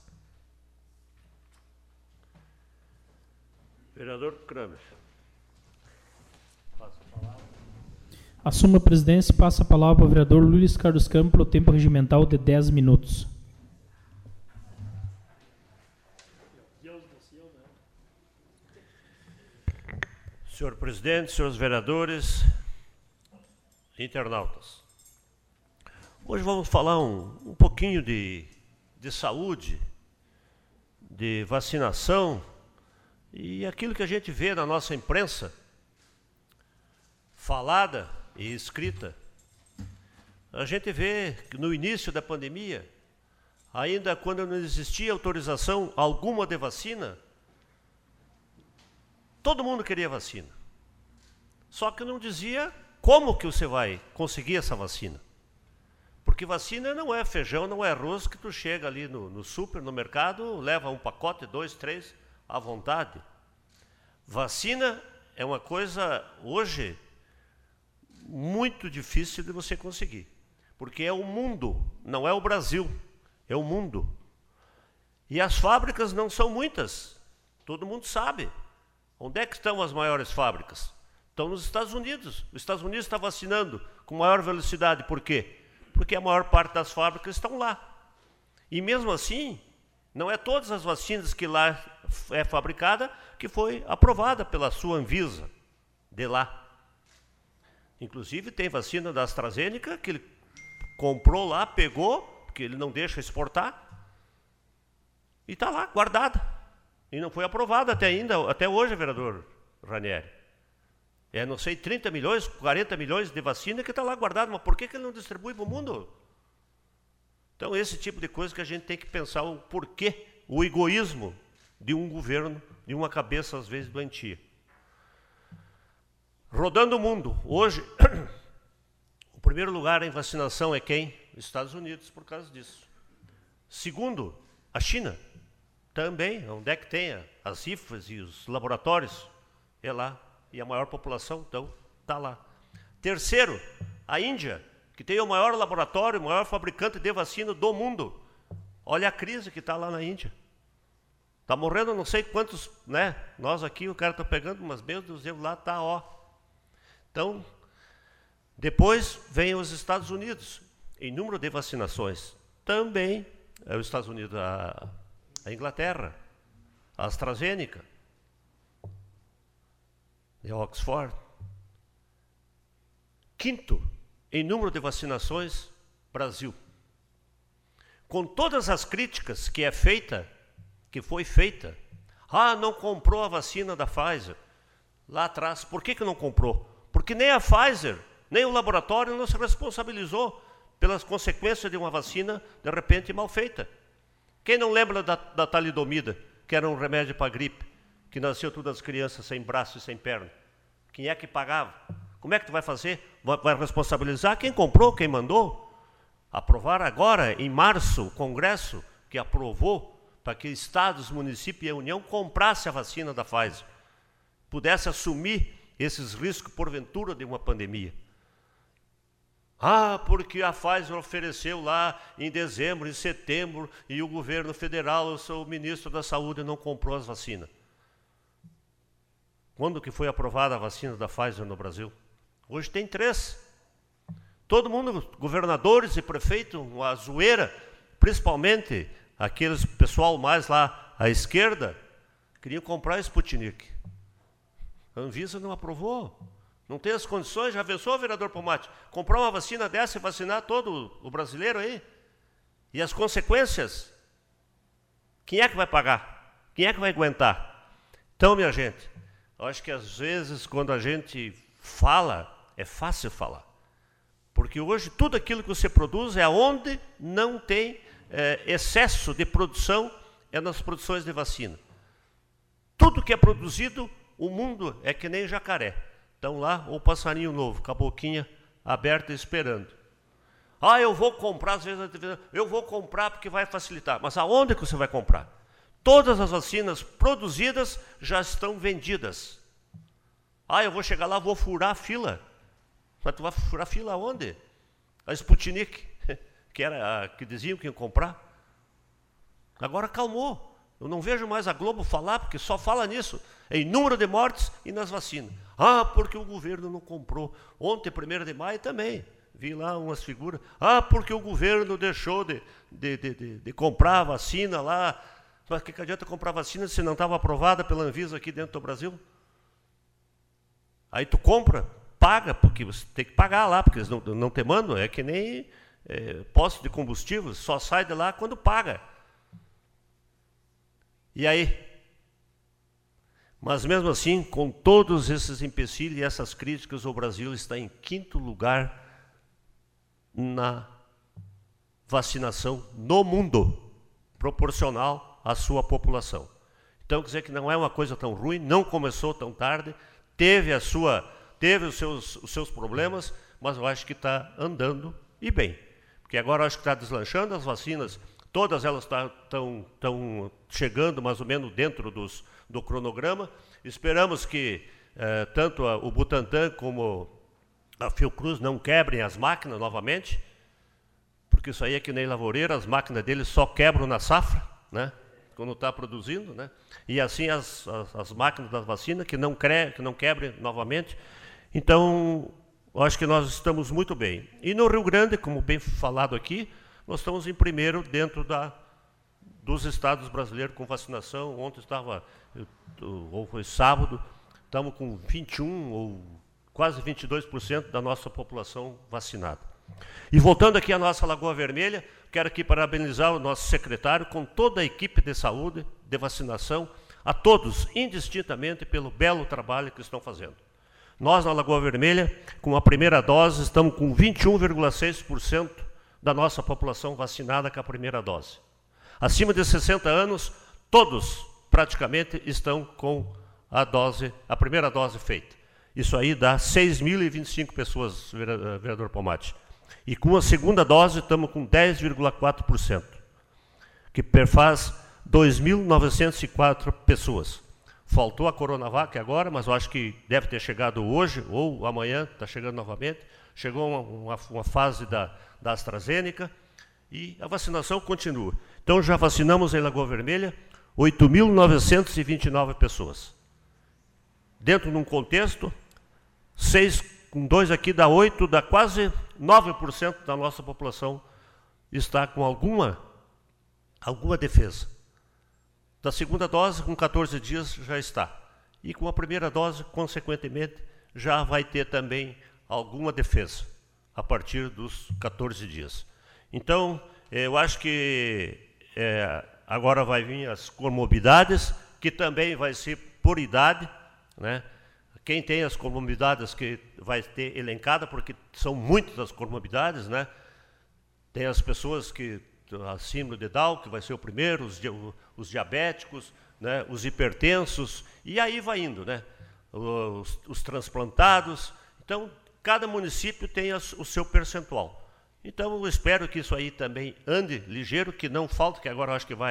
Vereador Kramer. Assume a presidência e passa a palavra ao vereador Luiz Carlos Kramer pelo tempo regimental de dez minutos. Senhor presidente, senhores vereadores, internautas. Hoje vamos falar um, um pouquinho de, de saúde, de vacinação e aquilo que a gente vê na nossa imprensa, falada e escrita. A gente vê que no início da pandemia, ainda quando não existia autorização alguma de vacina, todo mundo queria vacina. Só que não dizia como que você vai conseguir essa vacina. Porque vacina não é feijão, não é arroz que tu chega ali no, no super, no mercado, leva um pacote, dois, três, à vontade. Vacina é uma coisa, hoje, muito difícil de você conseguir. Porque é o mundo, não é o Brasil, é o mundo. E as fábricas não são muitas, todo mundo sabe. Onde é que estão as maiores fábricas? Estão nos Estados Unidos. Os Estados Unidos está vacinando com maior velocidade. Por quê? Porque a maior parte das fábricas estão lá. E mesmo assim, não é todas as vacinas que lá é fabricada que foi aprovada pela sua Anvisa de lá. Inclusive tem vacina da AstraZeneca que ele comprou lá, pegou, porque ele não deixa exportar, e está lá, guardada. E não foi aprovada até ainda, até hoje, vereador Ranieri. É, não sei, trinta milhões, quarenta milhões de vacina que está lá guardado, mas por que, que ele não distribui para o mundo? Então, esse tipo de coisa que a gente tem que pensar o porquê, o egoísmo de um governo, de uma cabeça, às vezes, doentia. Rodando o mundo, hoje, o primeiro lugar em vacinação é quem? Estados Unidos, por causa disso. Segundo, a China. Também, onde é que tem as I F As e os laboratórios? É lá. E a maior população, então, está lá. Terceiro, a Índia, que tem o maior laboratório, o maior fabricante de vacina do mundo. Olha a crise que está lá na Índia. Está morrendo não sei quantos, né? Nós aqui, o cara está pegando, mas meu Deus, lá está, ó. Então, depois vem os Estados Unidos, em número de vacinações. Também é os Estados Unidos, a, a Inglaterra, a AstraZeneca, de Oxford. Quinto, em número de vacinações, Brasil. Com todas as críticas que é feita, que foi feita, ah, não comprou a vacina da Pfizer, lá atrás. Por que que não comprou? Porque nem a Pfizer, nem o laboratório não se responsabilizou pelas consequências de uma vacina, de repente, mal feita. Quem não lembra da, da talidomida, que era um remédio para gripe, que nasceu todas as crianças sem braço e sem perna? Quem é que pagava? Como é que tu vai fazer? Vai, vai responsabilizar quem comprou, quem mandou? Aprovar agora, em março, o Congresso, que aprovou para que estados, municípios e a União comprassem a vacina da Pfizer, pudesse assumir esses riscos, porventura, de uma pandemia. Ah, porque a Pfizer ofereceu lá em dezembro, em setembro, e o governo federal, o seu ministro da Saúde, não comprou as vacinas. Quando que foi aprovada a vacina da Pfizer no Brasil? Hoje tem três. Todo mundo, governadores e prefeitos, uma zoeira, principalmente aqueles pessoal mais lá à esquerda, queriam comprar a Sputnik. A Anvisa não aprovou. Não tem as condições, já pensou, vereador Pomate, comprar uma vacina dessa e vacinar todo o brasileiro aí? E as consequências? Quem é que vai pagar? Quem é que vai aguentar? Então, minha gente, eu acho que às vezes quando a gente fala, é fácil falar. Porque hoje tudo aquilo que você produz é onde não tem é, excesso de produção, é nas produções de vacina. Tudo que é produzido, o mundo é que nem jacaré. Estão lá, o passarinho novo, com a boquinha aberta esperando. Ah, eu vou comprar, às vezes, eu vou comprar porque vai facilitar. Mas aonde que você vai comprar? Todas as vacinas produzidas já estão vendidas. Ah, eu vou chegar lá, vou furar a fila. Mas tu vai furar a fila aonde? A Sputnik, que era a que diziam que iam comprar. Agora acalmou. Eu não vejo mais a Globo falar, porque só fala nisso, em número de mortes e nas vacinas. Ah, porque o governo não comprou. Ontem, primeiro de maio, também vi lá umas figuras. Ah, porque o governo deixou de, de, de, de, de comprar a vacina lá. Mas que, que adianta comprar vacina se não estava aprovada pela Anvisa aqui dentro do Brasil? Aí tu compra, paga, porque você tem que pagar lá, porque eles não, não te mandam. É que nem é, posto de combustível, só sai de lá quando paga. E aí? Mas mesmo assim, com todos esses empecilhos e essas críticas, o Brasil está em quinto lugar na vacinação no mundo, proporcional à sua população. Então, quer dizer que não é uma coisa tão ruim, não começou tão tarde, teve, a sua, teve os, seus, os seus problemas, mas eu acho que está andando e bem. Porque agora eu acho que está deslanchando as vacinas. Todas elas estão chegando mais ou menos dentro dos, do cronograma. Esperamos que eh, tanto a, o Butantan como a Fiocruz não quebrem as máquinas novamente, porque isso aí é que nem lavoureira, as máquinas deles só quebram na safra, né, quando está produzindo, né, e assim as, as, as máquinas das vacinas que não, cre, que não quebrem novamente. Então, eu acho que nós estamos muito bem. E no Rio Grande, como bem falado aqui, nós estamos em primeiro dentro da, dos estados brasileiros com vacinação. Ontem estava, ou foi sábado, estamos com vinte e um ou quase vinte e dois por cento da nossa população vacinada. E voltando aqui à nossa Lagoa Vermelha, quero aqui parabenizar o nosso secretário com toda a equipe de saúde, de vacinação, a todos, indistintamente, pelo belo trabalho que estão fazendo. Nós, na Lagoa Vermelha, com a primeira dose, estamos com vinte e um vírgula seis por cento da nossa população vacinada com a primeira dose. Acima de sessenta anos, todos praticamente estão com a dose, a primeira dose feita. Isso aí dá seis mil e vinte e cinco pessoas, vereador Pomate. E com a segunda dose estamos com dez vírgula quatro por cento, que perfaz dois mil novecentos e quatro pessoas. Faltou a Coronavac agora, mas eu acho que deve ter chegado hoje ou amanhã, está chegando novamente. Chegou uma, uma, uma fase da, da AstraZeneca e a vacinação continua. Então, já vacinamos em Lagoa Vermelha oito mil novecentos e vinte e nove pessoas. Dentro de um contexto, seis com dois aqui dá oito, dá quase nove por cento da nossa população está com alguma, alguma defesa. Da segunda dose, com quatorze dias, já está. E com a primeira dose, consequentemente, já vai ter também alguma defesa, a partir dos quatorze dias. Então, eu acho que é, agora vai vir as comorbidades, que também vai ser por idade, né? Quem tem as comorbidades que vai ter elencada, porque são muitas as comorbidades, né? Tem as pessoas que, a síndrome de Down, que vai ser o primeiro, os, os diabéticos, né? Os hipertensos, e aí vai indo, né? Os, os transplantados. Então, cada município tem as, o seu percentual. Então, eu espero que isso aí também ande ligeiro, que não falte, que agora eu acho que vai,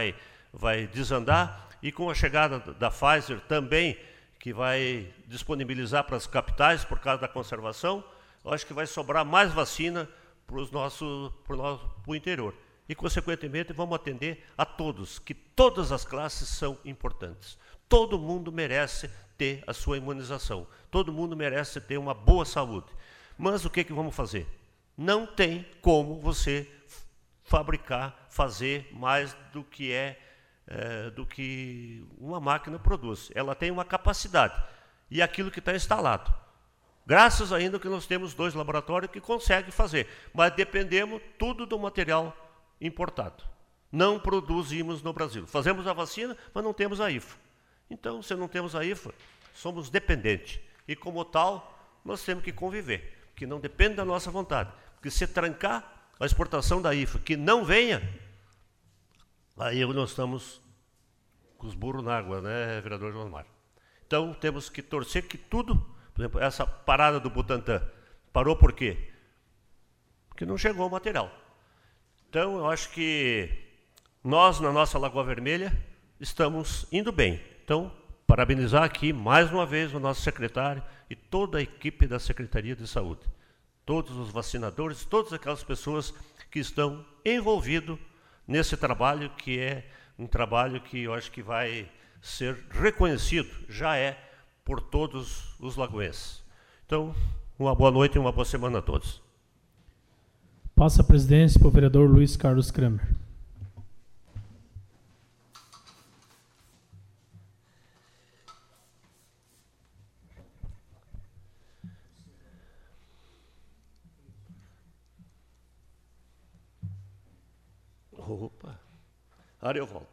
vai desandar, e com a chegada da Pfizer também, que vai disponibilizar para as capitais por causa da conservação, eu acho que vai sobrar mais vacina para o nosso, pro nosso pro interior. E, consequentemente, vamos atender a todos, que todas as classes são importantes. Todo mundo merece ter a sua imunização. Todo mundo merece ter uma boa saúde. Mas o que, que vamos fazer? Não tem como você fabricar, fazer mais do que é, é do que uma máquina produz. Ela tem uma capacidade. E aquilo que está instalado. Graças ainda que nós temos dois laboratórios que conseguem fazer. Mas dependemos tudo do material importado. Não produzimos no Brasil. Fazemos a vacina, mas não temos a I F A. Então, se não temos a I F A, somos dependentes. E, como tal, nós temos que conviver, que não depende da nossa vontade. Porque se trancar a exportação da I F A, que não venha, aí nós estamos com os burros na água, né, vereador Josmar? Então, temos que torcer que tudo, por exemplo, essa parada do Butantan, parou por quê? Porque não chegou o material. Então, eu acho que nós, na nossa Lagoa Vermelha, estamos indo bem. Então, parabenizar aqui, mais uma vez, o nosso secretário e toda a equipe da Secretaria de Saúde. Todos os vacinadores, todas aquelas pessoas que estão envolvidos nesse trabalho, que é um trabalho que eu acho que vai ser reconhecido, já é, por todos os lagoenses. Então, uma boa noite e uma boa semana a todos. Passa a presidência para o vereador Luiz Carlos Kramer. Opa, área eu volto.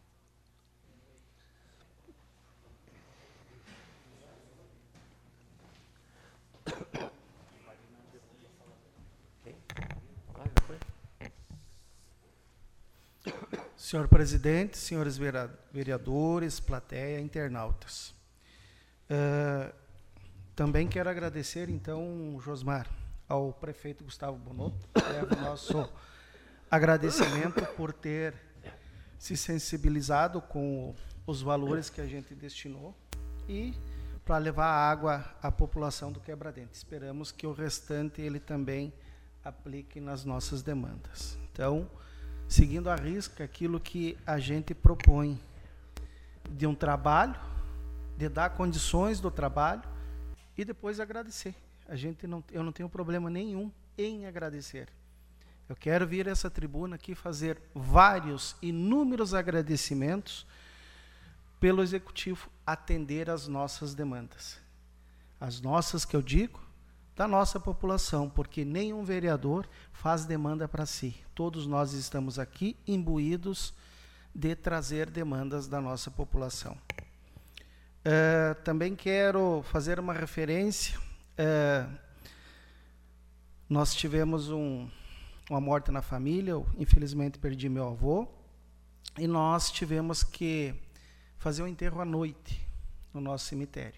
Senhor presidente, senhores vereadores, plateia, internautas. Uh, também quero agradecer, então, Josmar, ao prefeito Gustavo Bonotto, é o nosso agradecimento por ter se sensibilizado com os valores que a gente destinou e para levar água à população do Quebra-Dente. Esperamos que o restante ele também aplique nas nossas demandas. Então, seguindo à risca aquilo que a gente propõe de um trabalho, de dar condições do trabalho e depois agradecer. A gente não, eu não tenho problema nenhum em agradecer. Eu quero vir a essa tribuna aqui fazer vários, inúmeros agradecimentos pelo Executivo atender às nossas demandas. As nossas, que eu digo, da nossa população, porque nenhum vereador faz demanda para si. Todos nós estamos aqui imbuídos de trazer demandas da nossa população. Uh, também quero fazer uma referência. Uh, nós tivemos um... uma morte na família, eu infelizmente perdi meu avô, e nós tivemos que fazer um enterro à noite no nosso cemitério.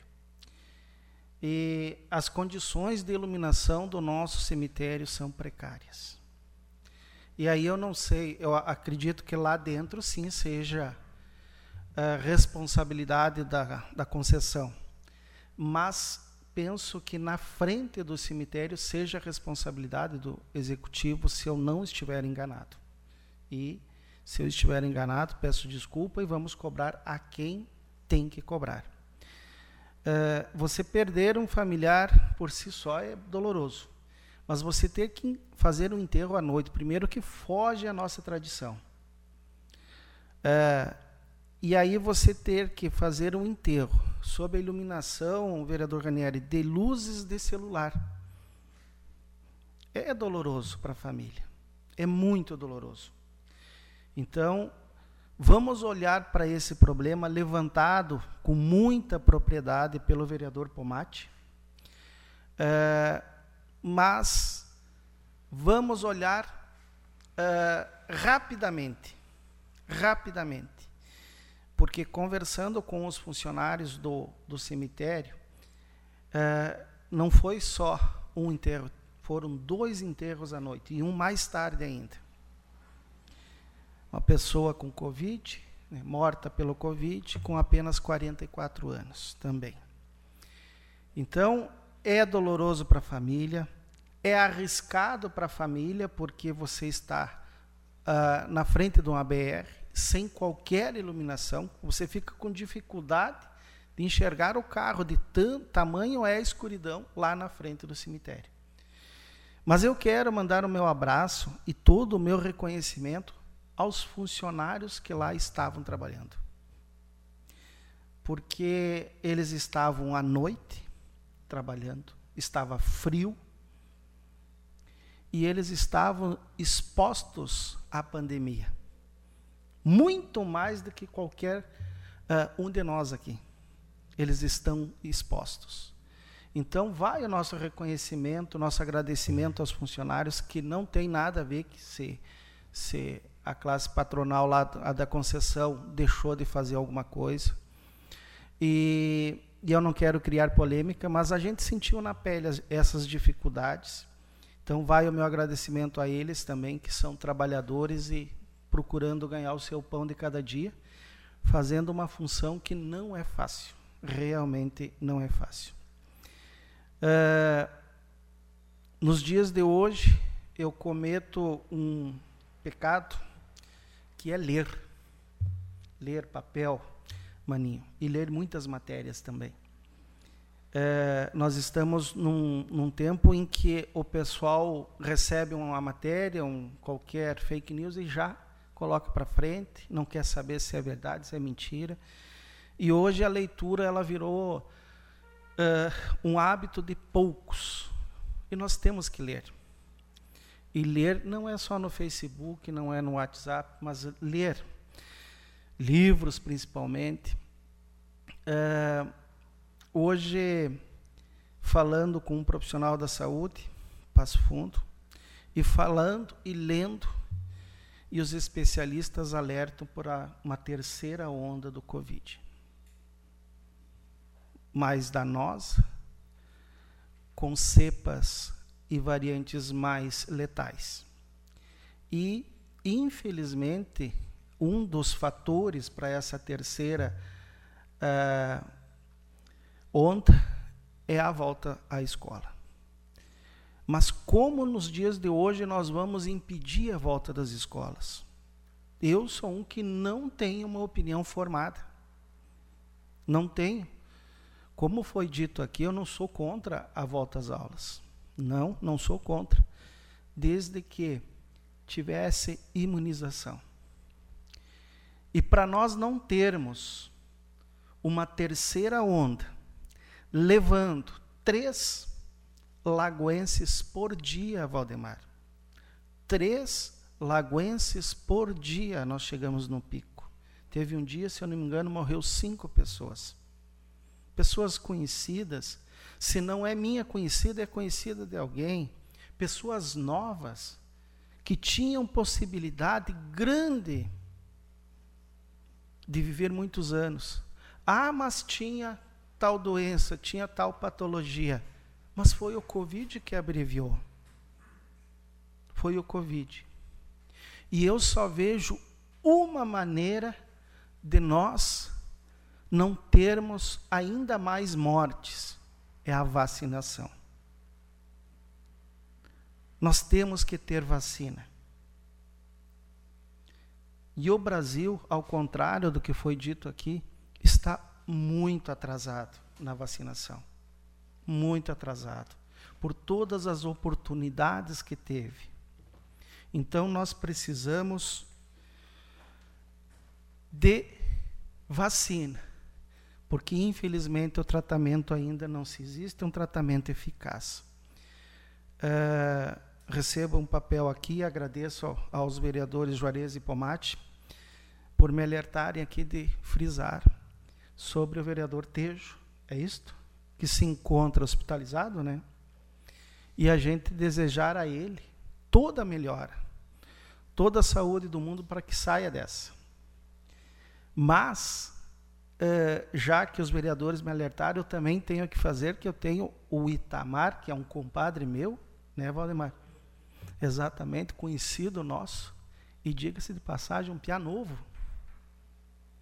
E as condições de iluminação do nosso cemitério são precárias. E aí eu não sei, eu acredito que lá dentro sim seja a responsabilidade da, da concessão, mas penso que na frente do cemitério seja a responsabilidade do Executivo, se eu não estiver enganado. E, se eu estiver enganado, peço desculpa e vamos cobrar a quem tem que cobrar. Uh, você perder um familiar por si só é doloroso, mas você ter que fazer um enterro à noite, primeiro que foge à nossa tradição. Uh, e aí você ter que fazer um enterro sob a iluminação, vereador Ranieri, de luzes de celular. É doloroso para a família. É muito doloroso. Então, vamos olhar para esse problema levantado com muita propriedade pelo vereador Pomati, uh, mas vamos olhar uh, rapidamente, rapidamente, porque conversando com os funcionários do, do cemitério, uh, não foi só um enterro, foram dois enterros à noite, e um mais tarde ainda. Uma pessoa com Covid, né, morta pelo Covid, com apenas quarenta e quatro anos também. Então, é doloroso para a família, é arriscado para a família, porque você está uh, na frente de uma B R, sem qualquer iluminação, você fica com dificuldade de enxergar o carro, de tanto tamanho é a escuridão lá na frente do cemitério. Mas eu quero mandar o meu abraço e todo o meu reconhecimento aos funcionários que lá estavam trabalhando. Porque eles estavam à noite trabalhando, estava frio, e eles estavam expostos à pandemia. Muito mais do que qualquer uh, um de nós aqui. Eles estão expostos. Então, vai o nosso reconhecimento, nosso agradecimento aos funcionários, que não tem nada a ver que se, se a classe patronal lá a da concessão deixou de fazer alguma coisa. E, e eu não quero criar polêmica, mas a gente sentiu na pele as, essas dificuldades. Então, vai o meu agradecimento a eles também, que são trabalhadores e procurando ganhar o seu pão de cada dia, fazendo uma função que não é fácil. Realmente não é fácil. Uh, nos dias de hoje, eu cometo um pecado, que é ler. Ler papel, maninho, e ler muitas matérias também. Uh, nós estamos num, num tempo em que o pessoal recebe uma matéria, um, qualquer fake news, e já coloca para frente, não quer saber se é verdade, se é mentira. E hoje a leitura ela virou uh, um hábito de poucos. E nós temos que ler. E ler não é só no Facebook, não é no WhatsApp, mas ler. Livros, principalmente. Uh, hoje, falando com um profissional da saúde, Passo Fundo, e falando e lendo, e os especialistas alertam por a, uma terceira onda do Covid. Mais danosa, com cepas e variantes mais letais. E, infelizmente, um dos fatores para essa terceira uh, onda é a volta à escola. Mas como nos dias de hoje nós vamos impedir a volta das escolas? Eu sou um que não tenho uma opinião formada. Não tenho. Como foi dito aqui, eu não sou contra a volta às aulas. Não, não sou contra. Desde que tivesse imunização. E para nós não termos uma terceira onda, levando três lagoenses por dia, Valdemar. Três lagoenses por dia nós chegamos no pico. Teve um dia, se eu não me engano, morreu cinco pessoas. Pessoas conhecidas, se não é minha conhecida, é conhecida de alguém. Pessoas novas, que tinham possibilidade grande de viver muitos anos. Ah, mas tinha tal doença, tinha tal patologia. Mas foi o Covid que abreviou. Foi o Covid. E eu só vejo uma maneira de nós não termos ainda mais mortes, é a vacinação. Nós temos que ter vacina. E o Brasil, ao contrário do que foi dito aqui, está muito atrasado na vacinação. Muito atrasado. Por todas as oportunidades que teve. Então, nós precisamos de vacina. Porque, infelizmente, o tratamento ainda não se existe, um tratamento eficaz. Uh, recebo um papel aqui, agradeço ao, aos vereadores Juarez e Pomate, por me alertarem aqui de frisar sobre o vereador Tejo, é isto? Que se encontra hospitalizado, né? E a gente desejar a ele toda a melhora, toda a saúde do mundo para que saia dessa. Mas, Uh, já que os vereadores me alertaram, eu também tenho que fazer, que eu tenho o Itamar, que é um compadre meu, né, Valdemar? Exatamente, conhecido nosso, e diga-se de passagem, um piá novo.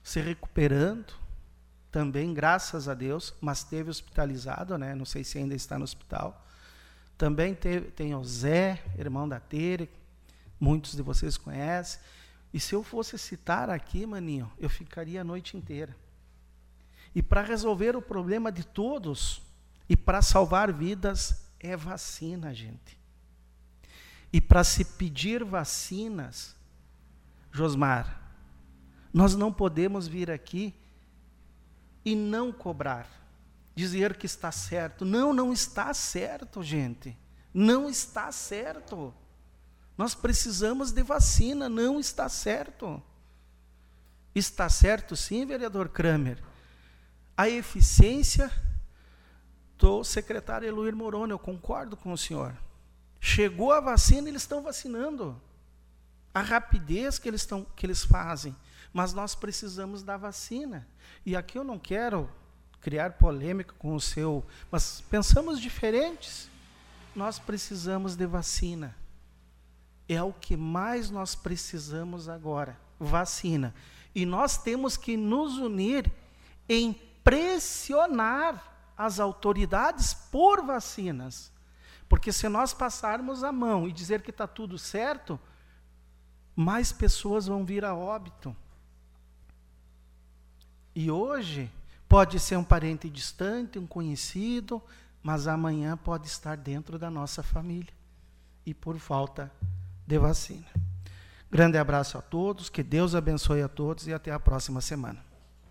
se recuperando, também, graças a Deus, mas teve hospitalizado, né? Não sei se ainda está no hospital. Também teve, tem o Zé, irmão da Tere, muitos de vocês conhecem. E se eu fosse citar aqui, maninho, eu ficaria a noite inteira. E para resolver o problema de todos, e para salvar vidas, é vacina, gente. E para se pedir vacinas, Josmar, nós não podemos vir aqui e não cobrar, dizer que está certo. Não, não está certo, gente. Não está certo. Nós precisamos de vacina, não está certo. Está certo sim, vereador Kramer. A eficiência do secretário Eloir Moroni, eu concordo com o senhor. Chegou a vacina, eles estão vacinando. A rapidez que eles, estão, que eles fazem. Mas nós precisamos da vacina. E aqui eu não quero criar polêmica com o seu, mas pensamos diferentes. Nós precisamos de vacina. É o que mais nós precisamos agora, vacina. E nós temos que nos unir em pressionar as autoridades por vacinas. Porque se nós passarmos a mão e dizer que está tudo certo, mais pessoas vão vir a óbito. E hoje pode ser um parente distante, um conhecido, mas amanhã pode estar dentro da nossa família. E por falta de vacina. Grande abraço a todos, que Deus abençoe a todos e até a próxima semana.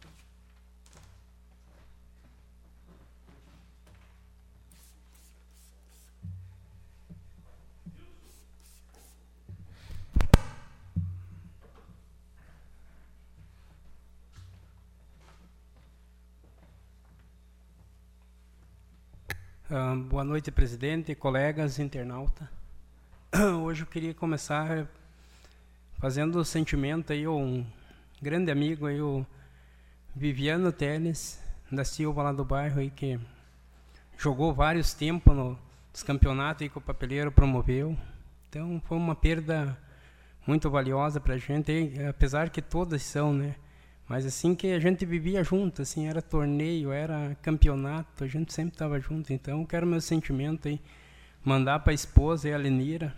Uh, boa noite, presidente, colegas, internauta. Hoje eu queria começar fazendo o sentimento aí, um grande amigo aí, o Viviano Teles, da Silva, lá do bairro, aí, que jogou vários tempos no, nos campeonatos aí que o Papeleiro promoveu. Então, foi uma perda muito valiosa para a gente, aí, apesar que todas são, né? Mas assim que a gente vivia junto, assim, era torneio, era campeonato, a gente sempre estava junto. Então, eu quero meu sentimento aí, mandar para a esposa e a Lenira,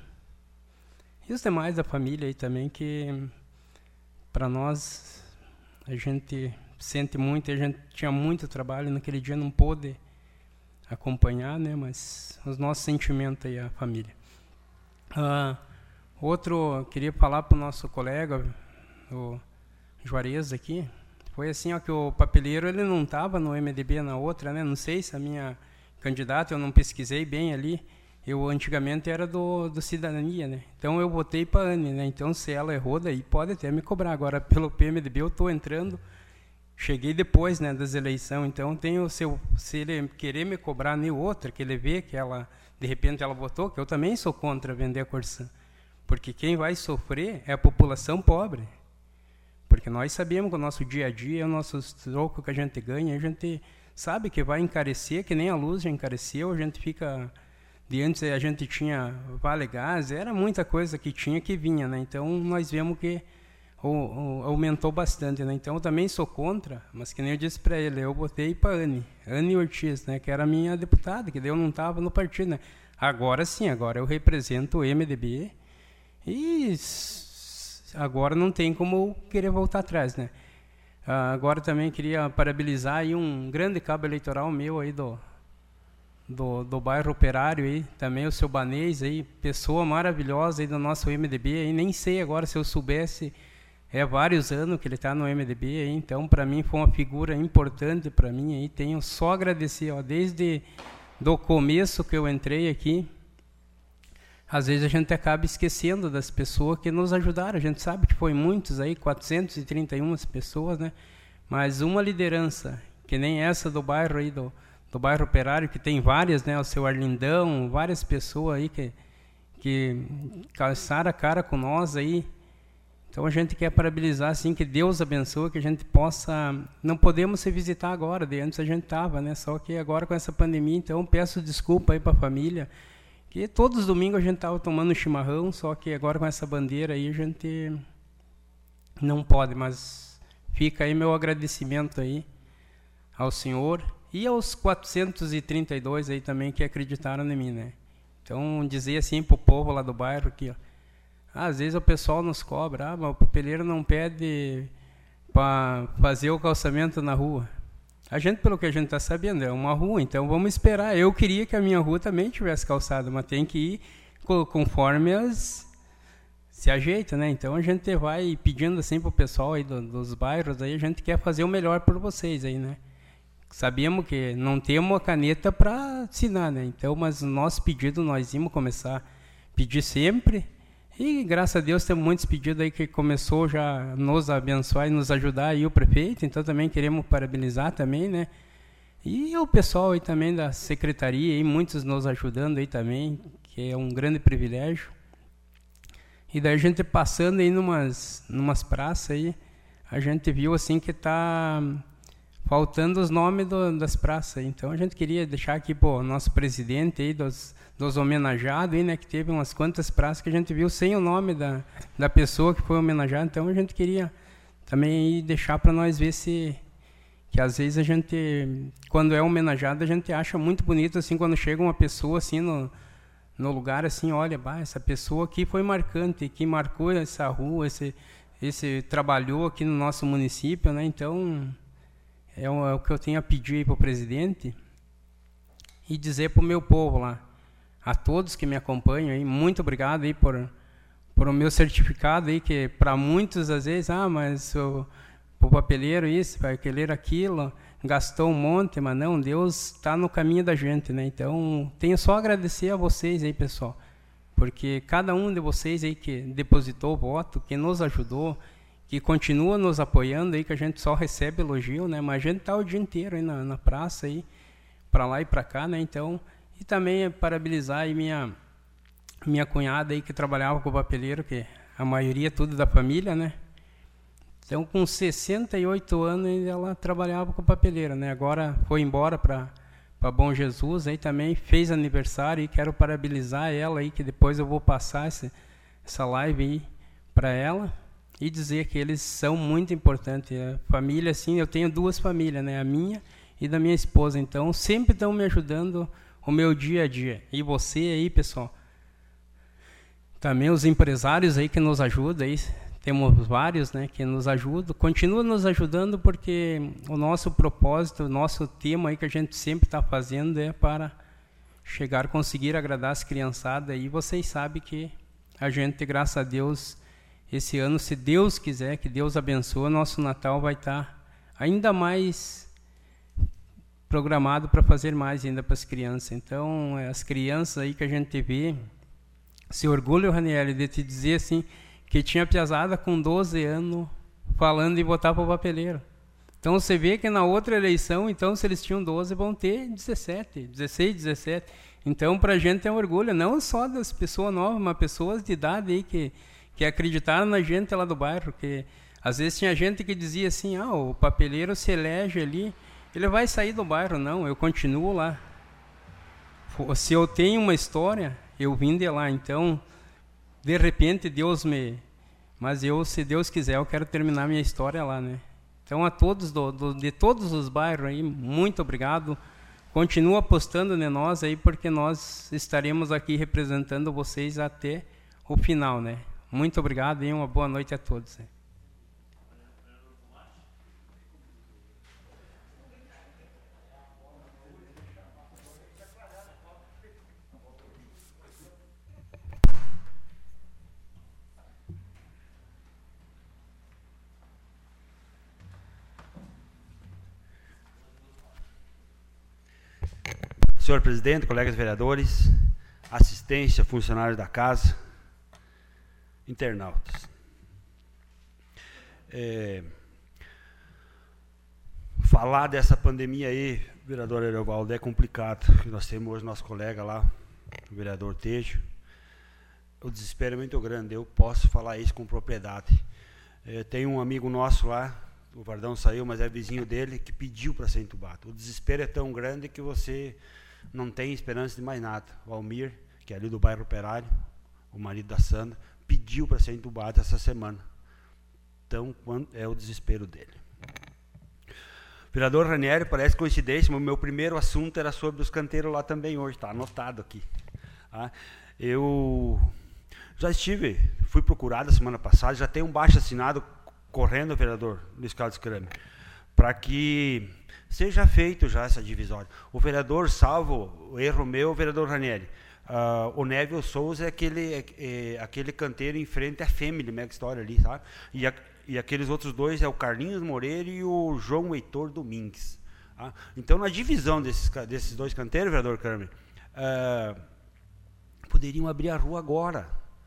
e os demais da família aí também, que para nós, a gente sente muito, a gente tinha muito trabalho, naquele dia não pôde acompanhar, né, mas os nossos sentimentos aí, a família. Uh, outro, queria falar para o nosso colega, o Juarez aqui, foi assim, ó, que o Papeleiro, ele não estava no M D B na outra, né, não sei se a minha candidata, eu não pesquisei bem ali, eu antigamente era do, do Cidadania, né, então eu votei para a Anne, né, então se ela errou, daí pode até me cobrar, agora pelo P M D B eu estou entrando, cheguei depois, né, das eleições, então tenho, se, eu, se ele querer me cobrar nem outra, que ele vê que ela, de repente ela votou, que eu também sou contra vender a Corsã, porque quem vai sofrer é a população pobre. Porque nós sabemos que o nosso dia a dia, o nosso troco que a gente ganha, a gente sabe que vai encarecer, que nem a luz já encareceu, a gente fica... De antes a gente tinha Vale Gás, era muita coisa que tinha que vinha, né? Então nós vemos que o, o, aumentou bastante, né? Então eu também sou contra, mas que nem eu disse para ele, eu votei para a Anne, Anne Ortiz, né? Que era a minha deputada, que daí eu não estava no partido, né? Agora sim, agora eu represento o M D B e... agora não tem como querer voltar atrás, né? Ah, agora também queria parabenizar aí um grande cabo eleitoral meu aí do, do, do bairro Operário aí, também o seu Banês aí, pessoa maravilhosa aí do nosso M D B aí, nem sei agora se eu soubesse, é vários anos que ele está no M D B aí, então para mim foi uma figura importante para mim aí, tenho só a agradecer, ó, desde do começo que eu entrei aqui. Às vezes a gente acaba esquecendo das pessoas que nos ajudaram. A gente sabe que foi muitos aí, quatrocentas e trinta e uma pessoas, né? Mas uma liderança, que nem essa do bairro aí, do, do bairro Operário, que tem várias, né? O seu Arlindão, várias pessoas aí que, que calçaram a cara com nós aí. Então a gente quer parabenizar, assim, que Deus abençoe, que a gente possa... Não podemos se visitar agora, de antes a gente estava, né? Só que agora com essa pandemia, então peço desculpa aí para a família, que todos os domingos a gente estava tomando chimarrão, só que agora com essa bandeira aí a gente não pode, mas fica aí meu agradecimento aí ao senhor e aos quatrocentos e trinta e dois aí também que acreditaram em mim, né? Então, dizer assim pro povo lá do bairro aqui, ó, às vezes o pessoal nos cobra, ah, mas o papeleiro não pede para fazer o calçamento na rua. A gente, pelo que a gente está sabendo, é uma rua, então vamos esperar. Eu queria que a minha rua também tivesse calçada, mas tem que ir conforme as se ajeita, né? Então a gente vai pedindo assim pro pessoal aí do, dos bairros, aí a gente quer fazer o melhor por vocês aí, né? Sabemos que não temos a caneta para assinar, né? Então, mas o nosso pedido nós íamos começar a pedir sempre. E graças a Deus temos muitos pedidos aí que começou já a nos abençoar e nos ajudar aí o prefeito, então também queremos parabenizar também, né? E o pessoal aí também da secretaria, aí, muitos nos ajudando aí também, que é um grande privilégio. E daí a gente passando aí numas, numas praças aí, a gente viu assim que tá faltando os nomes do, das praças. Então a gente queria deixar aqui pro nosso presidente aí, dos, dos homenageados aí, né, que teve umas quantas praças que a gente viu sem o nome da, da pessoa que foi homenageada. Então a gente queria também aí deixar para nós ver se, que às vezes a gente, quando é homenageado, a gente acha muito bonito assim quando chega uma pessoa assim no no lugar assim, olha, bah, essa pessoa aqui foi marcante, que marcou essa rua, esse, esse trabalhou aqui no nosso município, né? Então, é o, é o que eu tenho a pedir para o presidente e dizer para o meu povo lá, a todos que me acompanham aí, muito obrigado aí por, por o meu certificado aí, que para muitos às vezes, ah, mas o, o papeleiro isso, o papeleiro aquilo, gastou um monte, mas não, Deus está no caminho da gente, né? Então, tenho só a agradecer a vocês aí, pessoal, porque cada um de vocês aí que depositou o voto, que nos ajudou, que continua nos apoiando aí, que a gente só recebe elogio, né? Mas a gente está o dia inteiro aí na, na praça aí, para lá e para cá, né? Então, e também parabenizar aí minha minha cunhada aí que trabalhava com o papeleiro, que a maioria é tudo da família, né? Então, com sessenta e oito anos, ela trabalhava com papeleira, né? Agora foi embora para para Bom Jesus, aí também fez aniversário e quero parabenizar ela aí, que depois eu vou passar essa, essa live aí para ela e dizer que eles são muito importantes. A família, assim, eu tenho duas famílias, né? A minha e da minha esposa, então sempre estão me ajudando o meu dia a dia. E você aí, pessoal, também os empresários aí que nos ajudam aí, temos vários, né, que nos ajudam, continuam nos ajudando porque o nosso propósito, o nosso tema aí que a gente sempre está fazendo é para chegar, conseguir agradar as criançadas. E vocês sabem que a gente, graças a Deus, esse ano, se Deus quiser, que Deus abençoe, nosso Natal vai estar ainda mais programado para fazer mais ainda para as crianças. Então, as crianças aí que a gente vê, se orgulho, Ranieri, de te dizer assim, que tinha piazada com doze anos falando em votar para o papeleiro. Então, você vê que na outra eleição, então, se eles tinham doze, vão ter dezessete, dezesseis, dezessete. Então, para a gente é um orgulho, não só das pessoas novas, mas pessoas de idade aí que, que acreditaram na gente lá do bairro, que às vezes tinha gente que dizia assim, ah, o papeleiro se elege ali, ele vai sair do bairro. Não, eu continuo lá. Se eu tenho uma história, eu vim de lá. Então, de repente, Deus me... Mas eu, se Deus quiser, eu quero terminar minha história lá, né? Então, a todos do, do, de todos os bairros aí, muito obrigado. Continua apostando em nós aí, porque nós estaremos aqui representando vocês até o final, né? Muito obrigado e uma boa noite a todos. Senhor presidente, colegas vereadores, assistência, funcionários da casa, internautas. É, falar dessa pandemia aí, vereador Erovaldo, é complicado. Nós temos hoje nosso colega lá, o vereador Tejo. O desespero é muito grande, eu posso falar isso com propriedade. É, tem um amigo nosso lá, o Vardão saiu, mas é vizinho dele, que pediu para ser entubado. O desespero é tão grande que você não tem esperança de mais nada. O Almir, que é ali do bairro Operário, o marido da Sandra, pediu para ser entubado essa semana. Então, é o desespero dele. Vereador Ranieri, parece coincidência, mas o meu primeiro assunto era sobre os canteiros lá também hoje, está anotado aqui. Tá? Eu já estive, fui procurado a semana passada, já tem um baixo assinado correndo, vereador Luiz Carlos Kramer, para que seja feito já essa divisória. O vereador, salvo o erro meu, o vereador Ranieri, uh, o Neville Souza é aquele, é, é, aquele canteiro em frente à Family, mega história ali, sabe? E, a, e aqueles outros dois é o Carlinhos Moreira e o João Heitor Domingues. Tá? Então, na divisão desses, desses dois canteiros, vereador Kramer, uh, poderiam abrir a rua agora.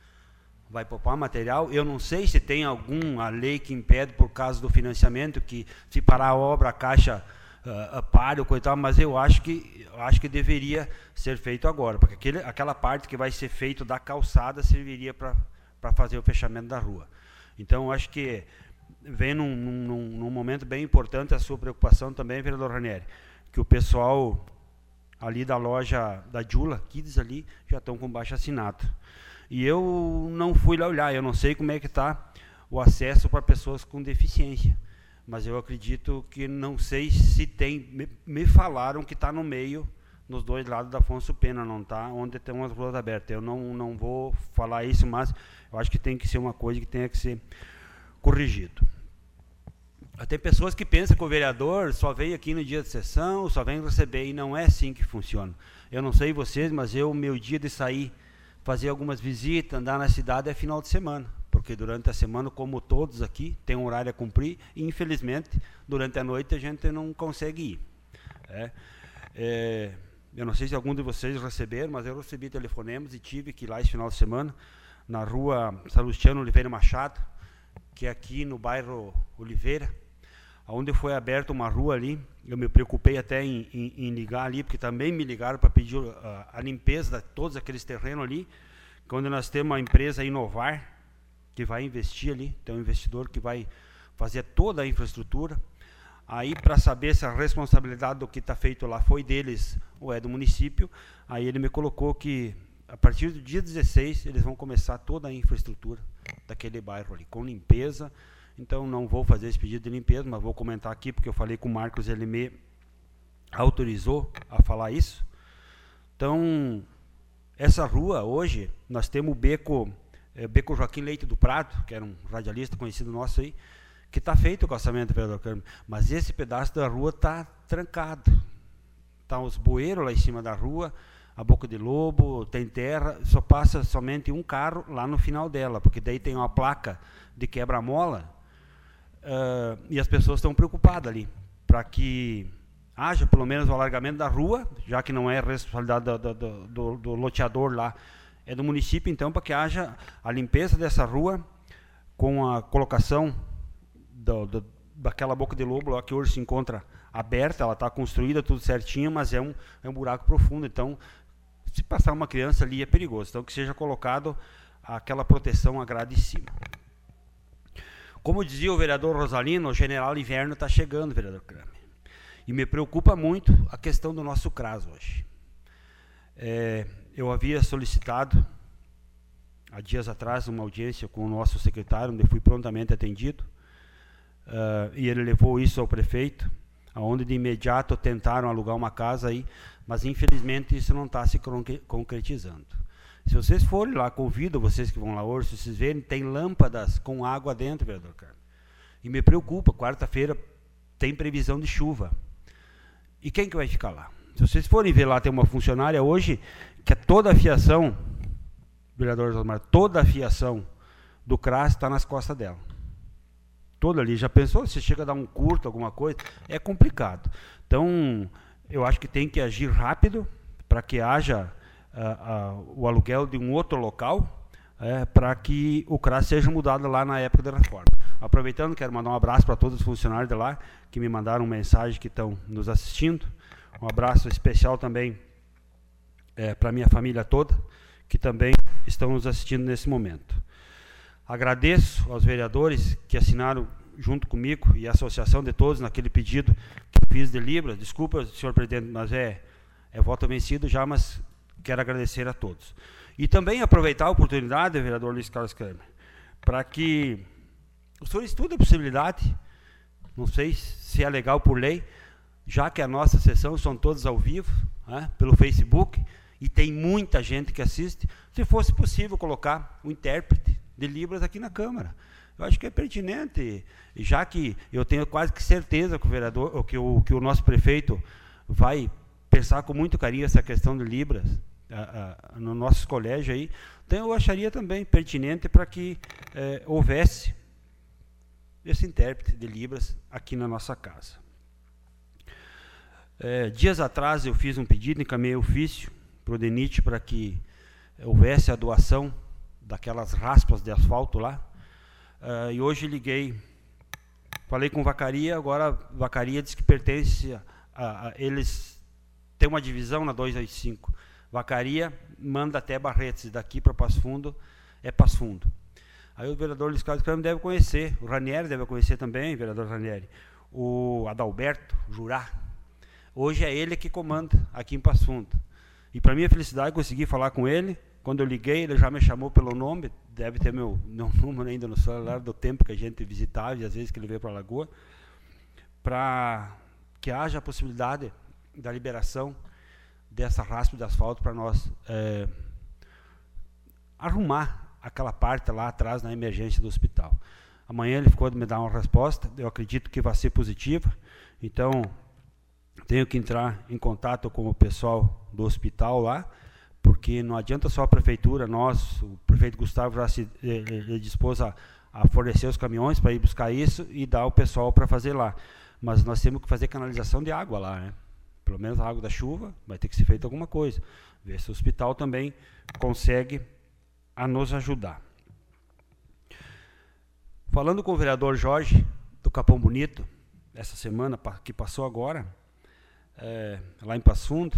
Vai poupar material. Eu não sei se tem alguma lei que impede por causa do financiamento, que se parar a obra, a Caixa uh, pare ou coisa e tal, mas eu acho que, eu acho que deveria ser feito agora, porque aquele, aquela parte que vai ser feito da calçada serviria para fazer o fechamento da rua. Então, eu acho que vem num, num, num momento bem importante a sua preocupação também, vereador Ranieri, que o pessoal ali da loja da Jula Kids ali já estão com baixo assinado. E eu não fui lá olhar, eu não sei como é que está o acesso para pessoas com deficiência, mas eu acredito que não sei se tem, me, me falaram que está no meio, nos dois lados da Afonso Pena, não está onde tem umas ruas abertas. Eu não, não vou falar isso, mas eu acho que tem que ser uma coisa que tenha que ser corrigido. Tem pessoas que pensam que o vereador só veio aqui no dia de sessão, só vem receber, e não é assim que funciona. Eu não sei vocês, mas eu, meu dia de sair, fazer algumas visitas, andar na cidade é final de semana, porque durante a semana, como todos aqui, tem um horário a cumprir, e infelizmente, durante a noite a gente não consegue ir. É, é, eu não sei se algum de vocês receberam, mas eu recebi telefonemas e tive que ir lá esse final de semana, na rua Salustiano Oliveira Machado, que é aqui no bairro Oliveira, onde foi aberta uma rua ali. Eu me preocupei até em, em, em ligar ali, porque também me ligaram para pedir uh, a limpeza de todos aqueles terrenos ali, quando nós temos uma empresa Inovar, que vai investir ali, tem um investidor que vai fazer toda a infraestrutura. Aí, para saber se a responsabilidade do que está feito lá foi deles ou é do município, aí ele me colocou que, a partir do dia dezesseis, eles vão começar toda a infraestrutura daquele bairro ali, com limpeza. Então, não vou fazer esse pedido de limpeza, mas vou comentar aqui, porque eu falei com o Marcos, ele me autorizou a falar isso. Então, essa rua, hoje, nós temos o Beco, é, Beco Joaquim Leite do Prado, que era um radialista conhecido nosso aí, que está feito o calçamento, vereador Câmara, mas esse pedaço da rua está trancado. Está os bueiros lá em cima da rua, a boca de lobo, tem terra, só passa somente um carro lá no final dela, porque daí tem uma placa de quebra-mola, uh, e as pessoas estão preocupadas ali, para que haja pelo menos o alargamento da rua, já que não é responsabilidade do, do, do, do loteador lá, é do município, então, para que haja a limpeza dessa rua, com a colocação do, do, daquela boca de lobo lá, que hoje se encontra aberta, ela está construída, tudo certinho, mas é um, é um buraco profundo, então, se passar uma criança ali é perigoso, então que seja colocado aquela proteção à grade de cima. Como dizia o vereador Rosalino, o general inverno está chegando, vereador Kramer, e me preocupa muito a questão do nosso C R A S hoje. É, eu havia solicitado, há dias atrás, uma audiência com o nosso secretário, onde fui prontamente atendido, uh, e ele levou isso ao prefeito, onde de imediato tentaram alugar uma casa aí, mas infelizmente isso não está se concretizando. Se vocês forem lá, convido vocês que vão lá hoje, se vocês verem, tem lâmpadas com água dentro, vereador Carlos. E me preocupa, quarta-feira tem previsão de chuva. E quem que vai ficar lá? Se vocês forem ver lá, tem uma funcionária hoje, que é toda a fiação, vereador Osmar, toda a fiação do C R A S está nas costas dela. Toda ali, já pensou? Se chega a dar um curto, alguma coisa, é complicado. Então, eu acho que tem que agir rápido para que haja uh, uh, o aluguel de um outro local, é, para que o C R A S seja mudado lá na época da reforma. Aproveitando, quero mandar um abraço para todos os funcionários de lá, que me mandaram mensagem que estão nos assistindo. Um abraço especial também é, para a minha família toda, que também estão nos assistindo nesse momento. Agradeço aos vereadores que assinaram junto comigo e a associação de todos naquele pedido que fiz de Libra. Desculpa, senhor presidente, mas é, é voto vencido já, mas quero agradecer a todos. E também aproveitar a oportunidade, vereador Luiz Carlos Kramer, para que o senhor estuda a possibilidade, não sei se é legal por lei, já que a nossa sessão são todas ao vivo, né, pelo Facebook, e tem muita gente que assiste, se fosse possível colocar o intérprete de Libras aqui na Câmara. Eu acho que é pertinente, já que eu tenho quase que certeza que o vereador, que o, que o nosso prefeito vai pensar com muito carinho essa questão de Libras a, a, no nossos colégios aí, então eu acharia também pertinente para que eh, houvesse esse intérprete de Libras aqui na nossa casa. É, dias atrás eu fiz um pedido, encaminhei ofício para o DENIT para que houvesse a doação daquelas raspas de asfalto lá. Uh, e hoje liguei, falei com Vacaria, agora a Vacaria diz que pertence a, a, a eles, tem uma divisão na duzentos e oitenta e cinco. Vacaria manda até Barretos, daqui para Passo Fundo é Passo Fundo. Aí o vereador Luiz Carlos Crame deve conhecer, o Ranieri deve conhecer também, vereador Ranieri, o Adalberto Jurá. Hoje é ele que comanda aqui em Passo Fundo. E para minha felicidade, consegui falar com ele. Quando eu liguei, ele já me chamou pelo nome, deve ter meu, meu número ainda no celular do tempo que a gente visitava e às vezes que ele veio para a Lagoa, para que haja a possibilidade da liberação dessa raspa de asfalto para nós é, arrumar aquela parte lá atrás na emergência do hospital. Amanhã ele ficou de me dar uma resposta, eu acredito que vai ser positiva, então tenho que entrar em contato com o pessoal do hospital lá, porque não adianta só a prefeitura, nós, o prefeito Gustavo já se ele, ele dispôs a, a fornecer os caminhões para ir buscar isso e dar o pessoal para fazer lá. Mas nós temos que fazer canalização de água lá, né? Pelo menos a água da chuva, vai ter que ser feita alguma coisa. Ver se o hospital também consegue a nos ajudar. Falando com o vereador Jorge, do Capão Bonito, essa semana que passou agora, é, lá em Passo Fundo,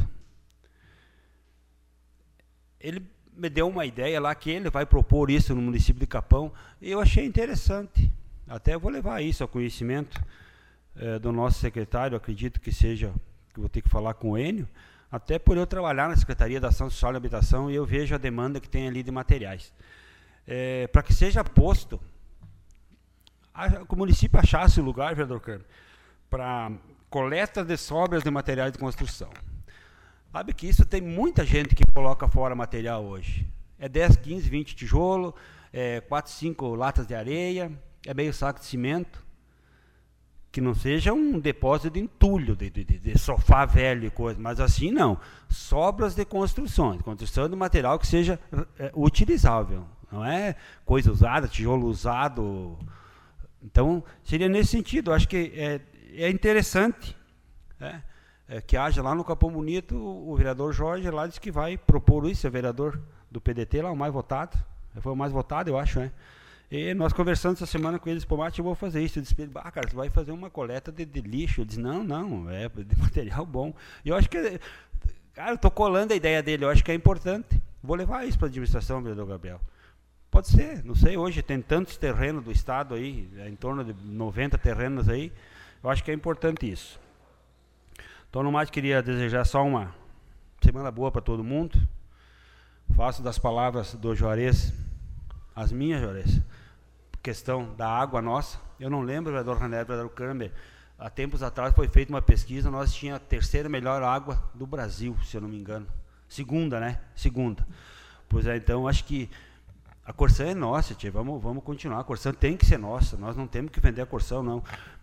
ele me deu uma ideia lá que ele vai propor isso no município de Capão, e eu achei interessante. Até vou levar isso ao conhecimento é, do nosso secretário, acredito que seja, que vou ter que falar com o Enio, até por eu trabalhar na Secretaria da Ação Social e Habitação, e eu vejo a demanda que tem ali de materiais. É, para que seja posto, a, que o município achasse o lugar, vereador Câmara, para coleta de sobras de materiais de construção. Sabe que isso tem muita gente que coloca fora material hoje. É dez, quinze, vinte tijolo, é quatro, cinco latas de areia, é meio saco de cimento. Que não seja um depósito de entulho, de, de, de sofá velho e coisa, mas assim não. Sobras de construções, construção de material que seja é, utilizável. Não é coisa usada, tijolo usado. Então, seria nesse sentido. Eu acho que é, é interessante, né? É, que haja lá no Capão Bonito, o, o vereador Jorge lá disse que vai propor isso, é o vereador do P D T lá, o mais votado, foi o mais votado, eu acho, né? E nós conversando essa semana com eles, pô, Mate, eu vou fazer isso. Eu disse, ah, cara, você vai fazer uma coleta de, de lixo. Eu disse, não, não, é de material bom. E eu acho que, cara, eu estou colando a ideia dele, eu acho que é importante. Vou levar isso para a administração, vereador Gabriel. Pode ser, não sei, hoje tem tantos terrenos do estado aí, em torno de noventa terrenos aí, eu acho que é importante isso. Então, no mais, queria desejar só uma semana boa para todo mundo. Faço das palavras do Juarez as minhas, Juarez, questão da água nossa. Eu não lembro, vereador Ranieri, vereador Kramer, há tempos atrás foi feita uma pesquisa, nós tínhamos a terceira melhor água do Brasil, se eu não me engano. Segunda, né? Segunda. Pois é, então, acho que a Corsã é nossa, tia. Vamos, vamos continuar. A Corsã tem que ser nossa. Nós não temos que vender a Corsã, não.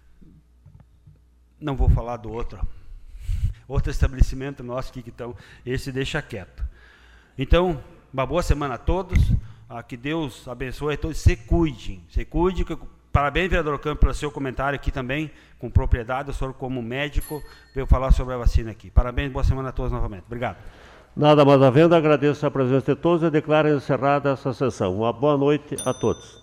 Não vou falar do outro. Outro estabelecimento nosso aqui que estão, esse deixa quieto. Então, uma boa semana a todos. Ah, que Deus abençoe a todos. Se cuidem. Se cuide. Que, parabéns, vereador Campos, pelo seu comentário aqui também, com propriedade. O senhor, como médico, veio falar sobre a vacina aqui. Parabéns, boa semana a todos novamente. Obrigado. Nada mais havendo, agradeço a presença de todos e declaro encerrada essa sessão. Uma boa noite a todos.